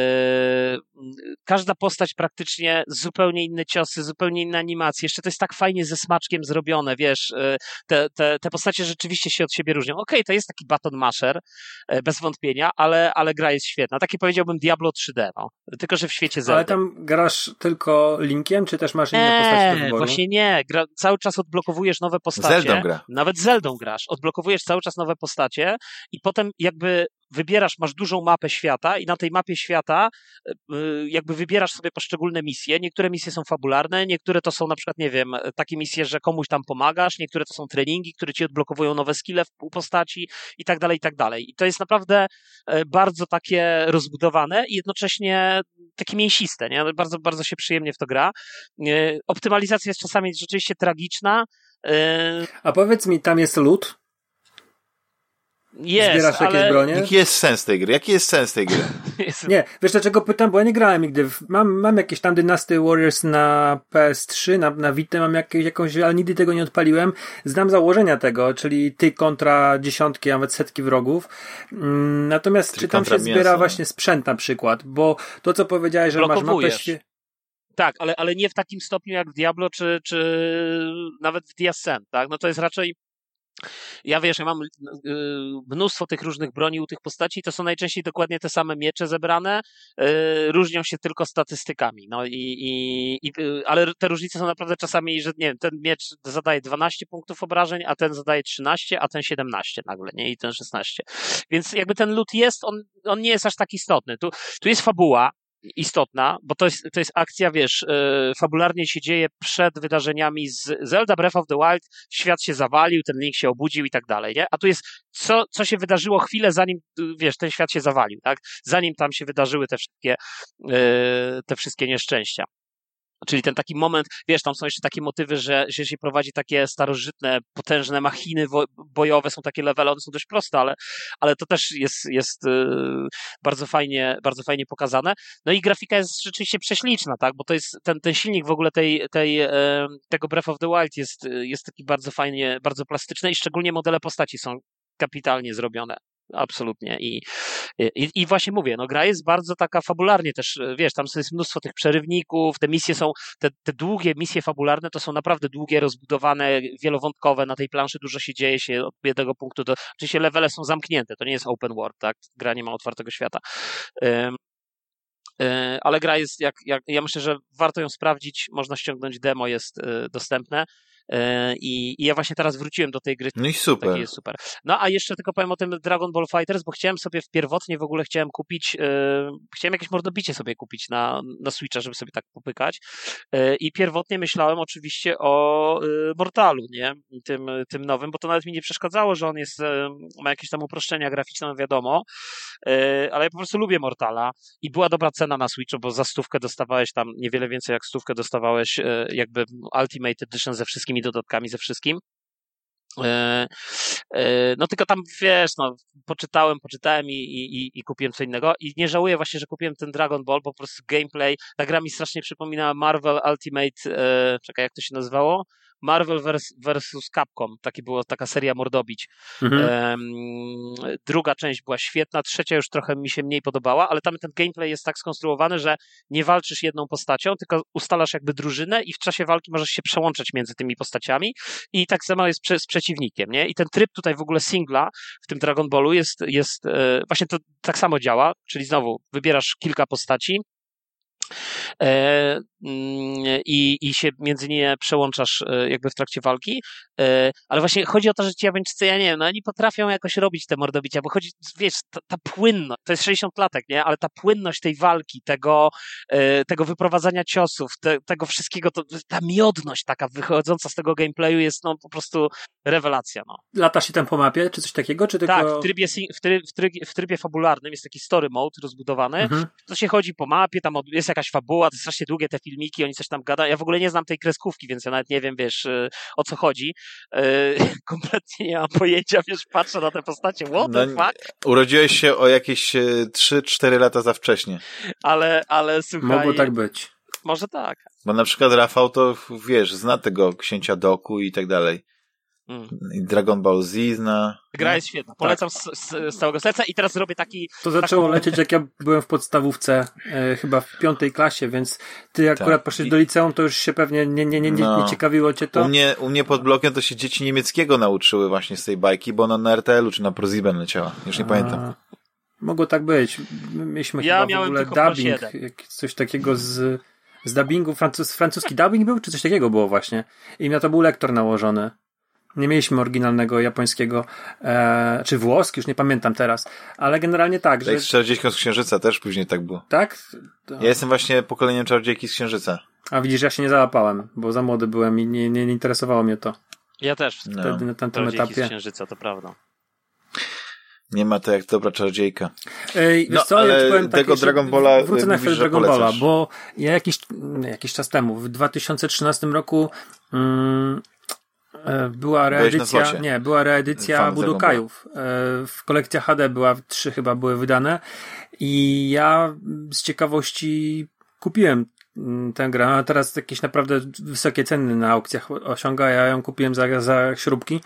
Yy, każda postać praktycznie zupełnie inne ciosy, zupełnie inne animacje. Jeszcze to jest tak fajnie ze smaczkiem zrobione, wiesz. Yy, te, te, te postacie rzeczywiście się od siebie różnią. Okej, okay, to jest taki button masher, yy, bez wątpienia, ale, ale gra jest świetna. Takie powiedziałbym Diablo trzy D, no. Tylko że w świecie Zelda. Ale tam grasz tylko Linkiem, czy też masz inne eee, postacie do wyboru? Właśnie nie. Gra, cały czas odblokowujesz nowe postacie. Zeldą gra. Nawet Zeldą grasz. Odblokowujesz cały czas nowe postacie i potem jakby wybierasz, masz dużą mapę świata i na tej mapie świata jakby wybierasz sobie poszczególne misje. Niektóre misje są fabularne, niektóre to są na przykład, nie wiem, takie misje, że komuś tam pomagasz, niektóre to są treningi, które ci odblokowują nowe skille u postaci i tak dalej, i tak dalej. I to jest naprawdę bardzo takie rozbudowane i jednocześnie takie mięsiste, nie? Bardzo, bardzo się przyjemnie w to gra. Optymalizacja jest czasami rzeczywiście tragiczna. A powiedz mi, tam jest loot? Jest, Zbierasz ale... jakieś bronie? Jaki jest sens tej gry? Jaki jest sens tej gry? Nie, wiesz dlaczego pytam? Bo ja nie grałem nigdy. Mam, mam jakieś tam Dynasty Warriors na P S trzy, na, na Vita mam jakieś, jakąś, ale nigdy tego nie odpaliłem. Znam założenia tego, czyli ty kontra dziesiątki, nawet setki wrogów. Natomiast czyli czy tam się zbiera mięso. Właśnie sprzęt na przykład? Bo to, co powiedziałeś, że masz mapę świe... Tak, ale, ale nie w takim stopniu jak w Diablo, czy, czy nawet w The Ascent, tak? No to jest raczej Ja wiesz, ja mam mnóstwo tych różnych broni u tych postaci, to są najczęściej dokładnie te same miecze zebrane, różnią się tylko statystykami, no i, i, i ale te różnice są naprawdę czasami, że nie wiem, ten miecz zadaje dwanaście punktów obrażeń, a ten zadaje trzynaście, a ten siedemnaście nagle, nie, i ten szesnaście. Więc jakby ten loot jest, on, on nie jest aż tak istotny. Tu, tu jest fabuła istotna, bo to jest, to jest akcja, wiesz, yy, fabularnie się dzieje przed wydarzeniami z Zelda Breath of the Wild, świat się zawalił, ten Link się obudził i tak dalej, nie? A tu jest, co, co się wydarzyło chwilę zanim, wiesz, ten świat się zawalił, tak? Zanim tam się wydarzyły te wszystkie, yy, te wszystkie nieszczęścia. Czyli ten taki moment, wiesz, tam są jeszcze takie motywy, że, że się prowadzi takie starożytne, potężne machiny wo- bojowe, są takie levele, one są dość proste, ale, ale to też jest, jest yy, bardzo fajnie, bardzo fajnie pokazane. No i grafika jest rzeczywiście prześliczna, tak, bo to jest ten, ten silnik w ogóle tej, tej, yy, tego Breath of the Wild jest, jest taki bardzo fajnie, bardzo plastyczny i szczególnie modele postaci są kapitalnie zrobione. Absolutnie. I, i, I właśnie mówię, no gra jest bardzo taka fabularnie też, wiesz, tam jest mnóstwo tych przerywników, te misje są, te, te długie misje fabularne to są naprawdę długie, rozbudowane, wielowątkowe, na tej planszy dużo się dzieje się od jednego punktu do, oczywiście levele są zamknięte, to nie jest open world, tak, gra nie ma otwartego świata. Um, ale gra jest, jak, jak, ja myślę, że warto ją sprawdzić, można ściągnąć demo, jest y, dostępne. I, I ja właśnie teraz wróciłem do tej gry. No i super. Taki jest super. No a jeszcze tylko powiem o tym Dragon Ball FighterZ, bo chciałem sobie pierwotnie w ogóle chciałem kupić, yy, chciałem jakieś mordobicie sobie kupić na, na Switcha, żeby sobie tak popykać. Yy, I pierwotnie myślałem oczywiście o yy, Mortalu, nie? Tym, tym nowym, bo to nawet mi nie przeszkadzało, że on jest, yy, ma jakieś tam uproszczenia graficzne, no wiadomo, yy, ale ja po prostu lubię Mortala i była dobra cena na Switchu, bo za stówkę dostawałeś tam niewiele więcej jak stówkę dostawałeś yy, jakby Ultimate Edition ze wszystkim dodatkami, ze wszystkim. No tylko tam, wiesz, no, poczytałem, poczytałem i, i, i kupiłem co innego i nie żałuję właśnie, że kupiłem ten Dragon Ball, bo po prostu gameplay, ta gra mi strasznie przypomina Marvel Ultimate, e, czekaj, jak to się nazywało? Marvel versus Capcom, taki było, taka seria mordobić. Mhm. Um, druga część była świetna, trzecia już trochę mi się mniej podobała, ale tam ten gameplay jest tak skonstruowany, że nie walczysz jedną postacią, tylko ustalasz jakby drużynę i w czasie walki możesz się przełączać między tymi postaciami i tak samo jest prze, z przeciwnikiem, nie? I ten tryb tutaj w ogóle singla w tym Dragon Ballu jest, jest e, właśnie to tak samo działa, czyli znowu wybierasz kilka postaci, E, i, i się między nie przełączasz jakby w trakcie walki, e, ale właśnie chodzi o to, że ci Japończycy, ja nie wiem, no oni potrafią jakoś robić te mordobicia, bo chodzi, wiesz, ta, ta płynność, to jest sześćdziesiąt latek, nie, ale ta płynność tej walki, tego, e, tego wyprowadzania ciosów, te, tego wszystkiego, to, ta miodność taka wychodząca z tego gameplayu jest no po prostu rewelacja, no. Lata się tam po mapie, czy coś takiego, czy tylko... Tak, w trybie, w trybie, w trybie, w trybie fabularnym jest taki story mode rozbudowany, mhm. To się chodzi po mapie, tam jest jakaś fabuła, to jest strasznie długie te filmiki, oni coś tam gadają. Ja w ogóle nie znam tej kreskówki, więc ja nawet nie wiem, wiesz, o co chodzi. Yy, kompletnie nie mam pojęcia, wiesz, patrzę na te postacie, what the no, fuck? Urodziłeś się o jakieś trzy cztery lata za wcześnie. Ale, ale słuchaj... Mogło tak być. Może tak. Bo na przykład Rafał to, wiesz, zna tego księcia Doku i tak dalej. Mm. Dragon Ball Z zna. Gra no? jest świetna. Polecam tak. z, z, z całego serca i teraz zrobię taki... To zaczęło taką... lecieć, jak ja byłem w podstawówce, e, chyba w piątej klasie, więc ty akurat tak. poszedłeś I... do liceum, to już się pewnie nie, nie, nie, nie, no. nie ciekawiło cię to. U mnie, u mnie pod blokiem to się dzieci niemieckiego nauczyły właśnie z tej bajki, bo ona na R T L u czy na ProSieben leciała. Już nie A... pamiętam. Mogło tak być. Mieliśmy ja chyba w ogóle dubbing, coś takiego z, z dubbingu, francus, francuski dubbing był, czy coś takiego było właśnie. I na to był lektor nałożony. Nie mieliśmy oryginalnego japońskiego, e, czy włoski, już nie pamiętam teraz, ale generalnie tak, że... Jak z Czarodziejką z Księżyca też później tak było. Tak? To... Ja jestem właśnie pokoleniem Czarodziejki z Księżyca. A widzisz, ja się nie załapałem, bo za młody byłem i nie, nie, nie interesowało mnie to. Ja też. Wtedy no. na tamtym Czarodziejki etapie. z Księżyca, to prawda. Nie ma to jak dobra czarodziejka. Ej, wiesz no, co, ale ja ci powiem tego tak, Dragon Balla wrócę na chwilę Dragon Balla, bo ja jakiś, jakiś czas temu, w dwa tysiące trzynastym roku mm, była reedycja, nie, była reedycja Budokajów. W kolekcji H D była, trzy chyba były wydane i ja z ciekawości kupiłem tę grę, a teraz jakieś naprawdę wysokie ceny na aukcjach osiąga, ja ją kupiłem za, za śrubki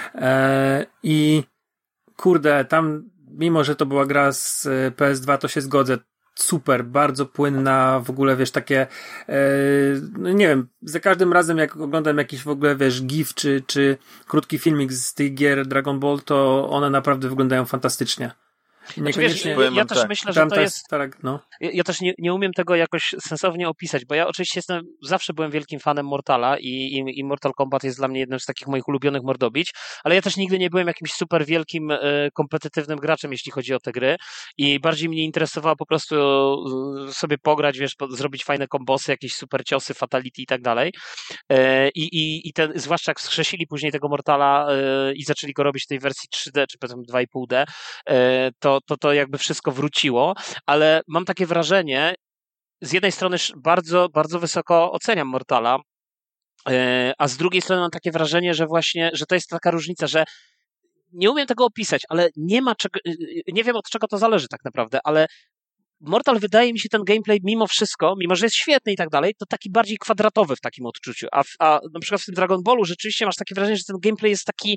i kurde, tam mimo, że to była gra z P S dwa, to się zgodzę, super, bardzo płynna, w ogóle wiesz, takie e, no nie wiem, za każdym razem jak oglądam jakiś w ogóle wiesz, gif czy, czy krótki filmik z tych gier Dragon Ball, to one naprawdę wyglądają fantastycznie. Niekoniecznie, wiesz, ja, ja też tak. myślę, że to jest... Starek, no. Ja, ja też nie, nie umiem tego jakoś sensownie opisać, bo ja oczywiście jestem, zawsze byłem wielkim fanem Mortala i, i, i Mortal Kombat jest dla mnie jednym z takich moich ulubionych mordobić, ale ja też nigdy nie byłem jakimś super wielkim, e, kompetytywnym graczem, jeśli chodzi o te gry i bardziej mnie interesowało po prostu sobie pograć, wiesz, po, zrobić fajne kombosy, jakieś super ciosy, fatality i tak dalej. E, i, i, i ten, zwłaszcza jak skrzesili później tego Mortala e, i zaczęli go robić w tej wersji trzy D, czy powiedzmy dwa i pół D, e, to to to jakby wszystko wróciło, ale mam takie wrażenie, z jednej strony bardzo, bardzo wysoko oceniam Mortala, a z drugiej strony mam takie wrażenie, że właśnie, że to jest taka różnica, że nie umiem tego opisać, ale nie ma czego, nie wiem od czego to zależy tak naprawdę, ale Mortal wydaje mi się ten gameplay mimo wszystko, mimo że jest świetny i tak dalej, to taki bardziej kwadratowy w takim odczuciu, a, w, a na przykład w tym Dragon Ballu rzeczywiście masz takie wrażenie, że ten gameplay jest taki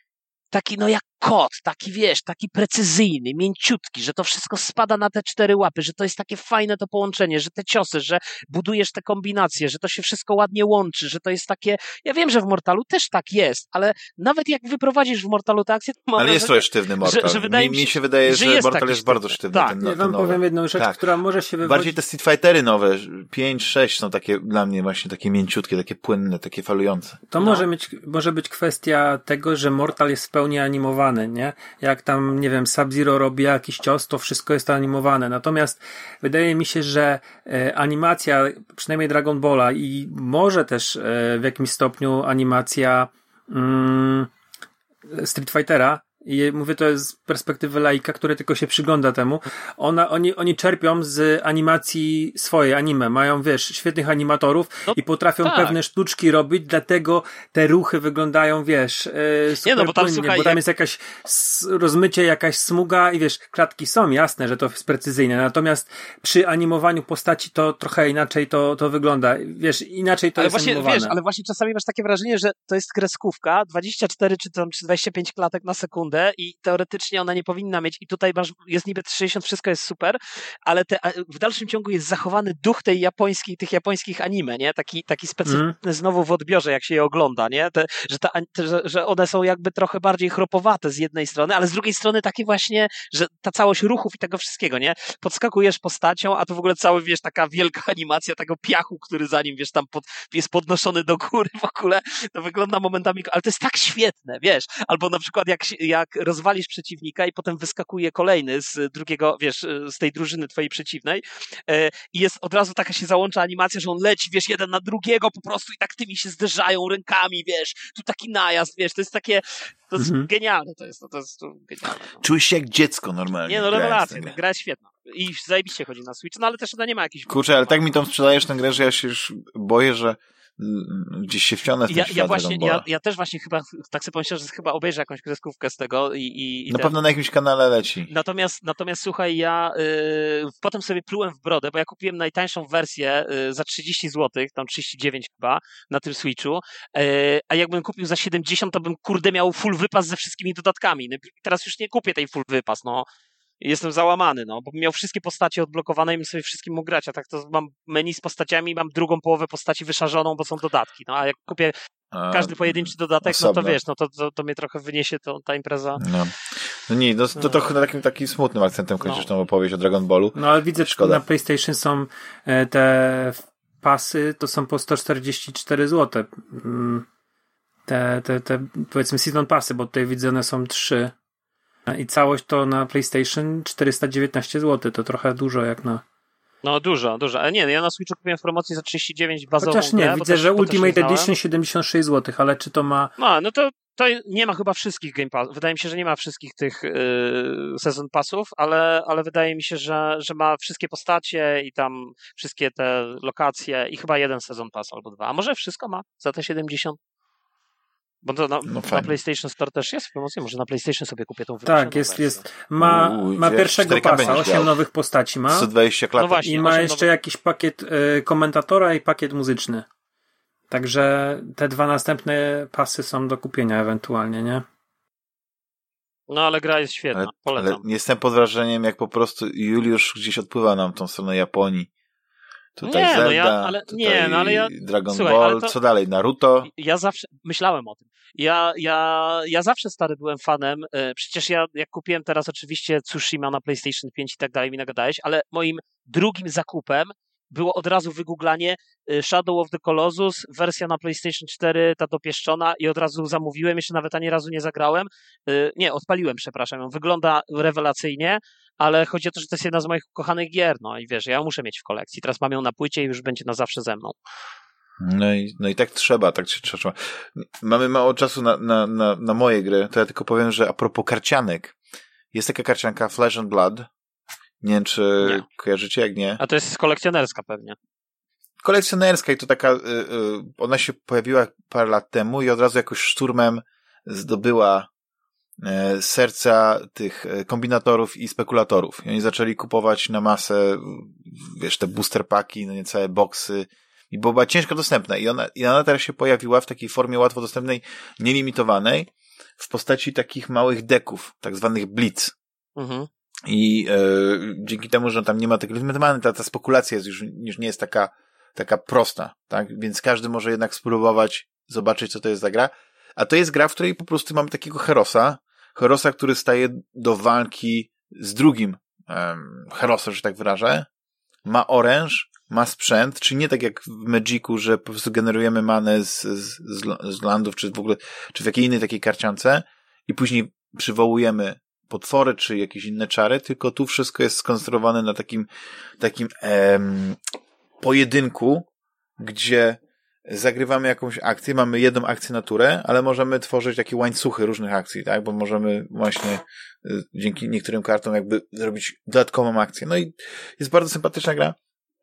taki no jak kot, taki wiesz, taki precyzyjny, mięciutki, że to wszystko spada na te cztery łapy, że to jest takie fajne to połączenie, że te ciosy, że budujesz te kombinacje, że to się wszystko ładnie łączy, że to jest takie, ja wiem, że w Mortalu też tak jest, ale nawet jak wyprowadzisz w Mortalu tę akcję, to mam ale wrażenie, jest trochę sztywny Mortal. Że, że wydaje mi, mi się, mi się wydaje, że, że jest Mortal jest bardzo sztywny. Tak. Ten, ja wam nowy. powiem jedną rzecz, tak. która może się wywodzić. Bardziej te Street Fightery nowe, pięć, sześć są takie dla mnie właśnie takie mięciutkie, takie płynne, takie falujące. To no. może, mieć, może być kwestia tego, że Mortal jest w pełni animowany, nie? Jak tam, nie wiem, Sub-Zero robi jakiś cios, to wszystko jest animowane. Natomiast wydaje mi się, że e, animacja, przynajmniej Dragon Balla i może też e, w jakimś stopniu animacja mm, Street Fightera, i mówię to z perspektywy laika, który tylko się przygląda temu, ona, oni, oni czerpią z animacji swojej anime, mają, wiesz, świetnych animatorów no, i potrafią tak. pewne sztuczki robić, dlatego te ruchy wyglądają, wiesz, yy, super nie no, bo tam, płynnie, słuchaj, bo tam jak... jest jakaś rozmycie, jakaś smuga i wiesz, klatki są, jasne, że to jest precyzyjne, natomiast przy animowaniu postaci to trochę inaczej to, to wygląda, wiesz, inaczej to ale jest właśnie, animowane. Wiesz, ale właśnie czasami masz takie wrażenie, że to jest kreskówka, dwadzieścia cztery czy tam czy dwadzieścia pięć klatek na sekundę i teoretycznie ona nie powinna mieć i tutaj masz, jest niby sześćdziesiąt, wszystko jest super, ale te, w dalszym ciągu jest zachowany duch tej japońskiej, tych japońskich anime, nie? Taki, taki specyficzny mm. znowu w odbiorze, jak się je ogląda, nie? Te, że, ta, te, że, że one są jakby trochę bardziej chropowate z jednej strony, ale z drugiej strony takie właśnie, że ta całość ruchów i tego wszystkiego, nie? Podskakujesz postacią, a to w ogóle cały, wiesz, taka wielka animacja tego piachu, który za nim, wiesz, tam pod, jest podnoszony do góry w ogóle, to wygląda momentami, ale to jest tak świetne, wiesz? Albo na przykład jak, jak rozwalisz przeciwnika i potem wyskakuje kolejny z drugiego, wiesz, z tej drużyny twojej przeciwnej e, i jest od razu taka się załącza animacja, że on leci, wiesz, jeden na drugiego po prostu i tak tymi się zderzają rękami, wiesz, tu taki najazd, wiesz, to jest takie, to jest mhm. genialne, to jest, to jest to genialne. No. Czułeś się jak dziecko normalnie. Nie, no rewelacja, gra jest świetna. I zajebiście chodzi na Switch, no ale też ona nie ma jakichś... Kurczę, ale tak mi tą sprzedajesz tę grę, że ja się już boję, że gdzieś się wciągnę w ten ja, świat ja właśnie, ja, ja też właśnie chyba, tak sobie pomyślałem, że chyba obejrzę jakąś kreskówkę z tego i... i, i na ten... pewno na jakimś kanale leci. Natomiast, natomiast słuchaj, ja y, potem sobie plułem w brodę, bo ja kupiłem najtańszą wersję y, za trzydzieści złotych, tam trzydzieści dziewięć chyba, na tym Switchu, y, a jakbym kupił za siedemdziesiąt, to bym kurde miał full wypas ze wszystkimi dodatkami. No, teraz już nie kupię tej full wypas, no. Jestem załamany, no, bo miał wszystkie postacie odblokowane i bym sobie wszystkim mógł grać, a tak to mam menu z postaciami, mam drugą połowę postaci wyszarzoną, bo są dodatki, no, a jak kupię każdy pojedynczy dodatek, osobno. No to wiesz, no to, to, to mnie trochę wyniesie to, ta impreza. No, no nie, no, to no. trochę takim, takim smutnym akcentem kończysz no. tą opowieść o Dragon Ballu. No ale widzę, że na PlayStation są te pasy, to są po sto czterdzieści cztery złote. te, te, te powiedzmy season passy, bo tutaj widzę, one są trzy i całość to na PlayStation czterysta dziewiętnaście złotych, to trochę dużo jak na... No dużo, dużo, ale nie, ja na Switchu kupiłem w promocji za trzydzieści dziewięć bazową. Chociaż nie, grę, widzę, też, że Ultimate nie Edition siedemdziesiąt sześć złotych, ale czy to ma... No, no to, to nie ma chyba wszystkich Game Pass. Wydaje mi się, że nie ma wszystkich tych yy, Season Passów, ale, ale wydaje mi się, że, że ma wszystkie postacie i tam wszystkie te lokacje i chyba jeden Season Pass albo dwa. A może wszystko ma za te siedemdziesiąt? Bo to na, no na PlayStation Store też jest w promocji, może na PlayStation sobie kupię tą wybrzeżoną Tak, jest, wersję. jest. Ma, Uuu, ma pierwszego pasa, osiem miał. nowych postaci ma. sto dwadzieścia klatek. No właśnie, I ma jeszcze nowych... jakiś pakiet y, komentatora i pakiet muzyczny. Także te dwa następne pasy są do kupienia ewentualnie, nie? No ale gra jest świetna, ale, polecam. ale jestem pod wrażeniem, jak po prostu Juliusz gdzieś odpływa nam tą stronę Japonii. Tutaj nie, Zelda, no ja, ale, tutaj nie, no ale ja, Dragon słuchaj, Ball, to, co dalej? Naruto? Ja zawsze, myślałem o tym. Ja, ja, ja zawsze stary byłem fanem. Przecież ja, jak kupiłem teraz oczywiście Tsushima na PlayStation pięć i tak dalej, mi nagadałeś, ale moim drugim zakupem było od razu wygooglanie Shadow of the Colossus, wersja na PlayStation cztery, ta dopieszczona i od razu zamówiłem, jeszcze nawet ani razu nie zagrałem. Nie, odpaliłem, przepraszam ją. Wygląda rewelacyjnie, ale chodzi o to, że to jest jedna z moich ukochanych gier, no i wiesz, ja ją muszę mieć w kolekcji. Teraz mam ją na płycie i już będzie na zawsze ze mną. No i, no i tak trzeba, tak się trzeba. Mamy mało czasu na, na, na, na moje gry, to ja tylko powiem, że a propos karcianek, jest taka karcianka Flesh and Blood. Nie wiem, czy nie. Kojarzycie, jak nie. A to jest kolekcjonerska pewnie. Kolekcjonerska i to taka, y, y, ona się pojawiła parę lat temu i od razu jakoś szturmem zdobyła y, serca tych kombinatorów i spekulatorów. I oni zaczęli kupować na masę, wiesz, te booster paki, no nie całe boxy. I była ciężko dostępna. I ona, I ona teraz się pojawiła w takiej formie łatwo dostępnej, nielimitowanej, w postaci takich małych deków, tak zwanych blitz. Mhm. I e, dzięki temu, że tam nie ma takiego limitowania, ta, ta spekulacja jest już, już nie jest taka, taka prosta, tak? Więc każdy może jednak spróbować zobaczyć, co to jest za gra. A to jest gra, w której po prostu mamy takiego herosa, herosa, który staje do walki z drugim um, herosem, że tak wyrażę. Ma oręż, ma sprzęt, czyli nie tak jak w Magicu, że po prostu generujemy manę z, z, z landów, czy w ogóle, czy w jakiej innej takiej karciance i później przywołujemy potwory, czy jakieś inne czary, tylko tu wszystko jest skonstruowane na takim takim em, pojedynku, gdzie zagrywamy jakąś akcję, mamy jedną akcję naturę, ale możemy tworzyć takie łańcuchy różnych akcji, tak, bo możemy właśnie y, dzięki niektórym kartom jakby zrobić dodatkową akcję. No i jest bardzo sympatyczna gra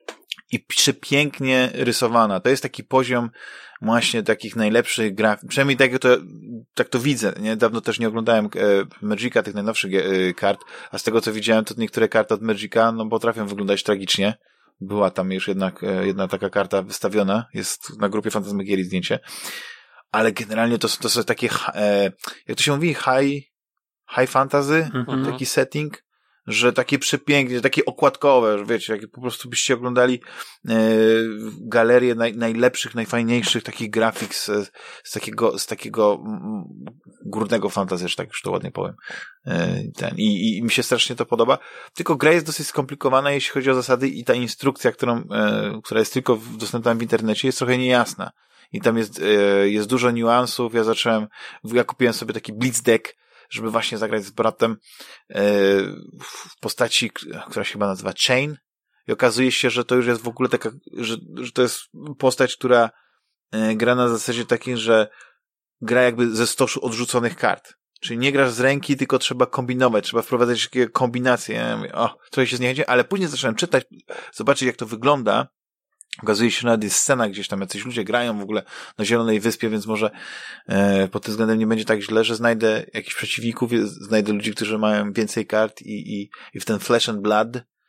i przepięknie rysowana. To jest taki poziom właśnie takich najlepszych grafik. Przynajmniej tak to, tak to widzę. Nie? Dawno też nie oglądałem e, Magica, tych najnowszych e, kart, a z tego co widziałem, to niektóre karty od Magica no, potrafią wyglądać tragicznie. Była tam już jednak e, jedna taka karta wystawiona. Jest na grupie Fantasmagierii zdjęcie. Ale generalnie to, to są takie e, jak to się mówi? High, high fantasy? Mm-hmm. Taki setting? Że takie przepiękne, takie okładkowe, że wiecie, jak po prostu byście oglądali e, galerię naj, najlepszych, najfajniejszych takich grafik z, z takiego, z takiego m, górnego fantasy, że tak już to ładnie powiem. E, ten, i, I mi się strasznie to podoba. Tylko gra jest dosyć skomplikowana, jeśli chodzi o zasady i ta instrukcja, którą, e, która jest tylko dostępna w internecie, jest trochę niejasna. I tam jest, e, jest dużo niuansów. Ja zacząłem, ja kupiłem sobie taki blitz deck, żeby właśnie zagrać z bratem e, w postaci, która się chyba nazywa Chain i okazuje się, że to już jest w ogóle taka, że, że to jest postać, która e, gra na zasadzie takiej, że gra jakby ze stoszu odrzuconych kart. Czyli nie grasz z ręki, tylko trzeba kombinować, trzeba wprowadzać jakieś kombinacje. Ja mówię, o, trochę się zniechęciłem, ale później zacząłem czytać, zobaczyć jak to wygląda. Okazuje się, że nawet jest scena gdzieś tam, jacyś ludzie grają w ogóle na Zielonej Wyspie, więc może e, pod tym względem nie będzie tak źle, że znajdę jakichś przeciwników, znajdę ludzi, którzy mają więcej kart i, i, i w ten Flesh and Blood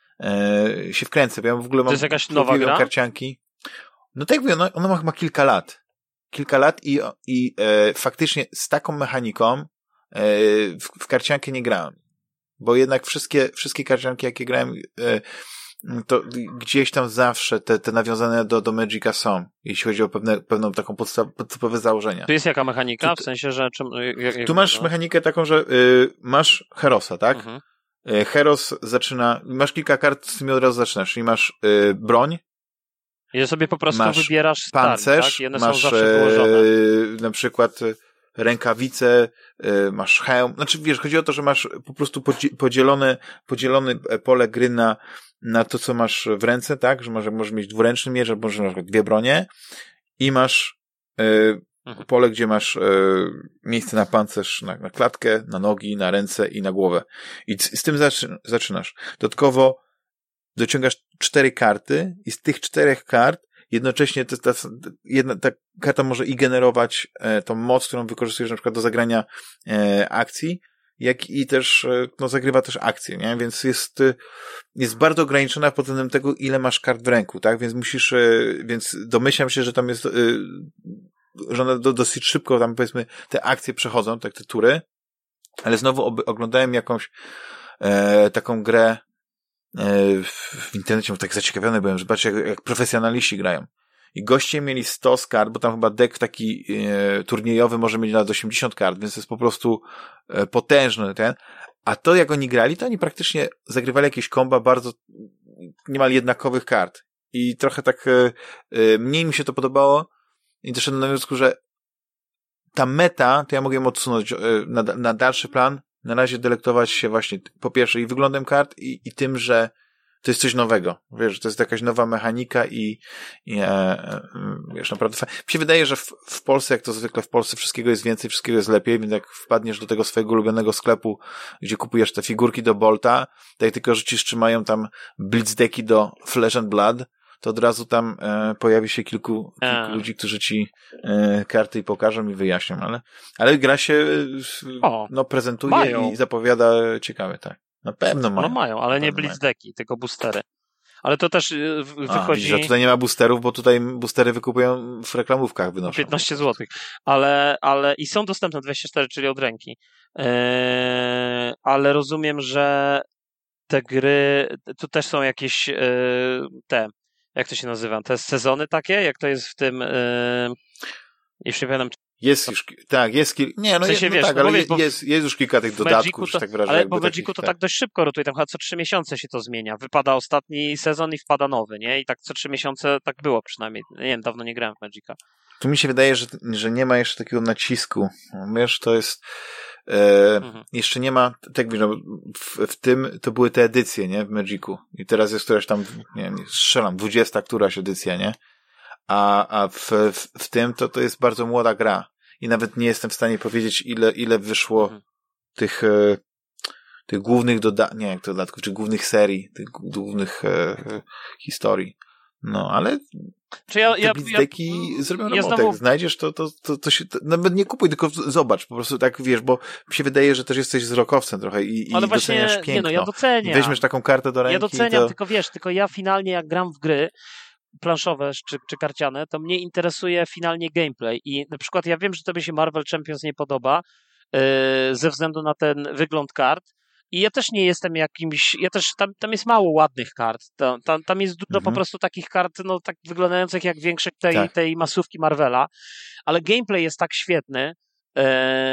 e, się wkręcę. Bo ja w ogóle mam, to jest jakaś nowa gra? Karcianki. No tak mówię, ona, ona ma, ma kilka lat. Kilka lat i, i e, faktycznie z taką mechaniką e, w, w karciankę nie grałem. Bo jednak wszystkie, wszystkie karcianki, jakie grałem, e, to gdzieś tam zawsze te, te nawiązane do, do Magica są, jeśli chodzi o pewne, pewną taką podstaw, podstawowe założenia. Tu jest jaka mechanika? W sensie, że... Czym, jak, jak tu masz to? mechanikę taką, że y, masz Herosa, tak? Mhm. Y, Heros zaczyna... Masz kilka kart, z tymi od razu zaczynasz. Czyli masz y, broń, I sobie po prostu masz wybierasz pancerz, stali, tak? I one masz są zawsze wyłożone. e, na przykład rękawice, e, masz hełm. Znaczy, wiesz, chodzi o to, że masz po prostu podzielone, podzielone pole gry na, na to, co masz w ręce, tak? Że może, możesz mieć dwuręczny miecz, albo możesz na przykład dwie bronie i masz e, mhm. pole, gdzie masz e, miejsce na pancerz, na, na klatkę, na nogi, na ręce i na głowę. I z, z tym zaczy, zaczynasz. Dodatkowo dociągasz cztery karty i z tych czterech kart jednocześnie to, ta, jedna, ta karta może i generować e, tą moc, którą wykorzystujesz na przykład do zagrania e, akcji, jak i też e, no, zagrywa też akcję, nie? Więc jest, jest bardzo ograniczona pod względem tego, ile masz kart w ręku, tak? Więc musisz, e, więc domyślam się, że tam jest, e, że one do, dosyć szybko tam powiedzmy te akcje przechodzą, tak te tury, ale znowu ob, oglądałem jakąś e, taką grę w internecie, tak zaciekawiony byłem, że zobaczcie, jak, jak profesjonaliści grają. I goście mieli sto kart, bo tam chyba deck taki e, turniejowy może mieć nawet osiemdziesiąt kart, więc to jest po prostu e, potężny ten. A to, jak oni grali, to oni praktycznie zagrywali jakieś komba bardzo niemal jednakowych kart. I trochę tak e, e, mniej mi się to podobało i doszedłem do wniosku, że ta meta, to ja mogę ją odsunąć e, na, na dalszy plan, na razie delektować się właśnie po pierwsze i wyglądem kart i, i tym, że to jest coś nowego. Wiesz, to jest jakaś nowa mechanika i, i e, e, wiesz, naprawdę fajnie. Mi się wydaje, że w, w Polsce, jak to zwykle w Polsce, wszystkiego jest więcej, wszystkiego jest lepiej, więc jak wpadniesz do tego swojego ulubionego sklepu, gdzie kupujesz te figurki do Bolta, to jak tylko rzucisz, czy mają tam blitzdecki do Flesh and Blood, to od razu tam e, pojawi się kilku, kilku ludzi, którzy ci e, karty i pokażą i wyjaśnią, ale, ale gra się e, o, no, prezentuje mają. I zapowiada ciekawe, tak. Na pewno mają. No mają, ale nie blitzdecki, tylko boostery. Ale to też wychodzi... A, widzisz, że tutaj nie ma boosterów, bo tutaj boostery wykupują w reklamówkach, wynoszą. piętnaście złotych. Ale, ale i są dostępne dwadzieścia cztery, czyli od ręki. Eee, ale rozumiem, że te gry, tu też są jakieś e, te, jak to się nazywa, te sezony takie, jak to jest w tym, e, już nie pamiętam. Jest już, tak, jest kilka, nie, no, w sensie, jest, no wiesz, tak, no ale wiesz, jest, jest już kilka tych dodatków, to, tak wyrażę. Ale po Magicu to tak. tak dość szybko rotuje, tam chyba co trzy miesiące się to zmienia. Wypada ostatni sezon i wpada nowy, nie? I tak co trzy miesiące tak było przynajmniej. Nie wiem, dawno nie grałem w Magica. Tu mi się wydaje, że, że nie ma jeszcze takiego nacisku. Wiesz, to jest e, mhm. jeszcze nie ma, tak wiesz, no, w, w tym to były te edycje, nie? W Magicu. I teraz jest któraś tam, nie wiem, strzelam, dwudziesta któraś edycja, nie? A, a w, w, w tym to, to jest bardzo młoda gra. I nawet nie jestem w stanie powiedzieć, ile, ile wyszło mhm. tych, e, tych głównych dodatków, nie jak to dodatków, czy głównych serii, tych głównych e, historii. No, ale czy ja, te ja, blitzdecki ja, zrobią ja robotę. znowu... Jak znajdziesz, to, to, to, to się, to, nawet nie kupuj, tylko zobacz, po prostu tak, wiesz, bo mi się wydaje, że też jesteś wzrokowcem trochę i, i właśnie, doceniasz piękno. Nie no, ja doceniam. Weźmiesz taką kartę do ręki. Ja doceniam, to... tylko wiesz, tylko ja finalnie jak gram w gry planszowe czy, czy karciane, to mnie interesuje finalnie gameplay i na przykład ja wiem, że tobie się Marvel Champions nie podoba yy, ze względu na ten wygląd kart i ja też nie jestem jakimś, ja też, tam, tam jest mało ładnych kart, tam, tam, tam jest dużo mhm. po prostu takich kart, no tak wyglądających jak większość tej, tak. tej masówki Marvela, ale gameplay jest tak świetny, Yy,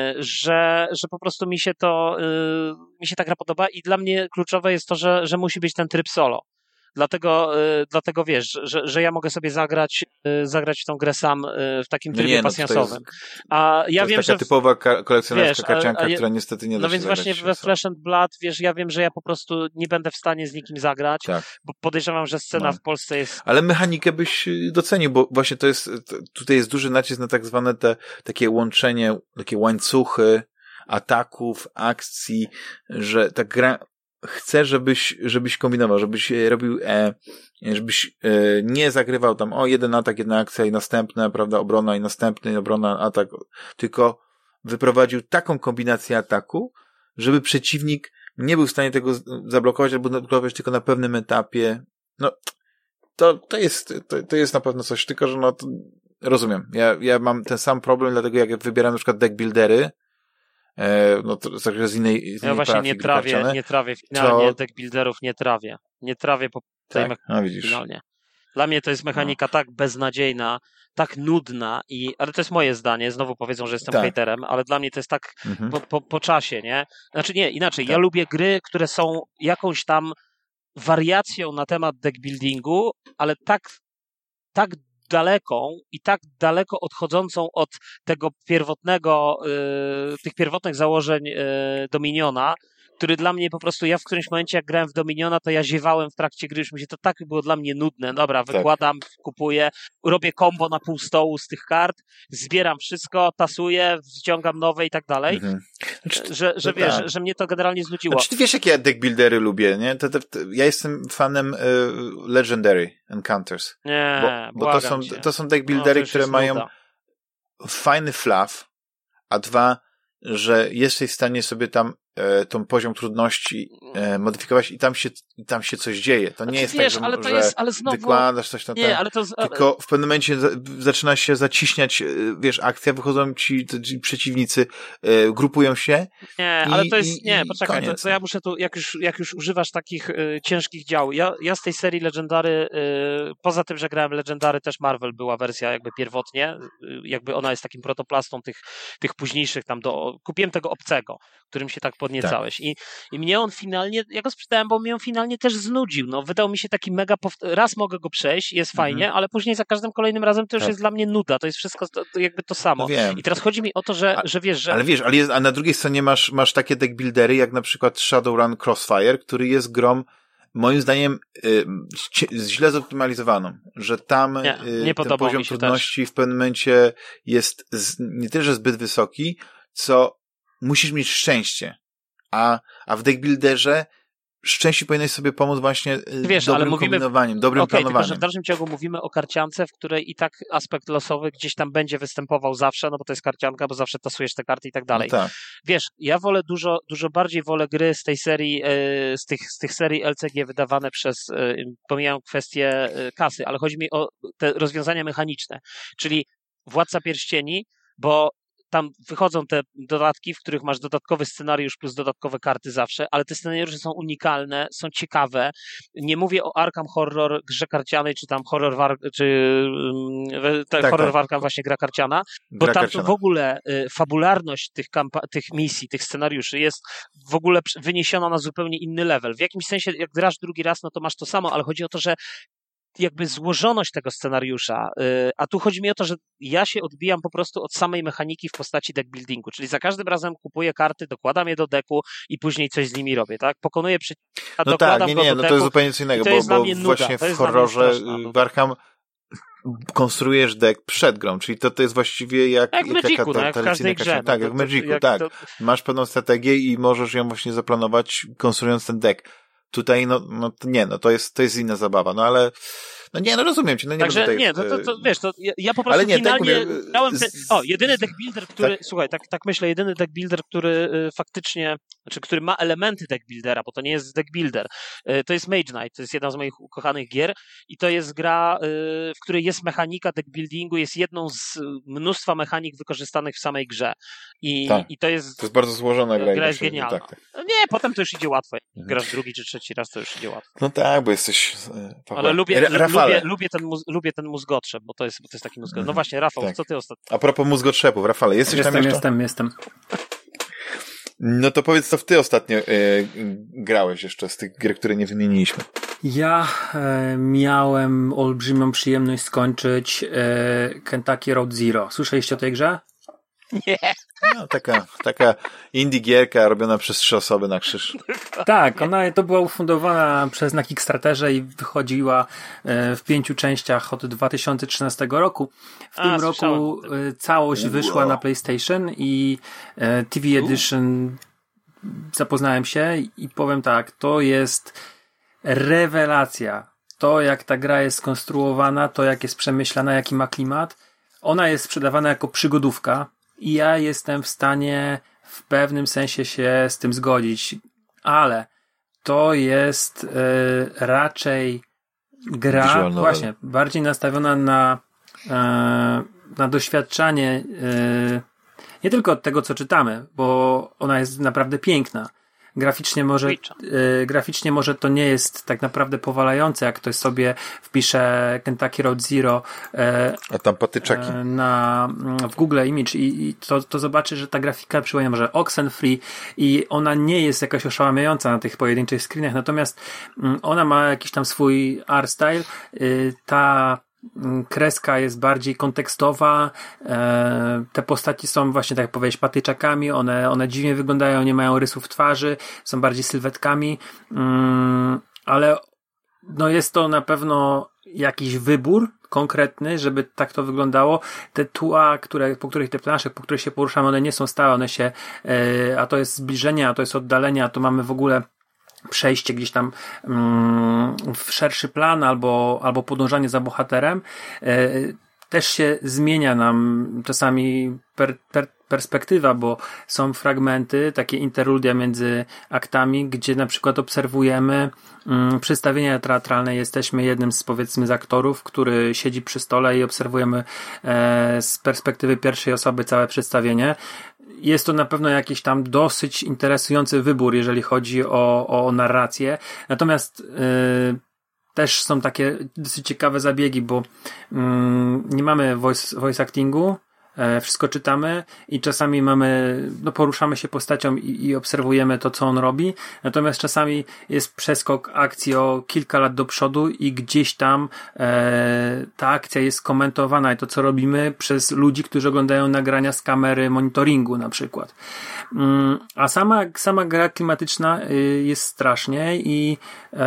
że, że po prostu mi się to yy, mi się ta gra podoba i dla mnie kluczowe jest to, że, że musi być ten tryb solo. Dlatego, yy, dlatego wiesz, że, że ja mogę sobie zagrać, yy, zagrać w tą grę sam yy, w takim trybie no nie, no, pasjansowym. Jest, a ja to wiem, jest taka że w, typowa ka- kolekcjonerska wiesz, karcianka, a, a ja, która niestety nie da No się więc właśnie we Flesh and Blood, wiesz, ja wiem, że ja po prostu nie będę w stanie z nikim zagrać, tak. bo podejrzewam, że scena no. w Polsce jest... Ale mechanikę byś docenił, bo właśnie to jest, tutaj jest duży nacisk na tak zwane te takie łączenie, takie łańcuchy ataków, akcji, że ta gra chce, żebyś, żebyś kombinował, żebyś robił, e, żebyś e, nie zagrywał tam o jeden atak, jedna akcja i następna, prawda, obrona i następny, obrona, atak, tylko wyprowadził taką kombinację ataku, żeby przeciwnik nie był w stanie tego zablokować albo zablokować tylko na pewnym etapie. No, to, to jest, to, to jest na pewno coś, tylko że no, to, rozumiem. Ja, ja mam ten sam problem, dlatego jak wybieram na przykład deck buildery, no to z innej, z innej ja właśnie nie trawię, karciane, nie trawię finalnie to... deck builderów, nie trawię. Nie trawię po tej tak? mechaniki finalnie. Dla mnie to jest mechanika no. tak beznadziejna, tak nudna, i, ale to jest moje zdanie, znowu powiedzą, że jestem tak. hejterem, ale dla mnie to jest tak mhm. po, po, po czasie, nie? Znaczy nie, inaczej, tak. ja lubię gry, które są jakąś tam wariacją na temat deck buildingu, ale tak tak daleką i tak daleko odchodzącą od tego pierwotnego, yy, tych pierwotnych założeń yy, Dominiona, który dla mnie po prostu, ja w którymś momencie jak grałem w Dominiona, to ja ziewałem w trakcie gry, już mi się to tak było dla mnie nudne. Dobra, wykładam, tak. kupuję, robię combo na pół stołu z tych kart, zbieram wszystko, tasuję, wciągam nowe i tak dalej. Mhm. Znaczy, że, że wiesz, tak. że, że mnie to generalnie znudziło. Znaczy, ty wiesz, jakie ja deck buildery lubię, nie? To, to, to, ja jestem fanem y, Legendary Encounters. Nie, bo, bo to są, to są deck buildery, no, które mają nuda. Fajny fluff, a dwa, że jesteś w stanie sobie tam e, tą poziom trudności e, modyfikować i tam się, i tam się coś dzieje. To nie znaczy, jest wiesz, tak, że, ale to że jest, ale znowu... wykładasz coś na nie, ten, ale to... tylko w pewnym momencie za, zaczyna się zaciśniać, wiesz, akcja, wychodzą ci, ci przeciwnicy, e, grupują się. Nie, i, ale to jest, i, nie, i poczekaj, to, to ja muszę tu, jak już, jak już używasz takich y, ciężkich dział, ja, ja z tej serii Legendary, y, poza tym, że grałem Legendary, też Marvel była wersja jakby pierwotnie, y, jakby ona jest takim protoplastą tych, tych późniejszych tam do, kupiłem tego obcego, którym się tak podniecałeś. Tak. I, I mnie on finalnie, ja go sprzedałem, bo mnie on finalnie też znudził. No, wydał mi się taki mega, powt- raz mogę go przejść, jest mhm. fajnie, ale później za każdym kolejnym razem to już tak. jest dla mnie nuda. To jest wszystko to, to jakby to samo. No wiem. I teraz chodzi mi o to, że, a, że wiesz, że... Ale wiesz, ale jest, a na drugiej stronie masz, masz takie deck buildery, jak na przykład Shadowrun Crossfire, który jest grą moim zdaniem y, źle zoptymalizowaną, że tam nie, y, nie ten poziom trudności też. w pewnym momencie jest z, nie tyle, że zbyt wysoki, co musisz mieć szczęście. A, a w deckbuilderze szczęście powinnaś sobie pomóc właśnie Wiesz, dobrym ale mówimy, kombinowaniem, dobrym okay, planowaniem. Tylko, że w dalszym ciągu mówimy o karciance, w której i tak aspekt losowy gdzieś tam będzie występował zawsze, no bo to jest karcianka, bo zawsze tasujesz te karty i tak dalej. No tak. Wiesz, ja wolę dużo, dużo bardziej wolę gry z tej serii, z tych, z tych serii L C G wydawane przez, pomijam kwestię kasy, ale chodzi mi o te rozwiązania mechaniczne, czyli Władca Pierścieni, bo tam wychodzą te dodatki, w których masz dodatkowy scenariusz plus dodatkowe karty zawsze, ale te scenariusze są unikalne, są ciekawe. Nie mówię o Arkham Horror, grze karcianej, czy tam Horror War, czy tak, tak, Horror tak. Warkham właśnie gra karciana, bo gra tam karciana. W ogóle y, fabularność tych, kampa- tych misji, tych scenariuszy jest w ogóle wyniesiona na zupełnie inny level. W jakimś sensie, jak grasz drugi raz, no to masz to samo, ale chodzi o to, że jakby złożoność tego scenariusza, a tu chodzi mi o to, że ja się odbijam po prostu od samej mechaniki w postaci deckbuildingu, czyli za każdym razem kupuję karty, dokładam je do decku i później coś z nimi robię, tak? Pokonuję przeciwnika, no dokładam tak, nie, go nie, do no decku. To jest zupełnie co innego, bo, bo właśnie w horrorze w Arkham konstruujesz deck przed grą, czyli to, to jest właściwie jak, jak, jak Magicu, taka no, jak w każdej grze. No, tak, jak w Magicu, tak. To... Masz pewną strategię i możesz ją właśnie zaplanować, konstruując ten deck. Tutaj, no, no nie, no to jest, to jest inna zabawa, no ale no nie, no rozumiem cię, no nie Także tutaj, nie, to, to, to wiesz, to ja, ja po prostu nie, finalnie tak mówię, grałem ten, o, jedyny deck builder, który, tak. słuchaj, tak, tak myślę, jedyny deck builder, który y, faktycznie, znaczy, który ma elementy deck buildera, bo to nie jest deck builder, y, to jest Mage Knight, to jest jedna z moich ukochanych gier i to jest gra, y, w której jest mechanika deck buildingu, jest jedną z mnóstwa mechanik wykorzystanych w samej grze i, tak. i to jest... To jest bardzo złożona gra. Gra jest genialna. Tak, tak. Nie, potem to już idzie łatwo. Mhm. Grasz drugi czy trzeci raz, to już idzie łatwo. No tak, bo jesteś... Y, Ale lubię, lubię, lubię ten lubię ten mózgotrzep, bo to jest, bo to jest taki mózgotrzep. No właśnie, Rafał, tak. co ty ostatnio? A propos mózgotrzepów, Rafale, jesteś jestem, tam jeszcze? Jestem, jestem. No to powiedz, co ty ostatnio e, grałeś jeszcze z tych gier, które nie wymieniliśmy. Ja e, miałem olbrzymią przyjemność skończyć e, Kentucky Road Zero. Słyszeliście o tej grze? Nie. No, taka, taka indie gierka robiona przez trzy osoby na krzyż. Tak, ona to była ufundowana przez na Kickstarterze i wychodziła w pięciu częściach od dwa tysiące trzynastego roku. W tym A, roku całość wow. wyszła na PlayStation i T V Edition zapoznałem się i powiem tak, to jest rewelacja. To jak ta gra jest skonstruowana, to jak jest przemyślana, jaki ma klimat. Ona jest sprzedawana jako przygodówka. I ja jestem w stanie w pewnym sensie się z tym zgodzić, ale to jest y, raczej gra Visual właśnie bardziej nastawiona na, y, na doświadczanie y, nie tylko od tego, co czytamy, bo ona jest naprawdę piękna. Graficznie może, y, graficznie może to nie jest tak naprawdę powalające, jak ktoś sobie wpisze Kentucky Road Zero y, a tam patyczaki y, na, w Google Image i, i to, to zobaczy, że ta grafika przypomina może Oxenfree i ona nie jest jakaś oszałamiająca na tych pojedynczych screenach, natomiast y, ona ma jakiś tam swój art style. Y, ta kreska jest bardziej kontekstowa, te postaci są właśnie, tak jak powiedziałeś, patyczakami, one, one dziwnie wyglądają, nie mają rysów twarzy, są bardziej sylwetkami, ale no jest to na pewno jakiś wybór konkretny, żeby tak to wyglądało. Te tła, które, po których te plansze, po których się poruszamy, one nie są stałe, one się, a to jest zbliżenie, a to jest oddalenie, a to mamy w ogóle przejście gdzieś tam mm, w szerszy plan albo, albo podążanie za bohaterem, e, też się zmienia nam czasami per, per, perspektywa, bo są fragmenty, takie interludia między aktami, gdzie na przykład obserwujemy mm, przedstawienie teatralne, jesteśmy jednym z, powiedzmy, z aktorów, który siedzi przy stole i obserwujemy e, z perspektywy pierwszej osoby całe przedstawienie. Jest to na pewno jakiś tam dosyć interesujący wybór, jeżeli chodzi o, o narrację. Natomiast yy, też są takie dosyć ciekawe zabiegi, bo yy, nie mamy voice, voice actingu, yy, wszystko czytamy i czasami mamy, no poruszamy się postacią i, i obserwujemy to, co on robi. Natomiast czasami jest przeskok akcji o kilka lat do przodu i gdzieś tam yy, ta akcja jest komentowana i to, co robimy, przez ludzi, którzy oglądają nagrania z kamery monitoringu na przykład. Yy, a sama, sama gra klimatyczna yy, jest strasznie i, yy,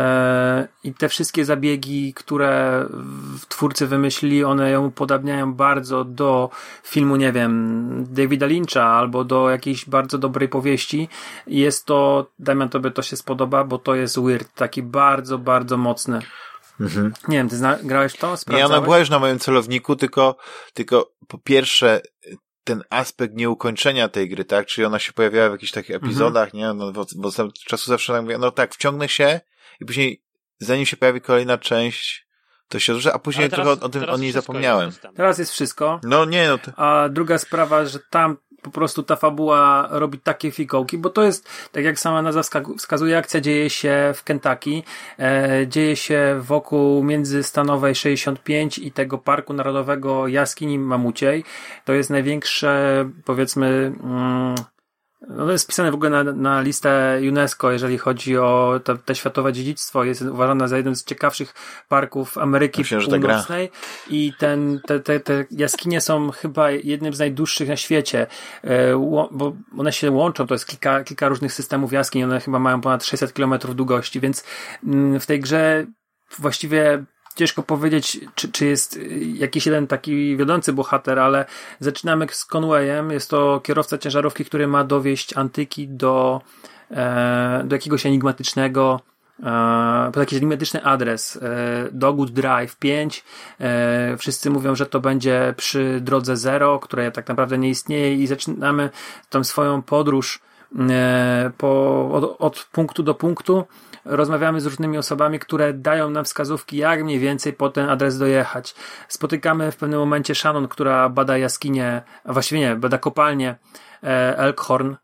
i te wszystkie zabiegi, które twórcy wymyślili, one ją upodabniają bardzo do filmu, nie wiem, Davida Lyncha albo do jakiejś bardzo dobrej powieści. Jest to, Damian, tobie to się spodoba, bo to jest weird, taki bardzo, bardzo mocny. Mhm. Nie wiem, ty zna- grałeś to? Nie, ona była już na moim celowniku, tylko, tylko po pierwsze ten aspekt nieukończenia tej gry, tak? Czyli ona się pojawiała w jakichś takich epizodach, mhm. nie? No, bo, bo z czasu zawsze tak mówię, no tak, wciągnę się i później zanim się pojawi kolejna część, to się odrzuca, a później teraz, trochę o, tym, o niej zapomniałem. Teraz jest wszystko. No nie, no to... A druga sprawa, że tam po prostu ta fabuła robi takie fikołki, bo to jest, tak jak sama nazwa wskazuje, akcja dzieje się w Kentucky, e, dzieje się wokół międzystanowej sześćdziesiąt pięć i tego Parku Narodowego Jaskini Mamuciej. To jest największe, powiedzmy, mm, no to jest wpisane w ogóle na, na listę UNESCO, jeżeli chodzi o te, te światowe dziedzictwo. Jest uważana za jeden z ciekawszych parków Ameryki Myślę, Północnej i ten, te, te, te jaskinie są chyba jednym z najdłuższych na świecie, bo one się łączą, to jest kilka, kilka różnych systemów jaskiń, one chyba mają ponad sześćset kilometrów długości, więc w tej grze właściwie ciężko powiedzieć, czy, czy jest jakiś jeden taki wiodący bohater, ale zaczynamy z Conwayem. Jest to kierowca ciężarówki, który ma dowieść antyki do, e, do jakiegoś enigmatycznego, e, pod jakiś enigmatyczny adres. E, Dogwood Drive pięć. E, wszyscy mówią, że to będzie przy drodze Zero, która tak naprawdę nie istnieje i zaczynamy tą swoją podróż e, po, od, od punktu do punktu. Rozmawiamy z różnymi osobami, które dają nam wskazówki, jak mniej więcej po ten adres dojechać. Spotykamy w pewnym momencie Shannon, która bada jaskinię, a właściwie nie, bada kopalnię e, Elkhorn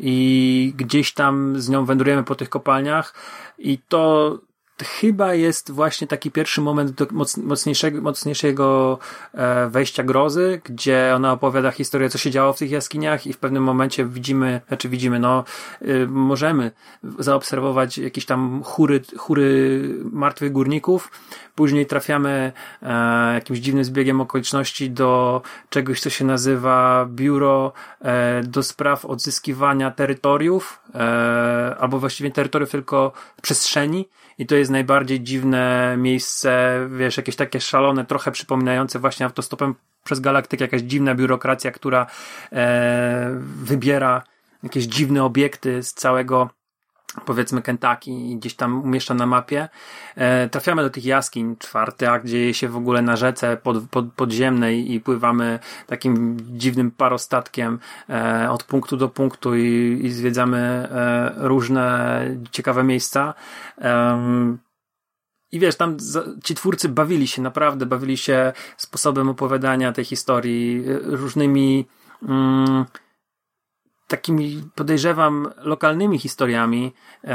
i gdzieś tam z nią wędrujemy po tych kopalniach i to chyba jest właśnie taki pierwszy moment do mocniejszego, mocniejszego wejścia grozy, gdzie ona opowiada historię, co się działo w tych jaskiniach i w pewnym momencie widzimy, znaczy widzimy, no możemy zaobserwować jakieś tam chóry, chóry martwych górników. Później trafiamy e, jakimś dziwnym zbiegiem okoliczności do czegoś, co się nazywa Biuro e, do spraw odzyskiwania terytoriów, e, albo właściwie terytoriów, tylko przestrzeni. I to jest najbardziej dziwne miejsce, wiesz, jakieś takie szalone, trochę przypominające właśnie autostopem przez galaktykę, jakaś dziwna biurokracja, która e, wybiera jakieś dziwne obiekty z całego, powiedzmy, Kentucky i gdzieś tam umieszcza na mapie. E, trafiamy do tych jaskiń. Czwarty akt dzieje się w ogóle na rzece pod, pod, podziemnej i pływamy takim dziwnym parostatkiem e, od punktu do punktu i, i zwiedzamy e, różne ciekawe miejsca. E, I wiesz, tam ci twórcy bawili się, naprawdę bawili się sposobem opowiadania tej historii, różnymi mm, takimi, podejrzewam, lokalnymi historiami,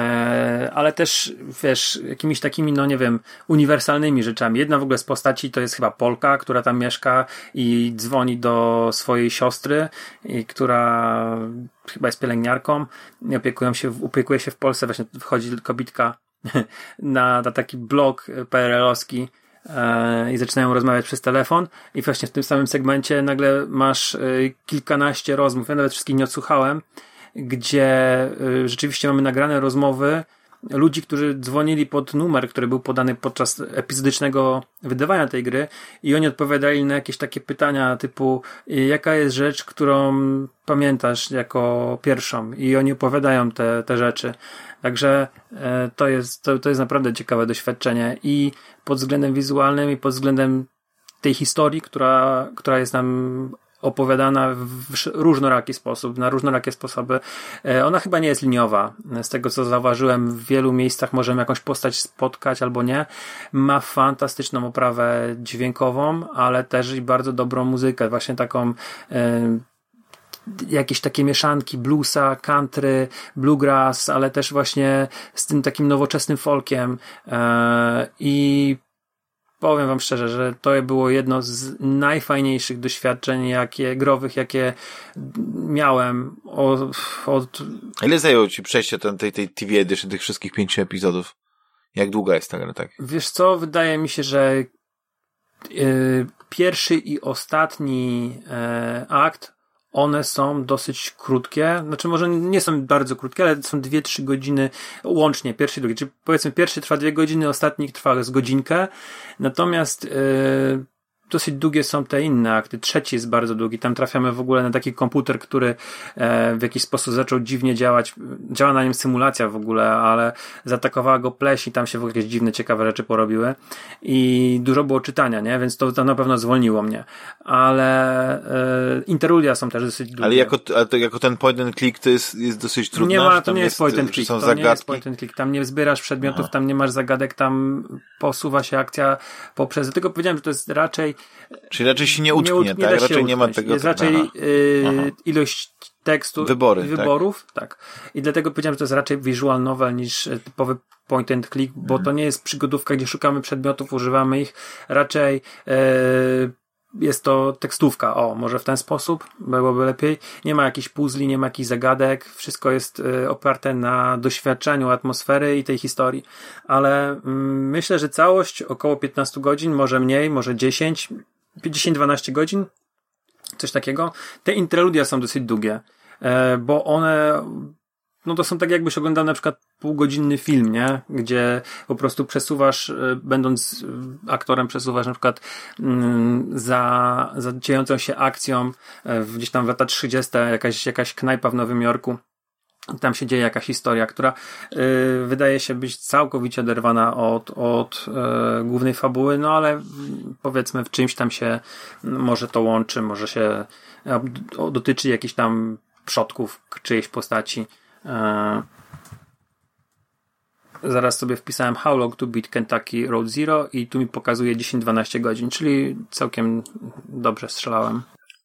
e, ale też, wiesz, jakimiś takimi, no nie wiem, uniwersalnymi rzeczami. Jedna w ogóle z postaci to jest chyba Polka, która tam mieszka i dzwoni do swojej siostry, i która chyba jest pielęgniarką i opiekują się, opiekuje się w Polsce. Właśnie wchodzi kobitka na, na taki blog P R L owski i zaczynają rozmawiać przez telefon i właśnie w tym samym segmencie nagle masz kilkanaście rozmów, ja nawet wszystkich nie odsłuchałem, gdzie rzeczywiście mamy nagrane rozmowy ludzi, którzy dzwonili pod numer, który był podany podczas epizodycznego wydawania tej gry i oni odpowiadali na jakieś takie pytania typu jaka jest rzecz, którą pamiętasz jako pierwszą i oni opowiadają te, te rzeczy. Także e, to jest to, to jest naprawdę ciekawe doświadczenie i pod względem wizualnym i pod względem tej historii, która, która jest nam opowiadana w różnoraki sposób, na różnorakie sposoby. Ona chyba nie jest liniowa. Z tego, co zauważyłem, w wielu miejscach możemy jakąś postać spotkać albo nie. Ma fantastyczną oprawę dźwiękową, ale też i bardzo dobrą muzykę. Właśnie taką e, jakieś takie mieszanki bluesa, country, bluegrass, ale też właśnie z tym takim nowoczesnym folkiem. E, I powiem wam szczerze, że to było jedno z najfajniejszych doświadczeń jakie, growych, jakie miałem od... od... A ile zajęło ci przejście ten, tej, tej T V Edition, tych wszystkich pięciu epizodów? Jak długa jest ta gra, tak? Wiesz co, wydaje mi się, że yy, pierwszy i ostatni yy, akt one są dosyć krótkie, znaczy może nie są bardzo krótkie, ale są dwie trzy godziny łącznie, pierwszy i drugi, czyli powiedzmy pierwszy trwa dwie godziny, ostatni trwa z godzinkę, natomiast yy, dosyć długie są te inne akty, trzeci jest bardzo długi, tam trafiamy w ogóle na taki komputer, który e, w jakiś sposób zaczął dziwnie działać, działa na nim symulacja w ogóle, ale zaatakowała go pleś i tam się w ogóle jakieś dziwne, ciekawe rzeczy porobiły i dużo było czytania, nie? Więc to, to na pewno zwolniło mnie, ale e, interludia są też dosyć długie. Ale jako, ale to, jako ten point and click to jest, jest dosyć trudne? Nie ma, to nie jest point and click, to zagadki? nie jest point and click, tam nie zbierasz przedmiotów, Aha. tam nie masz zagadek, tam posuwa się akcja poprzez, dlatego powiedziałem, że to jest raczej Czyli raczej się nie utknie, nie, nie tak? Raczej nie ma tego... Jest raczej yy, ilość tekstu Wybory, wyborów, tak. tak. I dlatego powiedziałem, że to jest raczej visual novel niż typowy point and click, bo hmm. to nie jest przygodówka, gdzie szukamy przedmiotów, używamy ich. Raczej yy, jest to tekstówka. O, może w ten sposób byłoby lepiej. Nie ma jakichś puzli, nie ma jakichś zagadek. Wszystko jest yy, oparte na doświadczeniu atmosfery i tej historii. Ale yy, myślę, że całość około piętnaście godzin, może mniej, może dziesięć, dziesięć dwanaście godzin, coś takiego. Te interludia są dosyć długie, bo one, no to są tak jakbyś oglądał na przykład półgodzinny film, nie? Gdzie po prostu przesuwasz, będąc aktorem, przesuwasz na przykład za, za dziejącą się akcją gdzieś tam w lata trzydzieste jakaś, jakaś knajpa w Nowym Jorku. Tam się dzieje jakaś historia, która y, wydaje się być całkowicie oderwana od, od y, głównej fabuły, no ale y, powiedzmy w czymś tam się y, może to łączy, może się y, dotyczy jakichś tam przodków czyjejś postaci. Y, zaraz sobie wpisałem How Long to Beat Kentucky Road Zero i tu mi pokazuje dziesięć dwanaście godzin, czyli całkiem dobrze strzelałem.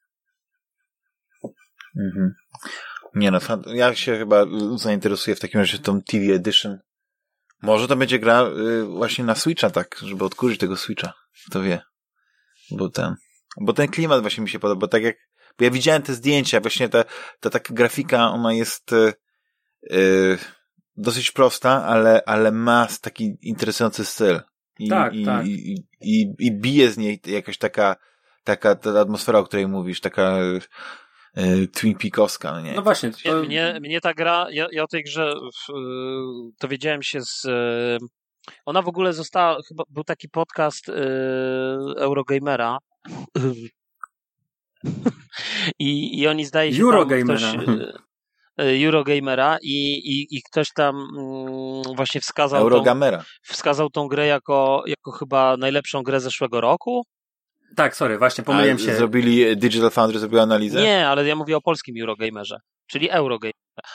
Mhm. Nie no, ja się chyba zainteresuję w takim razie tą T V Edition. Może to będzie gra y, właśnie na Switcha, tak, żeby odkurzyć tego Switcha. Kto wie. Bo ten, bo ten klimat właśnie mi się podoba, bo tak jak, bo ja widziałem te zdjęcia, właśnie ta, ta taka grafika, ona jest y, y, dosyć prosta, ale, ale ma taki interesujący styl. I, tak, i, tak. I, i, i bije z niej jakaś taka, taka ta atmosfera, o której mówisz, taka Twin Peakowska, no nie? No właśnie. To... Mnie, mnie ta gra, ja, ja o tej grze dowiedziałem się z... Ona w ogóle została, chyba był taki podcast Eurogamera i, i oni zdaje się Eurogamera. Tam ktoś, Eurogamera i, i, i ktoś tam właśnie wskazał Eurogamera. Tą, wskazał tą grę jako, jako chyba najlepszą grę zeszłego roku. Tak, sorry, właśnie pomyliłem się. Zrobili, Digital Foundry zrobiła analizę? Nie, ale ja mówię o polskim Eurogamerze, czyli Eurogamer.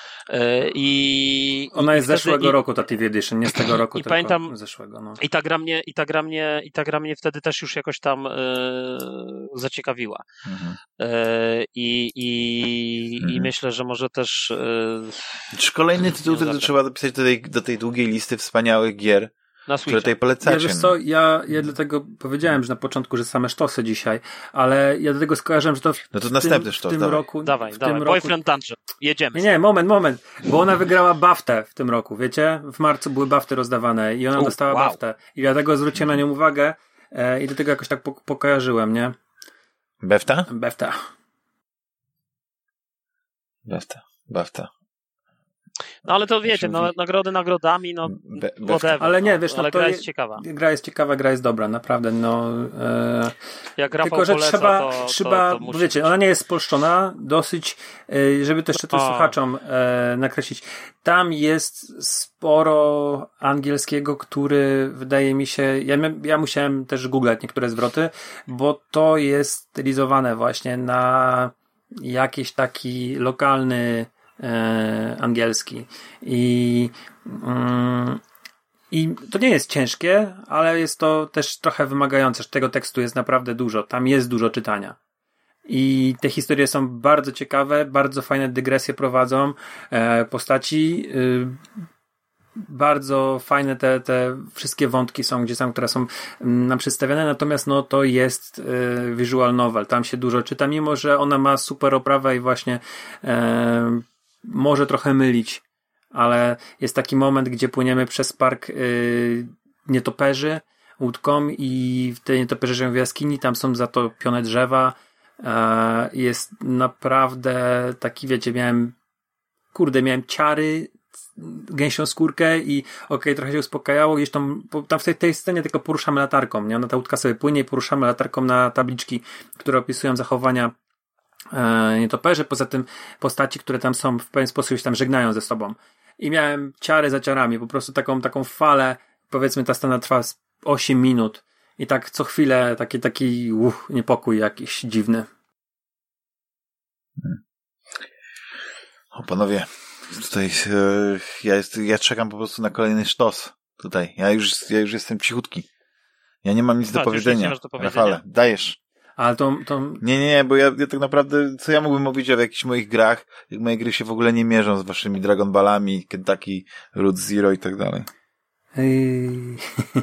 I, Ona jest z wtedy, zeszłego i, roku, ta T V Edition, nie z tego roku, i tylko pamiętam, zeszłego. No. I ta gra mnie, i ta gra mnie, i ta gra mnie wtedy też już jakoś tam e, zaciekawiła. Mhm. E, i, i, mhm. I myślę, że może też... E, Czy kolejny tytuł, który trzeba dopisać do tej, do tej długiej listy wspaniałych gier, na które tutaj polecacie. Ja, wiesz co, ja, ja dlatego powiedziałem, że na początku, że same sztosy dzisiaj, ale ja dlatego skojarzyłem, że to w, no to w następny tym, sztos, w tym dawaj. roku... Dawaj, w dawaj, tym Boyfriend roku... Dungeon. Jedziemy. Nie, nie, moment, moment, bo ona wygrała BAFTę w tym roku, wiecie? W marcu były BAFTY rozdawane i ona U, dostała wow. BAFTę i dlatego zwróciłem na nią uwagę, i do tego jakoś tak po- pokojarzyłem, nie? Befta? Befta. Befta. Befta. No ale to wiecie, no, nagrody nagrodami, no Be- whatever, ale nie, no, wiesz, no, ale to gra je, jest ciekawa. Gra jest ciekawa, gra jest dobra, naprawdę, no. E, Jak Rafał tylko, że poleca, trzeba, to, trzeba to, to musi wiecie, być. ona nie jest spolszczona, dosyć, e, żeby to jeszcze tu A. słuchaczom e, nakreślić. Tam jest sporo angielskiego, który wydaje mi się, ja, ja musiałem też googlać niektóre zwroty, bo to jest stylizowane właśnie na jakiś taki lokalny e, angielski. I mm, I to nie jest ciężkie, ale jest to też trochę wymagające, że tego tekstu jest naprawdę dużo. Tam jest dużo czytania. I te historie są bardzo ciekawe, bardzo fajne dygresje prowadzą, e, postaci, y, bardzo fajne te, te wszystkie wątki są gdzie są, które są nam przedstawiane, natomiast no to jest y, visual novel, tam się dużo czyta, mimo że ona ma super oprawę i właśnie e, może trochę mylić, ale jest taki moment, gdzie płyniemy przez park yy, nietoperzy łódką i w tej nietoperze żyją w jaskini, tam są zatopione drzewa, yy, jest naprawdę taki, wiecie, miałem kurde, miałem ciary, gęsią skórkę i okej, okay, trochę się uspokajało, gdzieś tam, tam w tej, tej scenie tylko poruszamy latarką, nie? Ona ta łódka sobie płynie i poruszamy latarką na tabliczki, które opisują zachowania e, nietoperzy, poza tym postaci, które tam są, w pewien sposób się tam żegnają ze sobą. I miałem ciary za ciarami, po prostu taką, taką falę, powiedzmy ta scena trwa osiem minut i tak co chwilę taki, taki uch, niepokój jakiś dziwny. Hmm. O panowie, tutaj yy, ja, jest, ja czekam po prostu na kolejny sztos tutaj. Ja już, ja już jestem cichutki. Ja nie mam nic no, do powiedzenia. Nie do powiedzenia. Rafale, dajesz. Ale to, to... Nie, nie, nie, bo ja, ja tak naprawdę, co ja mógłbym mówić o jakichś moich grach, jak moje gry się w ogóle nie mierzą z waszymi Dragon Ballami, Kentucky, Root Zero i tak dalej. Ej.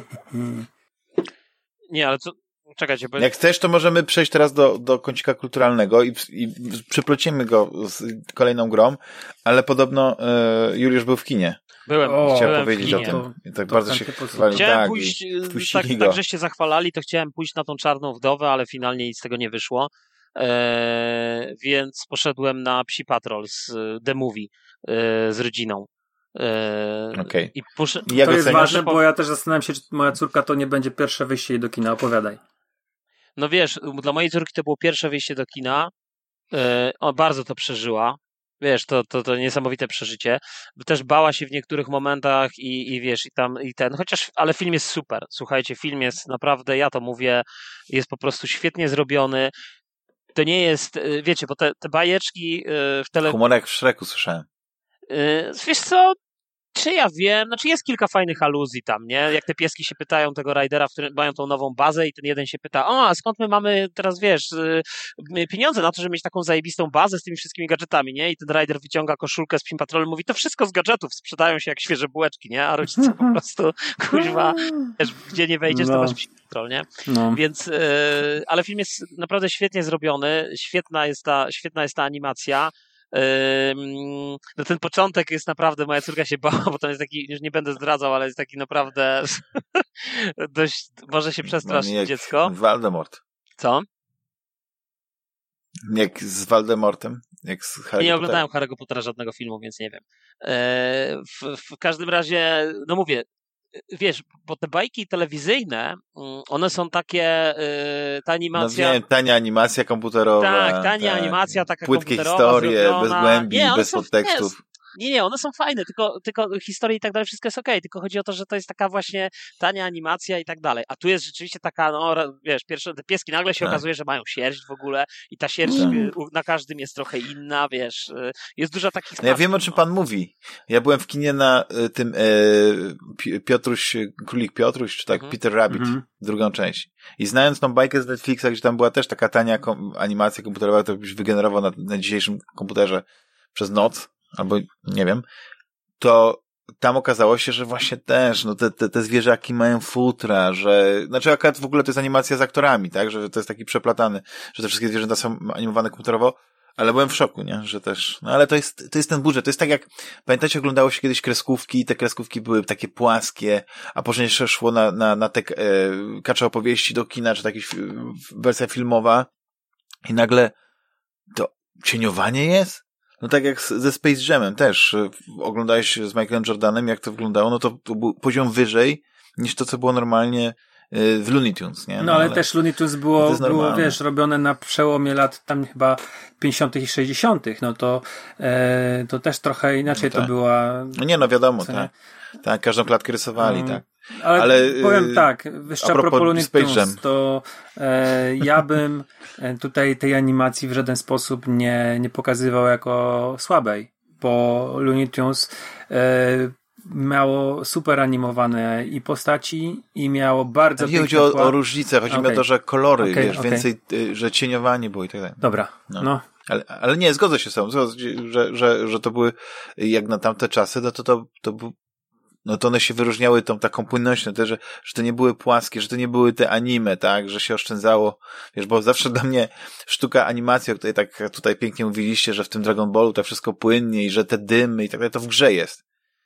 Nie, ale co, czekajcie. Bo... Jak chcesz, to możemy przejść teraz do, do kącika kulturalnego i, i przyplocimy go z kolejną grą, ale podobno e, Juliusz był w kinie. Byłem, o, chciałem byłem powiedzieć o tym. To, I tak to bardzo się chwali. Chciałem tak, pójść, tak, go. tak żeście zachwalali, to chciałem pójść na tą Czarną Wdowę, ale finalnie nic z tego nie wyszło. Eee, więc poszedłem na Psi Patrol z The Movie e, z rodziną. Eee, okay. I posz... To jest oceniasz? Ważne, bo ja też zastanawiam się, czy moja córka to nie będzie pierwsze wyjście jej do kina. Opowiadaj. No wiesz, dla mojej córki to było pierwsze wyjście do kina. Eee, o, bardzo to przeżyła. Wiesz, to, to, to niesamowite przeżycie. Też bała się w niektórych momentach i, i wiesz, i tam, i ten, chociaż, ale film jest super. Słuchajcie, film jest naprawdę, ja to mówię, jest po prostu świetnie zrobiony. To nie jest, wiecie, bo te, te bajeczki w tele... Humor jak w Shreku słyszałem. Wiesz co, czy ja wiem, znaczy jest kilka fajnych aluzji tam, nie? Jak te pieski się pytają tego Raidera, w którym mają tą nową bazę i ten jeden się pyta, o, a skąd my mamy teraz, wiesz, pieniądze na to, żeby mieć taką zajebistą bazę z tymi wszystkimi gadżetami, nie? I ten Raider wyciąga koszulkę z Pim Patrolem i mówi, to wszystko z gadżetów, sprzedają się jak świeże bułeczki, nie? A rodzice po prostu, kuźwa, wiesz, gdzie nie wejdziesz, no. To masz Pim Patrol, nie? No. Więc, yy, ale film jest naprawdę świetnie zrobiony, świetna jest ta, świetna jest ta animacja. No ten początek jest naprawdę, moja córka się bała, bo to jest taki, już nie będę zdradzał, ale jest taki naprawdę dość, może się przestraszyć no, dziecko. Voldemort. Co? Jak z Voldemortem? Jak z Harry nie oglądałem Harry'ego Pottera żadnego filmu, więc nie wiem. W, w każdym razie, no mówię, wiesz, bo te bajki telewizyjne, one są takie, ta animacja... No wiem, tania animacja komputerowa. Tak, tania tak, animacja taka płytkie komputerowa. historie, zrobiona. Bez głębi, nie, bez podtekstów. Nie, nie, one są fajne, tylko, tylko historie i tak dalej, wszystko jest okej, okay, tylko chodzi o to, że to jest taka właśnie tania animacja i tak dalej. A tu jest rzeczywiście taka, no wiesz, pierwsze, te pieski nagle się tak. okazuje, że mają sierść w ogóle i ta sierść mm. na każdym jest trochę inna, wiesz, jest dużo takich... No ja wiem, o czym pan mówi. Ja byłem w kinie na tym e, Piotruś, Królik Piotruś, czy tak, mm-hmm. Peter Rabbit, mm-hmm. drugą część. I znając tą bajkę z Netflixa, gdzie tam była też taka tania kom- animacja komputerowa, to byś wygenerował na, na dzisiejszym komputerze przez noc, albo nie wiem, to tam okazało się, że właśnie też, no te, te, te zwierzaki mają futra, że, znaczy akurat w ogóle to jest animacja z aktorami, tak, że to jest taki przeplatany, że te wszystkie zwierzęta są animowane komputerowo, ale byłem w szoku, nie? Że też, no ale to jest, to jest ten budżet, to jest tak jak, pamiętacie, oglądało się kiedyś kreskówki i te kreskówki były takie płaskie, a później jeszcze szło na, na, na te e, kacze opowieści do kina, czy taka wersja filmowa i nagle to cieniowanie jest? No tak jak ze Space Jamem też, oglądałeś z Michaelem Jordanem, jak to wyglądało, no to, to był poziom wyżej niż to, co było normalnie w Looney Tunes, nie? No, no ale, ale też Looney Tunes było, było, wiesz, robione na przełomie lat tam chyba pięćdziesiątych i sześćdziesiątych, no to e, to też trochę inaczej no tak. to była... No nie, no wiadomo, tak. Tak, każdą klatkę rysowali, um, tak. Ale, ale powiem tak, jeszcze a propos Looney Tunes, to e, ja bym tutaj tej animacji w żaden sposób nie, nie pokazywał jako słabej, bo Looney Tunes e, miało super animowane i postaci i miało bardzo piękne... Nie chodzi o, o różnicę, chodzi okay. mi o to, że kolory, okay, wiesz, okay. więcej, że cieniowanie było i tak dalej. Dobra, no. no. Ale, ale nie, zgodzę się z tobą, że, że, że to były, jak na tamte czasy, no to to, to był no to one się wyróżniały tą taką płynnością, te, że, że to nie były płaskie, że to nie były te anime, tak, że się oszczędzało, wiesz, bo zawsze dla mnie sztuka animacji, o której tak tutaj pięknie mówiliście, że w tym Dragon Ballu to wszystko płynnie i że te dymy i tak dalej, to w grze jest.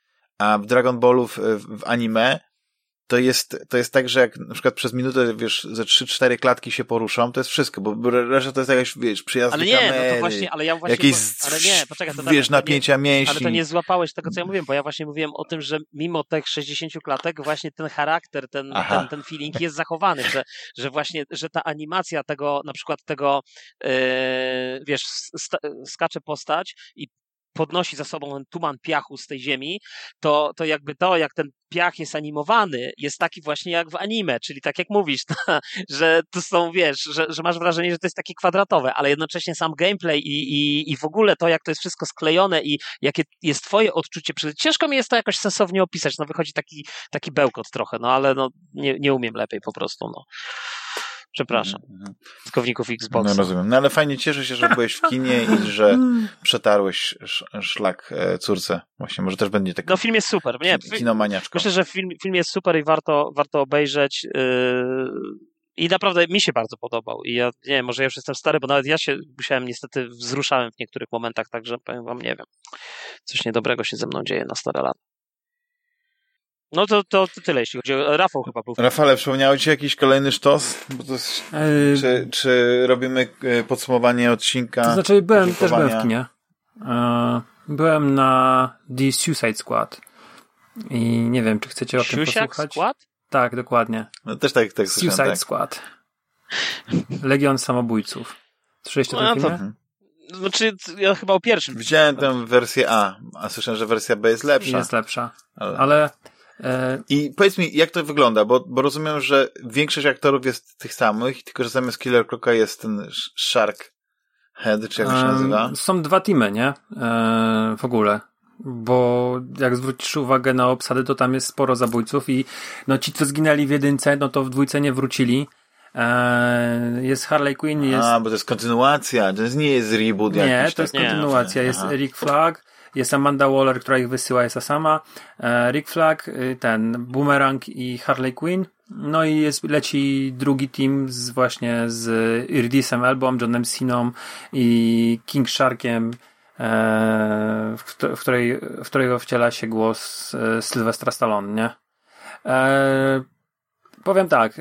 A w Dragon Ballu w, w anime to jest, to jest tak, że jak na przykład przez minutę, wiesz, ze trzy cztery klatki się poruszą, to jest wszystko, bo reszta to jest jakaś, wiesz, przyjazny ale nie, kamery, no to właśnie, ale ja właśnie, jakieś, bo, ale nie, poczekaj, to wiesz, tak, napięcia nie, mięśni. Ale to nie złapałeś tego, co ja mówiłem, bo ja właśnie mówiłem o tym, że mimo tych sześćdziesięciu klatek właśnie ten charakter, ten, ten, ten feeling jest zachowany, że, że właśnie, że ta animacja tego, na przykład tego, yy, wiesz, sta, skacze postać i podnosi za sobą ten tuman piachu z tej ziemi, to, to jakby to, jak ten piach jest animowany, jest taki właśnie jak w anime, czyli tak jak mówisz, to, że to są, wiesz, że, że masz wrażenie, że to jest takie kwadratowe, ale jednocześnie sam gameplay i, i, i w ogóle to, jak to jest wszystko sklejone i jakie jest twoje odczucie, ciężko mi jest to jakoś sensownie opisać, no wychodzi taki, taki bełkot trochę, no ale no nie, nie umiem lepiej po prostu, no. Przepraszam. Mm-hmm. Użytkowników Xboxa. No rozumiem. No ale fajnie, cieszę się, że byłeś w kinie i że przetarłeś szlak córce. Właśnie, może też będzie taki. No film jest super. Nie, kinomaniaczko. Myślę, że film, film jest super i warto, warto obejrzeć. Yy... I naprawdę mi się bardzo podobał. I ja nie wiem, może ja już jestem stary, bo nawet ja się musiałem, niestety wzruszałem w niektórych momentach, także powiem wam, nie wiem. Coś niedobrego się ze mną dzieje na stare lata. No to, to, to tyle, jeśli chodzi o... Rafał chyba był. Rafale, przypomniało ci jakiś kolejny sztos? Bo to jest... yy... czy, czy robimy podsumowanie odcinka? To znaczy, byłem, też byłem w kinie. Byłem na The Suicide Squad. I nie wiem, czy chcecie o tym Suicide posłuchać? Squad? Tak, dokładnie. No też tak, tak Suicide tak. Squad. Legion Samobójców. Słyszeliście o tym no, filmie? To... Znaczy, ja chyba o pierwszym. Widziałem tę wersję A, a słyszałem, że wersja B jest lepsza. Jest lepsza, ale... ale e... I powiedz mi, jak to wygląda, bo, bo rozumiem, że większość aktorów jest tych samych, tylko że zamiast Killer Croca jest ten Shark Head, czy jak to się nazywa? E, są dwa teamy, nie? E, w ogóle. Bo jak zwrócisz uwagę na obsady, to tam jest sporo zabójców i no ci, co zginęli w jedynce, no to w dwójce nie wrócili. Jest Harley Quinn, jest... A, bo to jest kontynuacja, to nie jest reboot jakiś. Nie, to jest tak. kontynuacja. Nie, jest Aha. Rick Flag, jest Amanda Waller, która ich wysyła, jest ta sama. Rick Flag, ten Boomerang i Harley Quinn. No i jest, leci drugi team z właśnie z Idrisem Elbą, Johnem Siną i King Sharkiem, w, w, której, w którego wciela się głos Sylwestra Stallone, nie? E, powiem tak,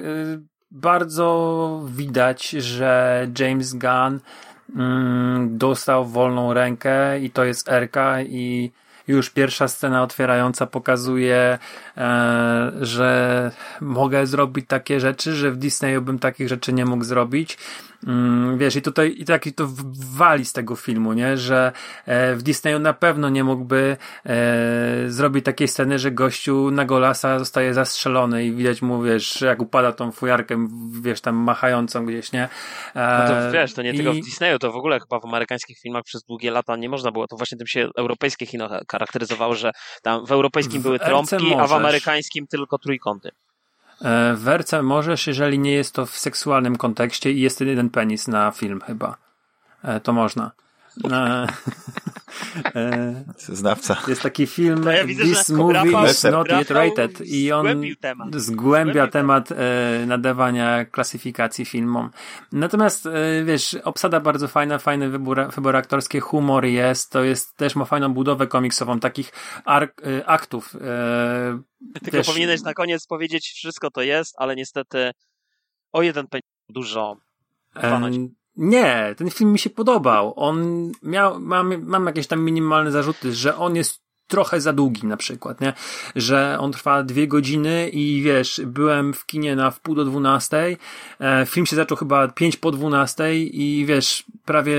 bardzo widać, że James Gunn mm, dostał wolną rękę i to jest Erka i już pierwsza scena otwierająca pokazuje, e, że mogę zrobić takie rzeczy, że w Disneyu bym takich rzeczy nie mógł zrobić. Mm, wiesz, i tutaj i taki to wali z tego filmu, nie? Że e, w Disneyu na pewno nie mógłby e, zrobić takiej sceny, że gościu na golasa zostaje zastrzelony i widać mu, wiesz, jak upada tą fujarkę, wiesz, tam machającą gdzieś, nie? E, no to wiesz, to nie i... tylko w Disneyu, to w ogóle chyba w amerykańskich filmach przez długie lata nie można było, to właśnie tym się europejskie kino charakteryzowało, że tam w europejskim w były trąbki, a w amerykańskim tylko trójkąty. W Erce możesz, jeżeli nie jest to w seksualnym kontekście i jest jeden penis na film chyba. To można. Znawca. Jest taki film ja widzę, This Movie is Not Yet Rated i on temat. zgłębia temat e, nadawania klasyfikacji filmom. Natomiast e, wiesz, obsada bardzo fajna, fajny wybór, wybór aktorski, humor jest, to jest też ma fajną budowę komiksową, takich ark, e, aktów. E, Tylko też... powinieneś na koniec powiedzieć, wszystko to jest, ale niestety o jeden pędzi dużo. E, nie, ten film mi się podobał. On miał, mam, mam jakieś tam minimalne zarzuty, że on jest trochę za długi na przykład, nie? Że on trwa dwie godziny i wiesz, byłem w kinie na wpół do dwunastej, e, film się zaczął chyba pięć po dwunastej i wiesz, prawie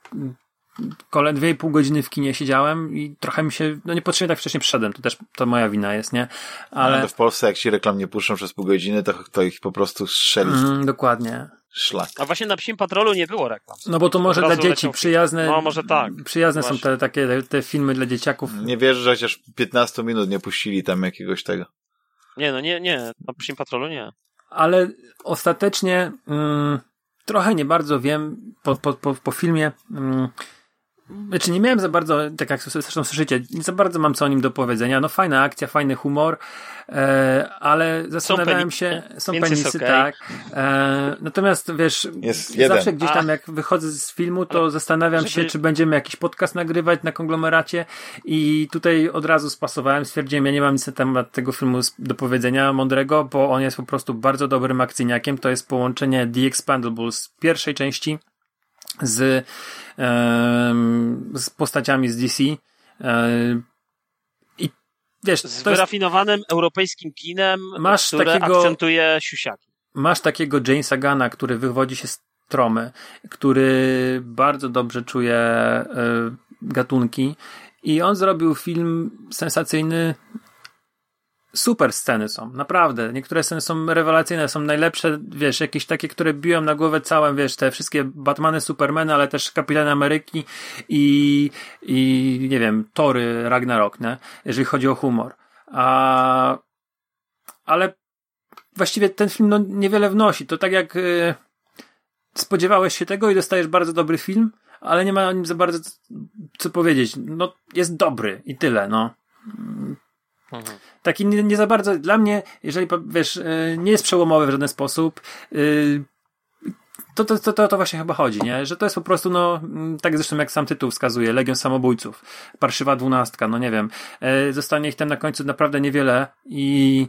kole dwie i pół godziny w kinie siedziałem i trochę mi się, no niepotrzebnie tak wcześnie przyszedłem, to też to moja wina jest, nie? Ale no to w Polsce jak się reklam nie puszczą przez pół godziny, to, to ich po prostu strzeli. Mm, dokładnie. Szlak. A właśnie na Psim Patrolu nie było reklam. No bo to może dla dzieci przyjazne. No może tak. Przyjazne właśnie. są te takie te, te filmy dla dzieciaków. Nie wierzę, że chociaż piętnaście minut nie puścili tam jakiegoś tego. Nie, no nie, nie. Na Psim Patrolu nie. Ale ostatecznie mm, trochę nie bardzo wiem po, po, po, po filmie. Mm, Znaczy nie miałem za bardzo, tak jak zresztą słyszycie, nie za bardzo mam co o nim do powiedzenia. No fajna akcja, fajny humor, e, ale zastanawiałem są się, są Więc penisy, okay. tak. E, natomiast wiesz, jest zawsze jeden. gdzieś tam jak wychodzę z filmu, to ale zastanawiam żeby... się, czy będziemy jakiś podcast nagrywać na konglomeracie i tutaj od razu spasowałem, stwierdziłem, ja nie mam nic na temat tego filmu do powiedzenia mądrego, bo on jest po prostu bardzo dobrym akcyjniakiem. To jest połączenie The Expendables z pierwszej części z, um, z postaciami z D C um, i wiesz, z to jest, wyrafinowanym europejskim kinem, masz które takiego, akcentuje siusiaki. Masz takiego Jamesa Gunna, który wywodzi się z tromy, który bardzo dobrze czuje y, gatunki i on zrobił film sensacyjny. Super sceny są, naprawdę. Niektóre sceny są rewelacyjne, są najlepsze, wiesz, jakieś takie, które biją na głowę całym, wiesz, te wszystkie Batmany, Supermany, ale też Kapitany Ameryki i, i nie wiem, Tory, Ragnarok, nie? Jeżeli chodzi o humor. A, ale właściwie ten film no, niewiele wnosi. To tak jak y, spodziewałeś się tego i dostajesz bardzo dobry film, ale nie ma o nim za bardzo co powiedzieć. No, jest dobry i tyle, no. Mhm. Taki nie, nie za bardzo, dla mnie, jeżeli wiesz, nie jest przełomowy w żaden sposób, to, to, to, to, to właśnie chyba chodzi, nie? Że to jest po prostu, no, tak zresztą jak sam tytuł wskazuje, Legion Samobójców, parszywa dwunastka, no nie wiem, zostanie ich tam na końcu naprawdę niewiele i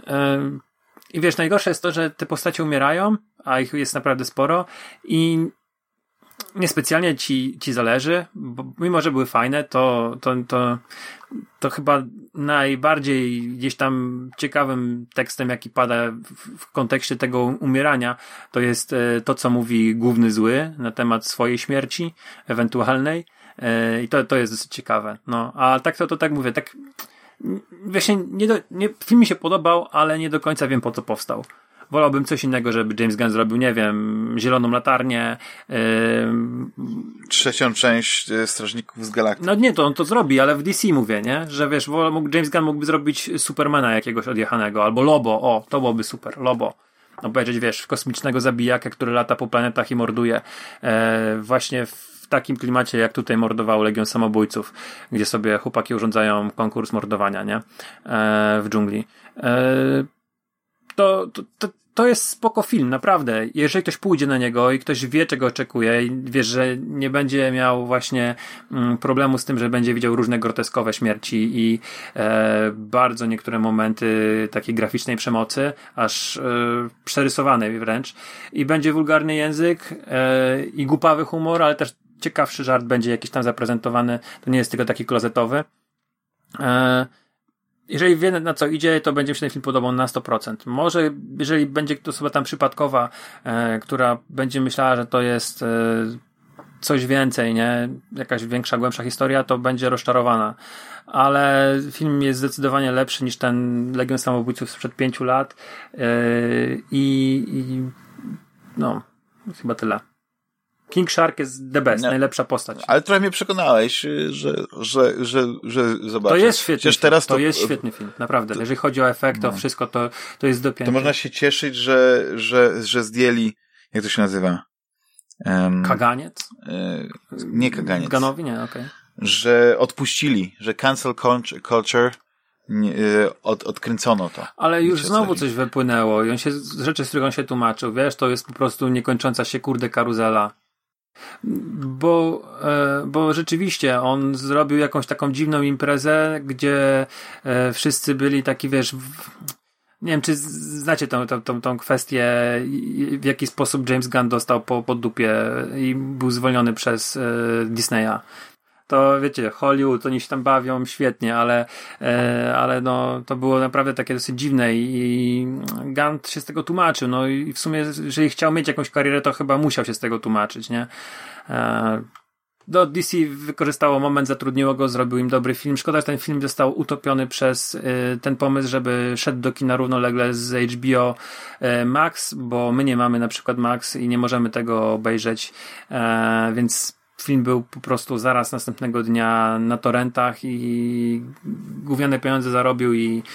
i wiesz, najgorsze jest to, że te postacie umierają, a ich jest naprawdę sporo i niespecjalnie ci, ci zależy, bo mimo, że były fajne, to, to, to, to chyba najbardziej gdzieś tam ciekawym tekstem, jaki pada w, w kontekście tego umierania, to jest to, co mówi główny zły na temat swojej śmierci ewentualnej i to, to jest dosyć ciekawe. No, a tak to, to tak mówię, tak właśnie nie do, nie, film mi się podobał, ale nie do końca wiem, po co powstał. Wolałbym coś innego, żeby James Gunn zrobił, nie wiem, Zieloną Latarnię. Yy... Trzecią część Strażników z Galaktyki. No nie, to on to zrobi, ale w D C mówię, nie? Że wiesz, James Gunn mógłby zrobić Supermana jakiegoś odjechanego, albo Lobo, o, to byłoby super, Lobo. Obejrzeć, wiesz, kosmicznego zabijaka, który lata po planetach i morduje. E, właśnie w takim klimacie, jak tutaj mordował Legion Samobójców, gdzie sobie chłopaki urządzają konkurs mordowania, nie? E, w dżungli. E, to, to, to To jest spoko film, naprawdę. Jeżeli ktoś pójdzie na niego i ktoś wie, czego oczekuje i wie, że nie będzie miał właśnie mm, problemu z tym, że będzie widział różne groteskowe śmierci i e, bardzo niektóre momenty takiej graficznej przemocy, aż e, przerysowanej wręcz, i będzie wulgarny język e, i głupawy humor, ale też ciekawszy żart będzie jakiś tam zaprezentowany. To nie jest tylko taki klozetowy. E, Jeżeli wie, na co idzie, to będzie mi się ten film podobał na sto procent. Może, jeżeli będzie to osoba tam przypadkowa, e, która będzie myślała, że to jest e, coś więcej, nie? Jakaś większa, głębsza historia, to będzie rozczarowana. Ale film jest zdecydowanie lepszy niż ten Legion Samobójców sprzed pięciu lat e, i, i no, chyba tyle. King Shark jest the best, no, najlepsza postać. Ale trochę mnie przekonałeś, że, że, że, że zobaczę. To jest świetny film. Teraz to, to jest świetny film, naprawdę. To, jeżeli chodzi o efekt, no. o wszystko, to, to jest dopięcie. To można się cieszyć, że, że, że zdjęli, jak to się nazywa? Um, Kaganiec? E, nie Kaganiec. Ganowi? Nie, okej. że odpuścili, że cancel culture Od, odkręcono to. Ale już znowu coś wypłynęło i on się, rzeczy, z których on się tłumaczył, wiesz, to jest po prostu niekończąca się kurde karuzela. Bo, e, bo rzeczywiście on zrobił jakąś taką dziwną imprezę, gdzie e, wszyscy byli taki, wiesz, w, nie wiem, czy znacie tą, tą, tą, tą kwestię, w jaki sposób James Gunn dostał po, po dupie i był zwolniony przez e, Disneya. To wiecie, Hollywood, oni się tam bawią świetnie, ale, e, ale no, to było naprawdę takie dosyć dziwne i, i Gunn się z tego tłumaczył, no i w sumie, jeżeli chciał mieć jakąś karierę, to chyba musiał się z tego tłumaczyć, nie? E, do D C wykorzystało moment, zatrudniło go, zrobił im dobry film. Szkoda, że ten film został utopiony przez y, ten pomysł, żeby szedł do kina równolegle z H B O y, Max, bo my nie mamy na przykład Max i nie możemy tego obejrzeć, e, więc film był po prostu zaraz następnego dnia na torrentach i gówniane pieniądze zarobił i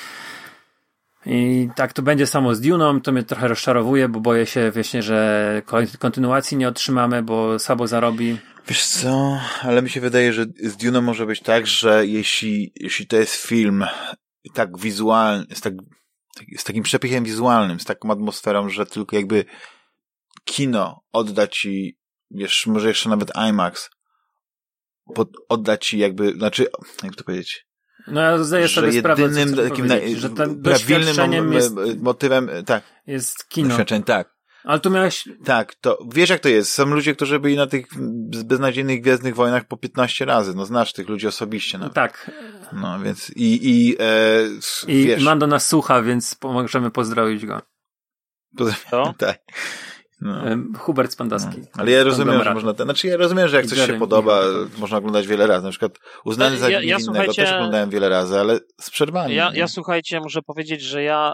i tak to będzie samo z Dune'ą, to mnie trochę rozczarowuje, bo boję się właśnie, że kontynuacji nie otrzymamy, bo słabo zarobi. Wiesz co, ale mi się wydaje, że z Dune'ą może być tak, że jeśli, jeśli to jest film tak wizualny, z, tak, z takim przepichem wizualnym, z taką atmosferą, że tylko jakby kino odda ci, wiesz, może jeszcze nawet IMAX pod, odda ci jakby, znaczy, jak to powiedzieć? No ja zdaję sobie sprawę, jedynym co takim na, że ten prawilnym jest, motywem, tak. Jest kino. Doświadczeń, tak. Ale tu miałeś... Tak, to wiesz jak to jest. Są ludzie, którzy byli na tych beznadziejnych Gwiezdnych Wojnach po piętnaście razy. No znasz tych ludzi osobiście nawet. Tak. No więc i i, e, I wiesz. Mando nas słucha, więc możemy pozdrowić go. Pozdrawiam, tak. No. Hubert Spandowski. No. Ale ja rozumiem, że można, znaczy ja rozumiem, że jak coś się podoba, można oglądać wiele razy. Na przykład Uznany za ja, ja, innego też oglądałem wiele razy, ale z przerwami. Ja, ja słuchajcie, muszę powiedzieć, że ja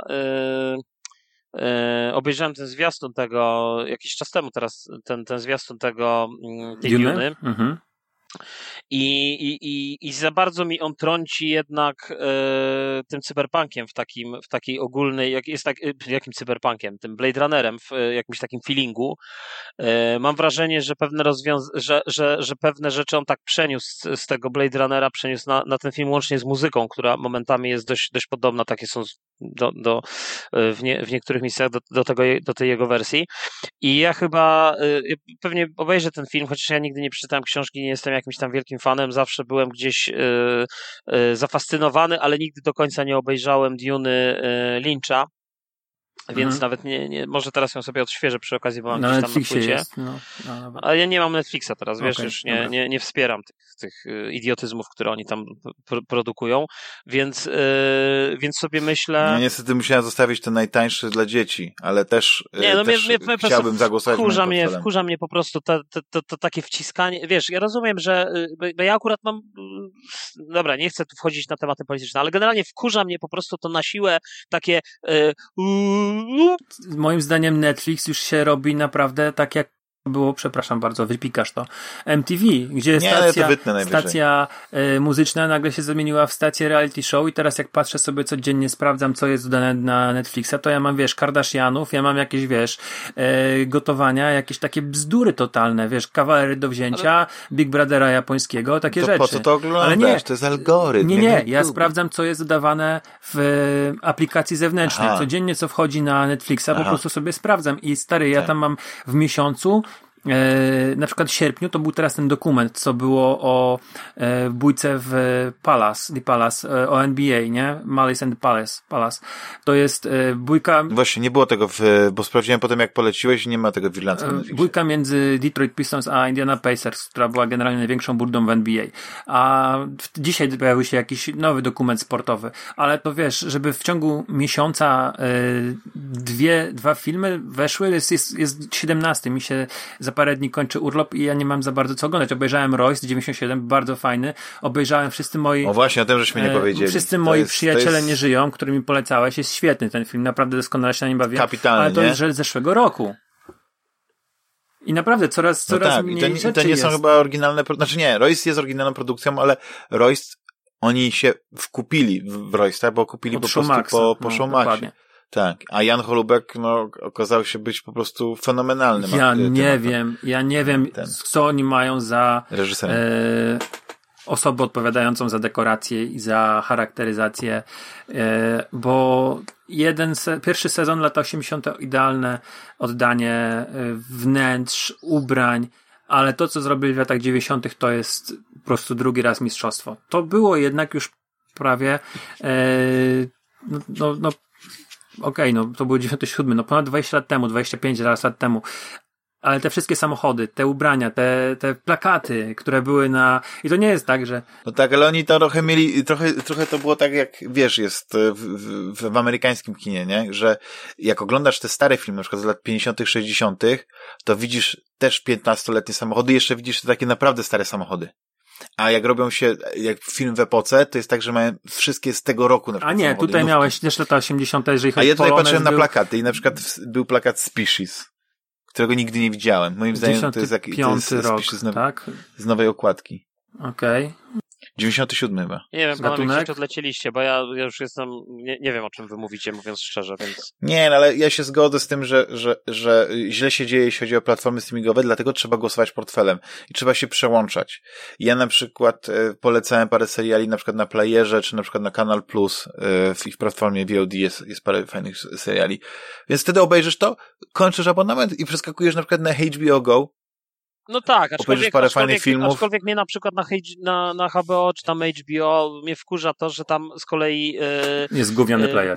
yy, yy, obejrzałem ten zwiastun tego jakiś czas temu teraz, ten, ten zwiastun tego tej Duny. Mhm. I, i, i, I za bardzo mi on trąci jednak e, tym cyberpunkiem w takim, w takiej ogólnej, jak jest tak, jakim cyberpunkiem, tym Blade Runnerem w e, jakimś takim feelingu. E, mam wrażenie, że pewne rozwiąz- że, że, że pewne rzeczy on tak przeniósł z, z tego Blade Runnera, przeniósł na, na ten film łącznie z muzyką, która momentami jest dość, dość podobna, takie są do, do, w, nie, w niektórych miejscach do, do, tego, do tej jego wersji. I ja chyba e, pewnie obejrzę ten film, chociaż ja nigdy nie przeczytałem książki, nie jestem jakimś tam wielkim fanem, zawsze byłem gdzieś y, y, zafascynowany, ale nigdy do końca nie obejrzałem Duny y, Lyncha, więc mhm. nawet nie, nie, może teraz ją sobie odświeżę przy okazji, bo mam no, gdzieś tam na płycie. Jest, no, no, ale ja nie mam Netflixa teraz, wiesz, okay, już nie, nie, nie wspieram tych, tych idiotyzmów, które oni tam pr- produkują, więc, yy, więc sobie myślę... No niestety musiałem zostawić ten najtańszy dla dzieci, ale też, nie, no też mnie, mnie, chciałbym zagłosować wkurza mnie, wkurza mnie po prostu to, to, to, to takie wciskanie, wiesz, ja rozumiem, że bo ja akurat mam, dobra, nie chcę tu wchodzić na tematy polityczne, ale generalnie wkurza mnie po prostu to na siłę takie yy, moim zdaniem Netflix już się robi naprawdę tak jak było, przepraszam bardzo, wypikasz to, M T V, gdzie nie, stacja, stacja y, muzyczna nagle się zamieniła w stację reality show i teraz jak patrzę sobie codziennie, sprawdzam, co jest dodane na Netflixa, to ja mam, wiesz, Kardashianów, ja mam jakieś, wiesz, y, gotowania, jakieś takie bzdury totalne, wiesz, kawalery do wzięcia, ale... Big Brothera japońskiego, takie to rzeczy. Po co to oglądasz? Ale nie, to jest algorytm. Nie, nie, ja sprawdzam, co jest dodawane w y, aplikacji zewnętrznej. Aha. Codziennie, co wchodzi na Netflixa, Aha. po prostu sobie sprawdzam i stary, ja tak. tam mam w miesiącu E, na przykład w sierpniu to był teraz ten dokument, co było o e, bójce w Palace, The Palace, e, o N B A, nie? Malice and the Palace, Palace. To jest e, bójka... Właśnie, nie było tego, w, bo sprawdziłem potem jak poleciłeś, nie ma tego w irlandzkim e, Bójka między Detroit Pistons a Indiana Pacers, która była generalnie największą burdą w N B A. A w, dzisiaj pojawił się jakiś nowy dokument sportowy, ale to wiesz, żeby w ciągu miesiąca e, dwie, dwa filmy weszły, jest, jest, jest siedemnasty, mi się za parę dni kończy urlop i ja nie mam za bardzo co oglądać. Obejrzałem Royce dziewięćdziesiąt siedem, bardzo fajny. Obejrzałem wszyscy moi... O właśnie, o tym żeśmy nie powiedzieli. Wszyscy moi jest, przyjaciele jest... nie żyją, którymi polecałeś. Jest świetny ten film, naprawdę doskonale się na nim bawię. Kapitalny, ale to nie? jest z zeszłego roku. I naprawdę coraz, coraz no tak, mniej i to, rzeczy i to nie jest. są chyba oryginalne... Pro... Znaczy nie, Royce jest oryginalną produkcją, ale Royce, oni się wkupili w Royce, tak? Bo kupili Od po prostu Maxa. po, po no, Showmaxie. Tak, a Jan Holubek no, okazał się być po prostu fenomenalnym. Ja nie wiem, ja nie wiem, ten. co oni mają za reżyserem. osobę odpowiadającą za dekorację i za charakteryzację, bo jeden se- pierwszy sezon, lata osiemdziesiąte idealne oddanie wnętrz, ubrań, ale to, co zrobili w latach dziewięćdziesiątych to jest po prostu drugi raz mistrzostwo. To było jednak już prawie no, no, no okej, okay, no to był dziewięćdziesiąty siódmy, no ponad dwadzieścia lat temu, dwadzieścia pięć lat temu. Ale te wszystkie samochody, te ubrania, te, te plakaty, które były na... I to nie jest tak, że... No tak, ale oni to trochę mieli, trochę, trochę to było tak, jak wiesz, jest w, w, w amerykańskim kinie, nie? Że jak oglądasz te stare filmy, na przykład z lat pięćdziesiątych, sześćdziesiątych, to widzisz też piętnastoletnie samochody i jeszcze widzisz te takie naprawdę stare samochody. A jak robią się, jak film w epoce, to jest tak, że mają wszystkie z tego roku na przykład. A nie, samochody, tutaj nówki. Miałeś też lata osiemdziesiąte, jeżeli chodzi A ja tutaj patrzyłem był... na plakaty i na przykład był plakat Species, którego nigdy nie widziałem. Moim zdaniem to jest, jak, to jest rok, Species z, now, tak? z nowej okładki. Okej. Okay. dziewięćdziesiąty siódmy chyba. Nie wiem, panowie, gdzieś odlecieliście, bo ja, ja już jestem, nie, nie wiem, o czym wy mówicie, mówiąc szczerze, więc... Nie, no ale ja się zgodzę z tym, że, że, że źle się dzieje, jeśli chodzi o platformy streamingowe, dlatego trzeba głosować portfelem i trzeba się przełączać. Ja na przykład e, polecałem parę seriali, na przykład na Playerze, czy na przykład na Kanal Plus, e, w ich platformie V O D jest, jest parę fajnych seriali. Więc wtedy obejrzysz to, kończysz abonament i przeskakujesz na przykład na H B O Go. No tak, aczkolwiek, parę aczkolwiek, fajnych filmów. aczkolwiek mnie na przykład na, H, na, na H B O czy tam H B O mnie wkurza to, że tam z kolei... Yy, jest gówniany yy, player.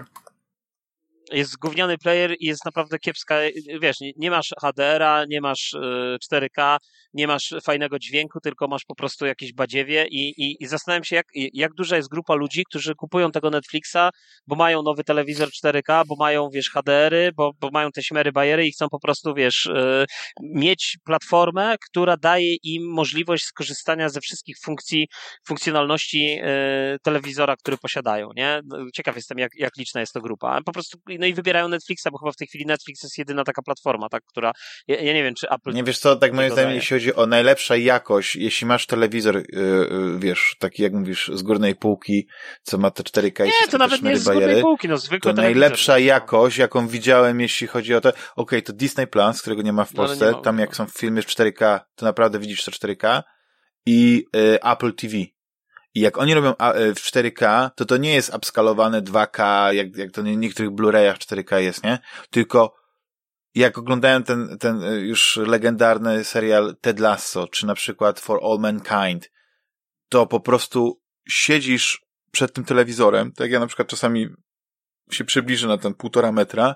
Jest gówniany player i jest naprawdę kiepska, wiesz, nie, nie masz H D R-a, nie masz y, cztery K, nie masz fajnego dźwięku, tylko masz po prostu jakieś badziewie i, i, i zastanawiam się, jak, jak duża jest grupa ludzi, którzy kupują tego Netflixa, bo mają nowy telewizor cztery K, bo mają, wiesz, H D R-y, bo, bo mają te śmery bajery i chcą po prostu, wiesz, y, mieć platformę, która daje im możliwość skorzystania ze wszystkich funkcji, funkcjonalności y, telewizora, który posiadają, nie? Ciekaw jestem, jak, jak liczna jest to grupa. Po prostu no i wybierają Netflixa, bo chyba w tej chwili Netflix jest jedyna taka platforma, tak, która, ja, ja nie wiem, czy Apple... Nie, wiesz co, tak moim zdaniem, jeśli chodzi o najlepsza jakość, jeśli masz telewizor, yy, yy, wiesz, taki jak mówisz, z górnej półki, co ma te cztery K i nie, to nawet nie jest z górnej półki, no zwykły to najlepsza telewizor. Jakość, jaką widziałem, jeśli chodzi o to, okej, okay, to Disney Plus, którego nie ma w Polsce, no, ma, tam jak są filmy w cztery K, to naprawdę widzisz to cztery K i yy, Apple T V. I jak oni robią w cztery K, to to nie jest upskalowane dwa K, jak, jak to w niektórych Blu-rayach cztery K jest, nie? Tylko jak oglądałem ten, ten już legendarny serial Ted Lasso, czy na przykład For All Mankind, to po prostu siedzisz przed tym telewizorem, tak ja na przykład czasami się przybliżę na ten półtora metra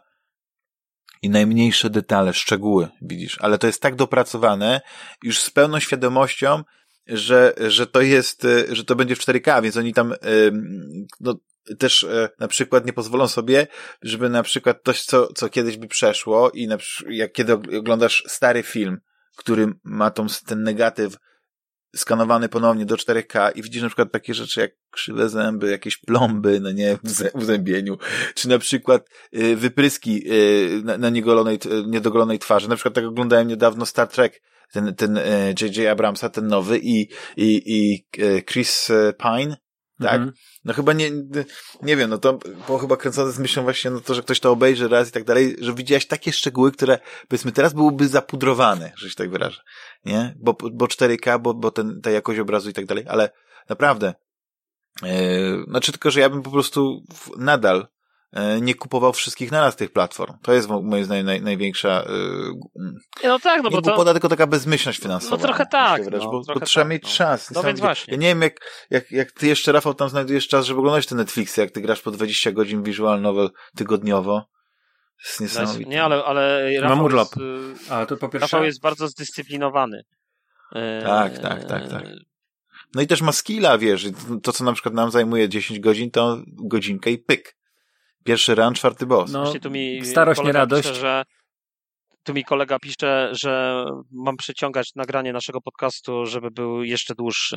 i najmniejsze detale, szczegóły widzisz, ale to jest tak dopracowane już z pełną świadomością, że, że to jest, że to będzie w cztery K, więc oni tam no, też na przykład nie pozwolą sobie, żeby na przykład coś, co, co kiedyś by przeszło i na przykład, jak kiedy oglądasz stary film, który ma tą, ten negatyw skanowany ponownie do cztery K i widzisz na przykład takie rzeczy jak krzywe zęby, jakieś plomby, no nie, w zębieniu, czy na przykład y, wypryski y, na, na niegolonej, niedogolonej twarzy. Na przykład tak oglądałem niedawno Star Trek, ten, ten J J Abramsa, ten nowy i, i, i Chris Pine, tak? Mhm. No chyba nie, nie wiem, no to było chyba kręcone z myślą właśnie, no to, że ktoś to obejrzy raz i tak dalej, że widziałeś takie szczegóły, które powiedzmy teraz byłyby zapudrowane, że się tak wyrażę, nie? Bo, bo cztery K, bo, bo ten, ta jakość obrazu i tak dalej, ale naprawdę, yy, znaczy tylko, że ja bym po prostu nadal nie kupował wszystkich naraz tych platform. To jest moim zdaniem naj, największa yy, no tak, no nie bo głupoта, to... tylko taka bezmyślność finansowa. No trochę tak. Wręcz, no, bo, trochę bo trzeba tak, mieć no. czas. No więc właśnie. Ja nie wiem, jak, jak, jak ty jeszcze, Rafał, tam znajdujesz czas, żeby oglądać te Netflixy, jak ty grasz po dwadzieścia godzin visual novel tygodniowo. To jest niesamowite. Nie, ale, ale Rafał, Mam urlop. Jest, A, to po pierwsze... Rafał jest bardzo zdyscyplinowany. Tak, tak, tak, tak. No i też ma skilla, wiesz, to co na przykład nam zajmuje dziesięć godzin, to godzinkę i pyk. Pierwszy run, czwarty boss. No, tu mi starość, nie radość. Pisze, że, tu mi kolega pisze, że mam przyciągać nagranie naszego podcastu, żeby był jeszcze dłuższy.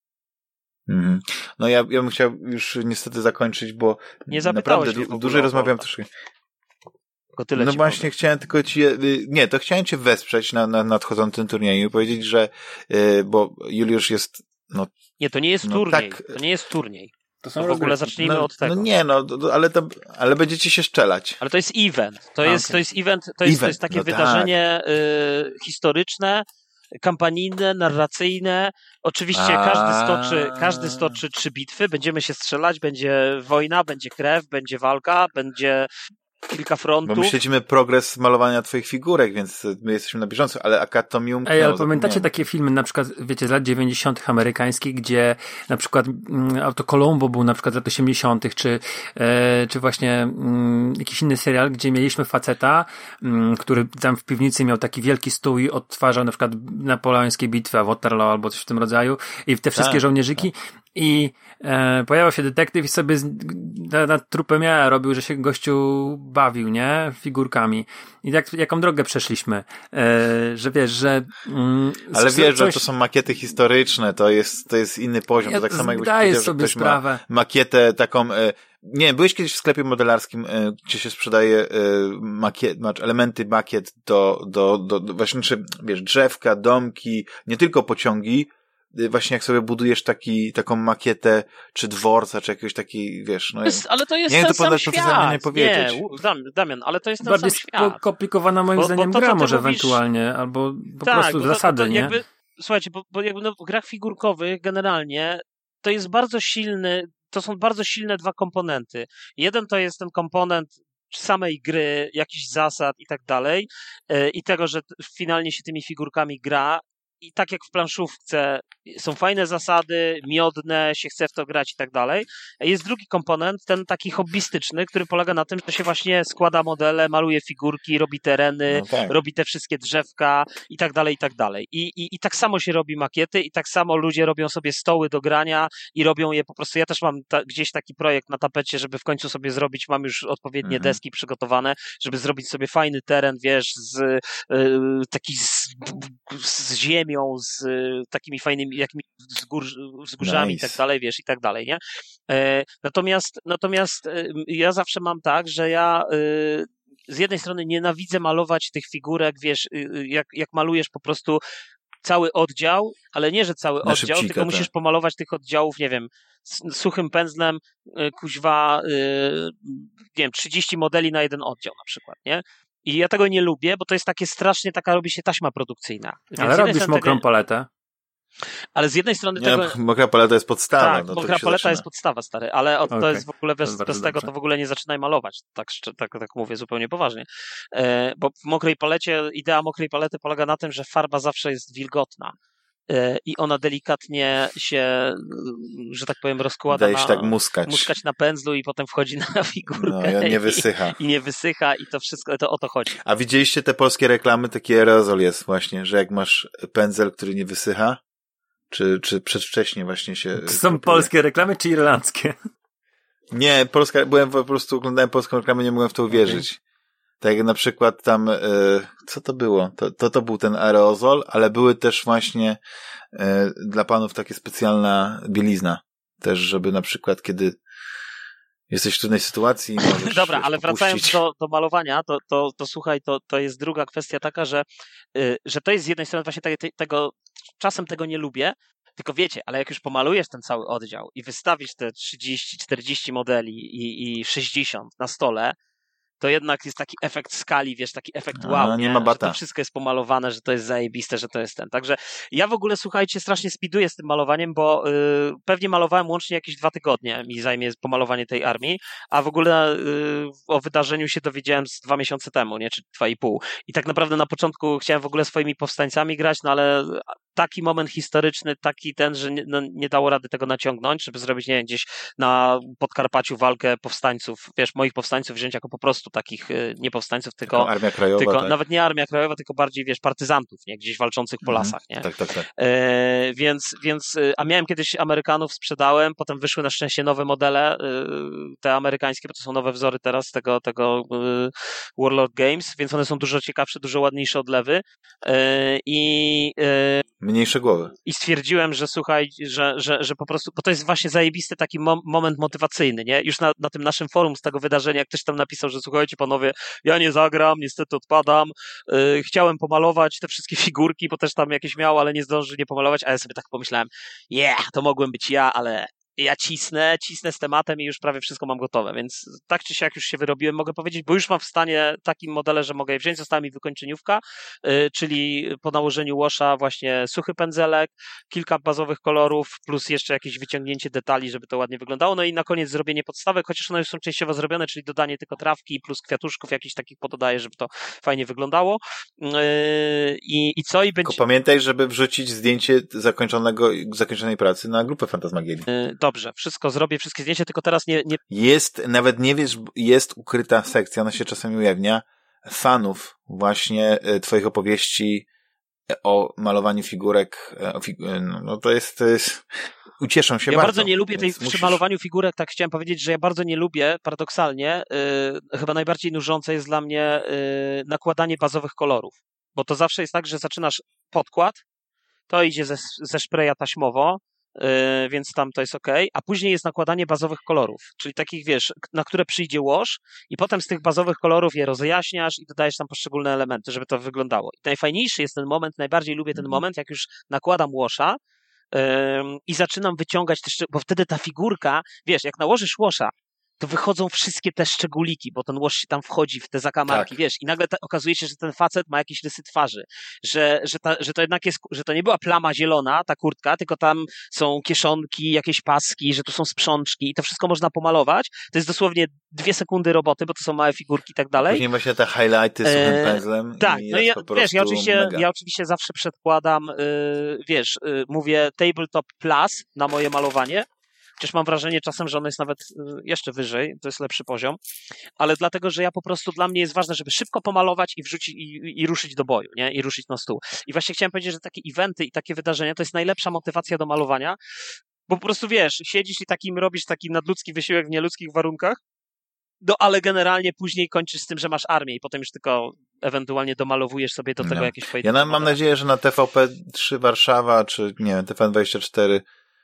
Mhm. No ja, ja bym chciał już niestety zakończyć, bo nie naprawdę du- dłużej rozmawiam też. Tyle no właśnie powiem. Chciałem tylko ci, nie, to chciałem cię wesprzeć na, na nadchodzącym turnieju, powiedzieć, że yy, bo Juliusz jest no, nie, to nie jest no, turniej, tak, to nie jest turniej. To są w ogóle zacznijmy no, od tego. No nie, no, ale to, ale będziecie się szczelać. Ale to jest event. To, A, jest, okay. to jest event, to jest, event. to jest takie no wydarzenie tak. y, historyczne, kampanijne, narracyjne. Oczywiście A... każdy stoczy, każdy stoczy trzy bitwy, będziemy się strzelać, będzie wojna, będzie krew, będzie walka, będzie kilka frontów. Bo my śledzimy progres malowania twoich figurek, więc my jesteśmy na bieżąco, ale akad to mi umknęło. Ej, ale pamiętacie takie filmy, na przykład, wiecie, z lat dziewięćdziesiątych amerykańskich, gdzie na przykład mm, Auto Columbo był na przykład z lat osiemdziesiątych, czy, e, czy właśnie mm, jakiś inny serial, gdzie mieliśmy faceta, mm, który tam w piwnicy miał taki wielki stół i odtwarzał na przykład napoleońskie bitwy, a Waterloo albo coś w tym rodzaju i te wszystkie tak, żołnierzyki tak. I e, pojawiał się detektyw i sobie z, na, na trupę miała robił, że się gościu bawił, nie? Figurkami. I tak, jaką drogę przeszliśmy, e, że wiesz, że... Mm, ale z, wiesz, coś... że to są makiety historyczne, to jest, to jest inny poziom. Ja to tak samo jakbyś zdaję powiedział, sobie że ktoś sprawę. ma makietę taką... E, nie, byłeś kiedyś w sklepie modelarskim, e, gdzie się sprzedaje e, makiet, znaczy elementy makiet do, do, do, do właśnie, czy, wiesz, drzewka, domki, nie tylko pociągi, właśnie jak sobie budujesz taki, taką makietę, czy dworca, czy jakiegoś taki, wiesz, no... To jest, ale to jest nie ten wiem, to sam świat. Nie powiedzieć. Nie, Damian, ale to jest ten bardziej sam świat. skomplikowana moim bo, zdaniem bo to, gra może mówisz... ewentualnie, albo po tak, prostu bo zasady, to, to, to nie? jakby, słuchajcie, bo, bo jakby no, w grach figurkowych generalnie to jest bardzo silny, to są bardzo silne dwa komponenty. Jeden to jest ten komponent samej gry, jakichś zasad i tak dalej, i tego, że finalnie się tymi figurkami gra. I tak jak w planszówce są fajne zasady, miodne, się chce w to grać i tak dalej. Jest drugi komponent, ten taki hobbystyczny, który polega na tym, że się właśnie składa modele, maluje figurki, robi tereny, no tak. robi te wszystkie drzewka i tak dalej, i tak dalej. I, i, I tak samo się robi makiety i tak samo ludzie robią sobie stoły do grania i robią je po prostu. Ja też mam ta, gdzieś taki projekt na tapecie, żeby w końcu sobie zrobić, mam już odpowiednie mhm. deski przygotowane, żeby zrobić sobie fajny teren, wiesz, z y, taki z, z ziemią, z y, takimi fajnymi jakimi wzgórz, wzgórzami nice. I tak dalej, wiesz, i tak dalej, nie? E, natomiast natomiast e, ja zawsze mam tak, że ja e, z jednej strony nienawidzę malować tych figurek, wiesz, y, jak, jak malujesz po prostu cały oddział, ale nie, że cały na oddział, szybcika, tylko tak. musisz pomalować tych oddziałów, nie wiem, suchym pędzlem, y, kuźwa, y, nie wiem, trzydzieści modeli na jeden oddział na przykład, nie? I ja tego nie lubię, bo to jest takie strasznie, taka robi się taśma produkcyjna. Więc ale robisz mokrą tego... paletę. Ale z jednej strony nie, tego... mokra paleta jest podstawa. Tak, no, mokra paleta jest podstawa, stary, ale od, okay. to jest w ogóle, bez, bez tego dobrze. To w ogóle nie zaczynaj malować, tak, tak, tak mówię zupełnie poważnie. E, bo w mokrej palecie, idea mokrej palety polega na tym, że farba zawsze jest wilgotna. I ona delikatnie się, że tak powiem, rozkłada Daje się na, tak muskać. muskać na pędzlu i potem wchodzi na figurkę. No, i nie wysycha. I, I nie wysycha i to wszystko, to o to chodzi. A widzieliście te polskie reklamy? Taki aerozol jest właśnie, że jak masz pędzel, który nie wysycha, czy, czy przedwcześnie właśnie się... To są polskie reklamy, czy irlandzkie? Nie, polska, byłem po prostu, oglądałem polską reklamę, nie mogłem w to uwierzyć. Okay. Tak jak na przykład tam, y, co to było? To, to to był ten aerozol, ale były też właśnie y, dla panów takie specjalna bielizna. Też, żeby na przykład, kiedy jesteś w trudnej sytuacji możesz Dobra, ale popuścić. wracając do, do malowania, to, to, to słuchaj, to, to jest druga kwestia taka, że, y, że to jest z jednej strony właśnie te, te, tego, czasem tego nie lubię, tylko wiecie, ale jak już pomalujesz ten cały oddział i wystawisz te trzydzieści czterdzieści modeli i, i sześćdziesiąt na stole, to jednak jest taki efekt skali, wiesz, taki efekt wow, no, nie, nie? ma bata. Że to wszystko jest pomalowane, że to jest zajebiste, że to jest ten. Także ja w ogóle, słuchajcie, strasznie speeduję z tym malowaniem, bo y, pewnie malowałem łącznie jakieś dwa tygodnie, mi zajmie pomalowanie tej armii, a w ogóle y, o wydarzeniu się dowiedziałem z dwa miesiące temu, nie? Czy dwa i pół. I tak naprawdę na początku chciałem w ogóle swoimi powstańcami grać, no ale taki moment historyczny, taki ten, że nie, no, nie dało rady tego naciągnąć, żeby zrobić, nie wiem, gdzieś na Podkarpaciu walkę powstańców, wiesz, moich powstańców wziąć jako po prostu takich, nie powstańców, tylko, tylko Armia Krajowa, tylko tak. Nawet nie Armia Krajowa, tylko bardziej, wiesz, partyzantów, nie, gdzieś walczących po mhm. lasach, nie. Tak, tak, tak. E, więc, więc, a miałem kiedyś Amerykanów, sprzedałem, potem wyszły na szczęście nowe modele, te amerykańskie, bo to są nowe wzory teraz tego, tego Warlord Games, więc one są dużo ciekawsze, dużo ładniejsze odlewy e, i e, mniejsze głowy. I stwierdziłem, że słuchaj, że, że, że po prostu, bo to jest właśnie zajebisty taki mom- moment motywacyjny, nie? Już na, na tym naszym forum z tego wydarzenia, jak ktoś tam napisał, że słuchajcie panowie, ja nie zagram, niestety odpadam, yy, chciałem pomalować te wszystkie figurki, bo też tam jakieś miał, ale nie zdąży nie pomalować, a ja sobie tak pomyślałem, yeah, to mogłem być ja, ale ja cisnę, cisnę z tematem i już prawie wszystko mam gotowe, więc tak czy siak już się wyrobiłem, mogę powiedzieć, bo już mam w stanie takim modele, że mogę je wziąć, została mi wykończeniówka, yy, czyli po nałożeniu washa właśnie suchy pędzelek, kilka bazowych kolorów, plus jeszcze jakieś wyciągnięcie detali, żeby to ładnie wyglądało, no i na koniec zrobienie podstawek, chociaż one już są częściowo zrobione, czyli dodanie tylko trawki plus kwiatuszków jakichś takich pododaję, żeby to fajnie wyglądało. Yy, i, I co? I będzie... Tylko pamiętaj, żeby wrzucić zdjęcie zakończonego, zakończonej pracy na grupę Fantasmagierii. Yy, dobrze, wszystko zrobię, wszystkie zdjęcia, tylko teraz nie, nie... Jest, nawet nie wiesz, jest ukryta sekcja, ona się czasami ujawnia, fanów właśnie twoich opowieści o malowaniu figurek, o figu- no to jest, to jest, ucieszą się ja bardzo. Ja bardzo nie lubię tej, musisz... przy malowaniu figurek, tak chciałem powiedzieć, że ja bardzo nie lubię, paradoksalnie, yy, chyba najbardziej nużące jest dla mnie yy, nakładanie bazowych kolorów, bo to zawsze jest tak, że zaczynasz podkład, to idzie ze, ze szpreja taśmowo, yy, więc tam to jest okej, a później jest nakładanie bazowych kolorów, czyli takich, wiesz, na które przyjdzie wash i potem z tych bazowych kolorów je rozjaśniasz i dodajesz tam poszczególne elementy, żeby to wyglądało. I najfajniejszy jest ten moment, najbardziej lubię ten moment, jak już nakładam washa yy, i zaczynam wyciągać te szczegóły, bo wtedy ta figurka, wiesz, jak nałożysz washa, to wychodzą wszystkie te szczególiki, bo ten wash się tam wchodzi w te zakamarki, tak. Wiesz, i nagle ta, okazuje się, że ten facet ma jakieś rysy twarzy, że, że, ta, że to jednak jest, że to nie była plama zielona, ta kurtka, tylko tam są kieszonki, jakieś paski, że tu są sprzączki i to wszystko można pomalować. To jest dosłownie dwie sekundy roboty, bo to są małe figurki i tak dalej. Później właśnie te highlighty suchym pędzlem. Tak, i no i ja, wiesz, ja oczywiście, mega. ja oczywiście zawsze przedkładam, yy, wiesz, yy, mówię Tabletop Plus na moje malowanie, chociaż mam wrażenie czasem, że ono jest nawet jeszcze wyżej, to jest lepszy poziom, ale dlatego, że ja po prostu, dla mnie jest ważne, żeby szybko pomalować i wrzucić i, i ruszyć do boju, nie? I ruszyć na stół. I właśnie chciałem powiedzieć, że takie eventy i takie wydarzenia to jest najlepsza motywacja do malowania, bo po prostu wiesz, siedzisz i takim robisz taki nadludzki wysiłek w nieludzkich warunkach, no ale generalnie później kończysz z tym, że masz armię i potem już tylko ewentualnie domalowujesz sobie do tego no. jakieś fajne. Ja na, mam nadzieję, że na T V P trzy Warszawa, czy nie wiem, T V N dwadzieścia cztery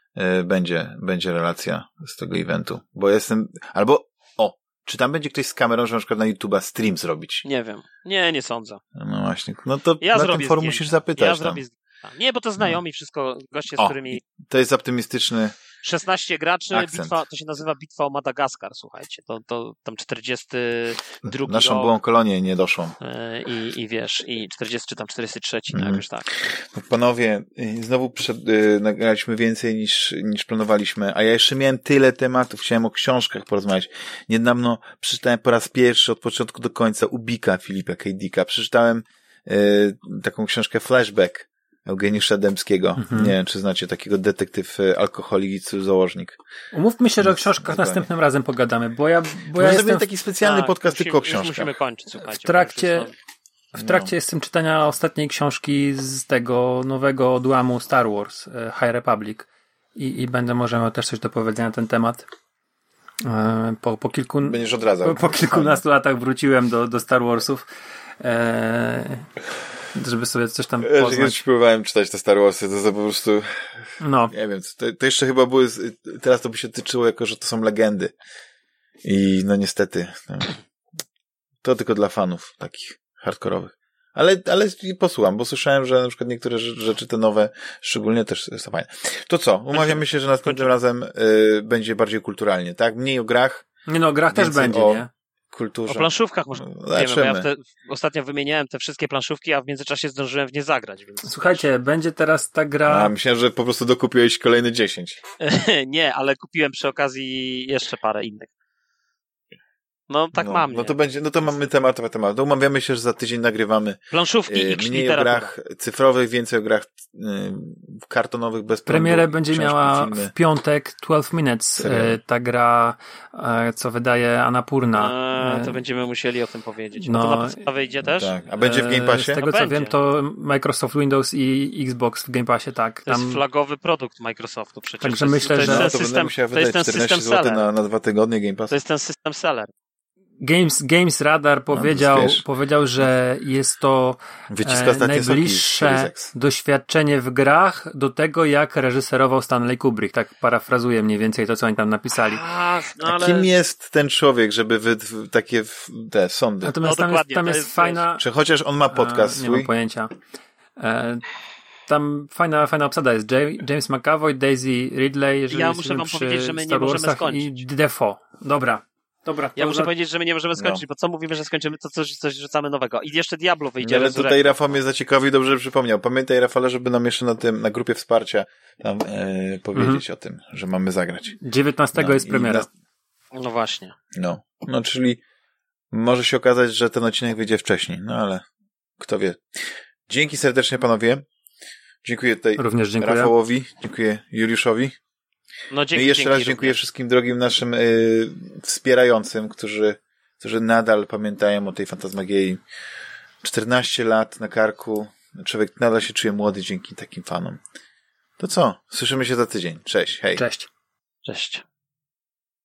będzie, będzie relacja z tego eventu, bo jestem, albo, o, czy tam będzie ktoś z kamerą, że na przykład na YouTube'a stream zrobić? Nie wiem, nie, nie sądzę. No właśnie, no to ja na tym forum musisz zapytać. Ja zrobię zdjęcia. Nie, bo to znajomi, no. wszystko, goście, z o, którymi... To jest optymistyczny szesnaście graczy, bitwa, to się nazywa Bitwa o Madagaskar, słuchajcie, to, to tam czterdziesty drugi Naszą rok, byłą kolonię nie doszłą. I, i wiesz, i czterdziesty czy tam czterdziesty trzeci, mm. no jakoś tak. Panowie, znowu przed, yy, nagraliśmy więcej niż, niż planowaliśmy, a ja jeszcze miałem tyle tematów, chciałem o książkach porozmawiać. Niedawno przeczytałem po raz pierwszy od początku do końca Ubika Filipa K. Dicka. Przeczytałem yy, taką książkę Flashback Eugeniusza Dębskiego. Mhm. Nie wiem, czy znacie takiego detektyw alkoholik i założnik. Umówmy się, że o książkach Dokładnie. następnym razem pogadamy, bo ja, bo ja jestem... taki specjalny tak, podcast musimy, tylko o książkach. Musimy kończyć, słuchajcie. W trakcie, w trakcie no. jestem czytania ostatniej książki z tego nowego odłamu Star Wars, High Republic i, i będę może miał też coś do powiedzenia na ten temat. Po, po kilku... Będziesz odradzał. Po, po kilkunastu latach wróciłem do, do Star Warsów. Eee, żeby sobie coś tam ja, poznać. Ja próbowałem czytać te Star Warsy, to, to po prostu no. nie wiem, to, to jeszcze chyba były, teraz to by się tyczyło jako, że to są legendy i no niestety no, to tylko dla fanów takich hardkorowych. Ale, ale posłucham, bo słyszałem, że na przykład niektóre rzeczy te nowe szczególnie też są fajne. To co? Umawiamy się, że następnym razem y, będzie bardziej kulturalnie, tak? Mniej o grach. Nie no, o grach też będzie, o... nie? kulturze. O planszówkach może no, wiemy, bo ja te, ostatnio wymieniałem te wszystkie planszówki, a w międzyczasie zdążyłem w nie zagrać. Więc... Słuchajcie, będzie teraz ta gra... A, myślałem, że po prostu dokupiłeś kolejne dziesięć. Nie, ale kupiłem przy okazji jeszcze parę innych. No tak no, mam. No to będzie, no to mamy temat, temat. No umawiamy się, że za tydzień nagrywamy planszówki yy, i mniej o grach cyfrowych, więcej o grach yy, kartonowych bez prądu. Premierę będzie miała filmy. W piątek twelve minutes. Yy, ta gra, yy, co wydaje Annapurna. Yy, to będziemy musieli o tym powiedzieć. No, no to na podstawę idzie też? Tak. A będzie w Game Passie? Z tego no co będzie. wiem, to Microsoft Windows i Xbox w Game Passie, tak. To Tam... jest flagowy produkt Microsoftu przecież. Także to myślę, jest, że... To no, jest to system, to jest ten system seller. Na, na dwa tygodnie Game Pass. To jest ten system seller. Games, Games Radar powiedział, no, powiedział, że jest to e, najbliższe doświadczenie w grach do tego, jak reżyserował Stanley Kubrick. Tak parafrazuję mniej więcej to, co oni tam napisali. A, no ale... A kim jest ten człowiek, żeby wy, takie te sądy? Natomiast no, tam jest, tam jest, jest fajna... Czy chociaż on ma podcast e, swój? Nie mam pojęcia. E, tam fajna, fajna obsada jest. James McAvoy, Daisy Ridley, jeżeli ja muszę wam powiedzieć, że my nie możemy skończyć. I Defoe. Dobra. Dobra, ja muszę za... powiedzieć, że my nie możemy skończyć, no. bo co mówimy, że skończymy, to coś, coś rzucamy nowego. I jeszcze Diablo wyjdzie. Ale tutaj Rafał mnie zaciekawił, dobrze przypomniał. Pamiętaj, Rafale, żeby nam jeszcze na tym, na grupie wsparcia tam e, powiedzieć mm-hmm. o tym, że mamy zagrać. dziewiętnastego no, jest premiera. Na... No właśnie. No. no, czyli może się okazać, że ten odcinek wyjdzie wcześniej, no ale kto wie. Dzięki serdecznie panowie. Dziękuję tutaj również dziękuję. Rafałowi, dziękuję Juliuszowi. No, dzięki, no i jeszcze dzięki, raz dziękuję również. wszystkim drogim naszym y, wspierającym, którzy, którzy nadal pamiętają o tej fantasmagierii. czternaście lat na karku. Człowiek nadal się czuje młody dzięki takim fanom. To co? Słyszymy się za tydzień. Cześć, hej. Cześć. Cześć.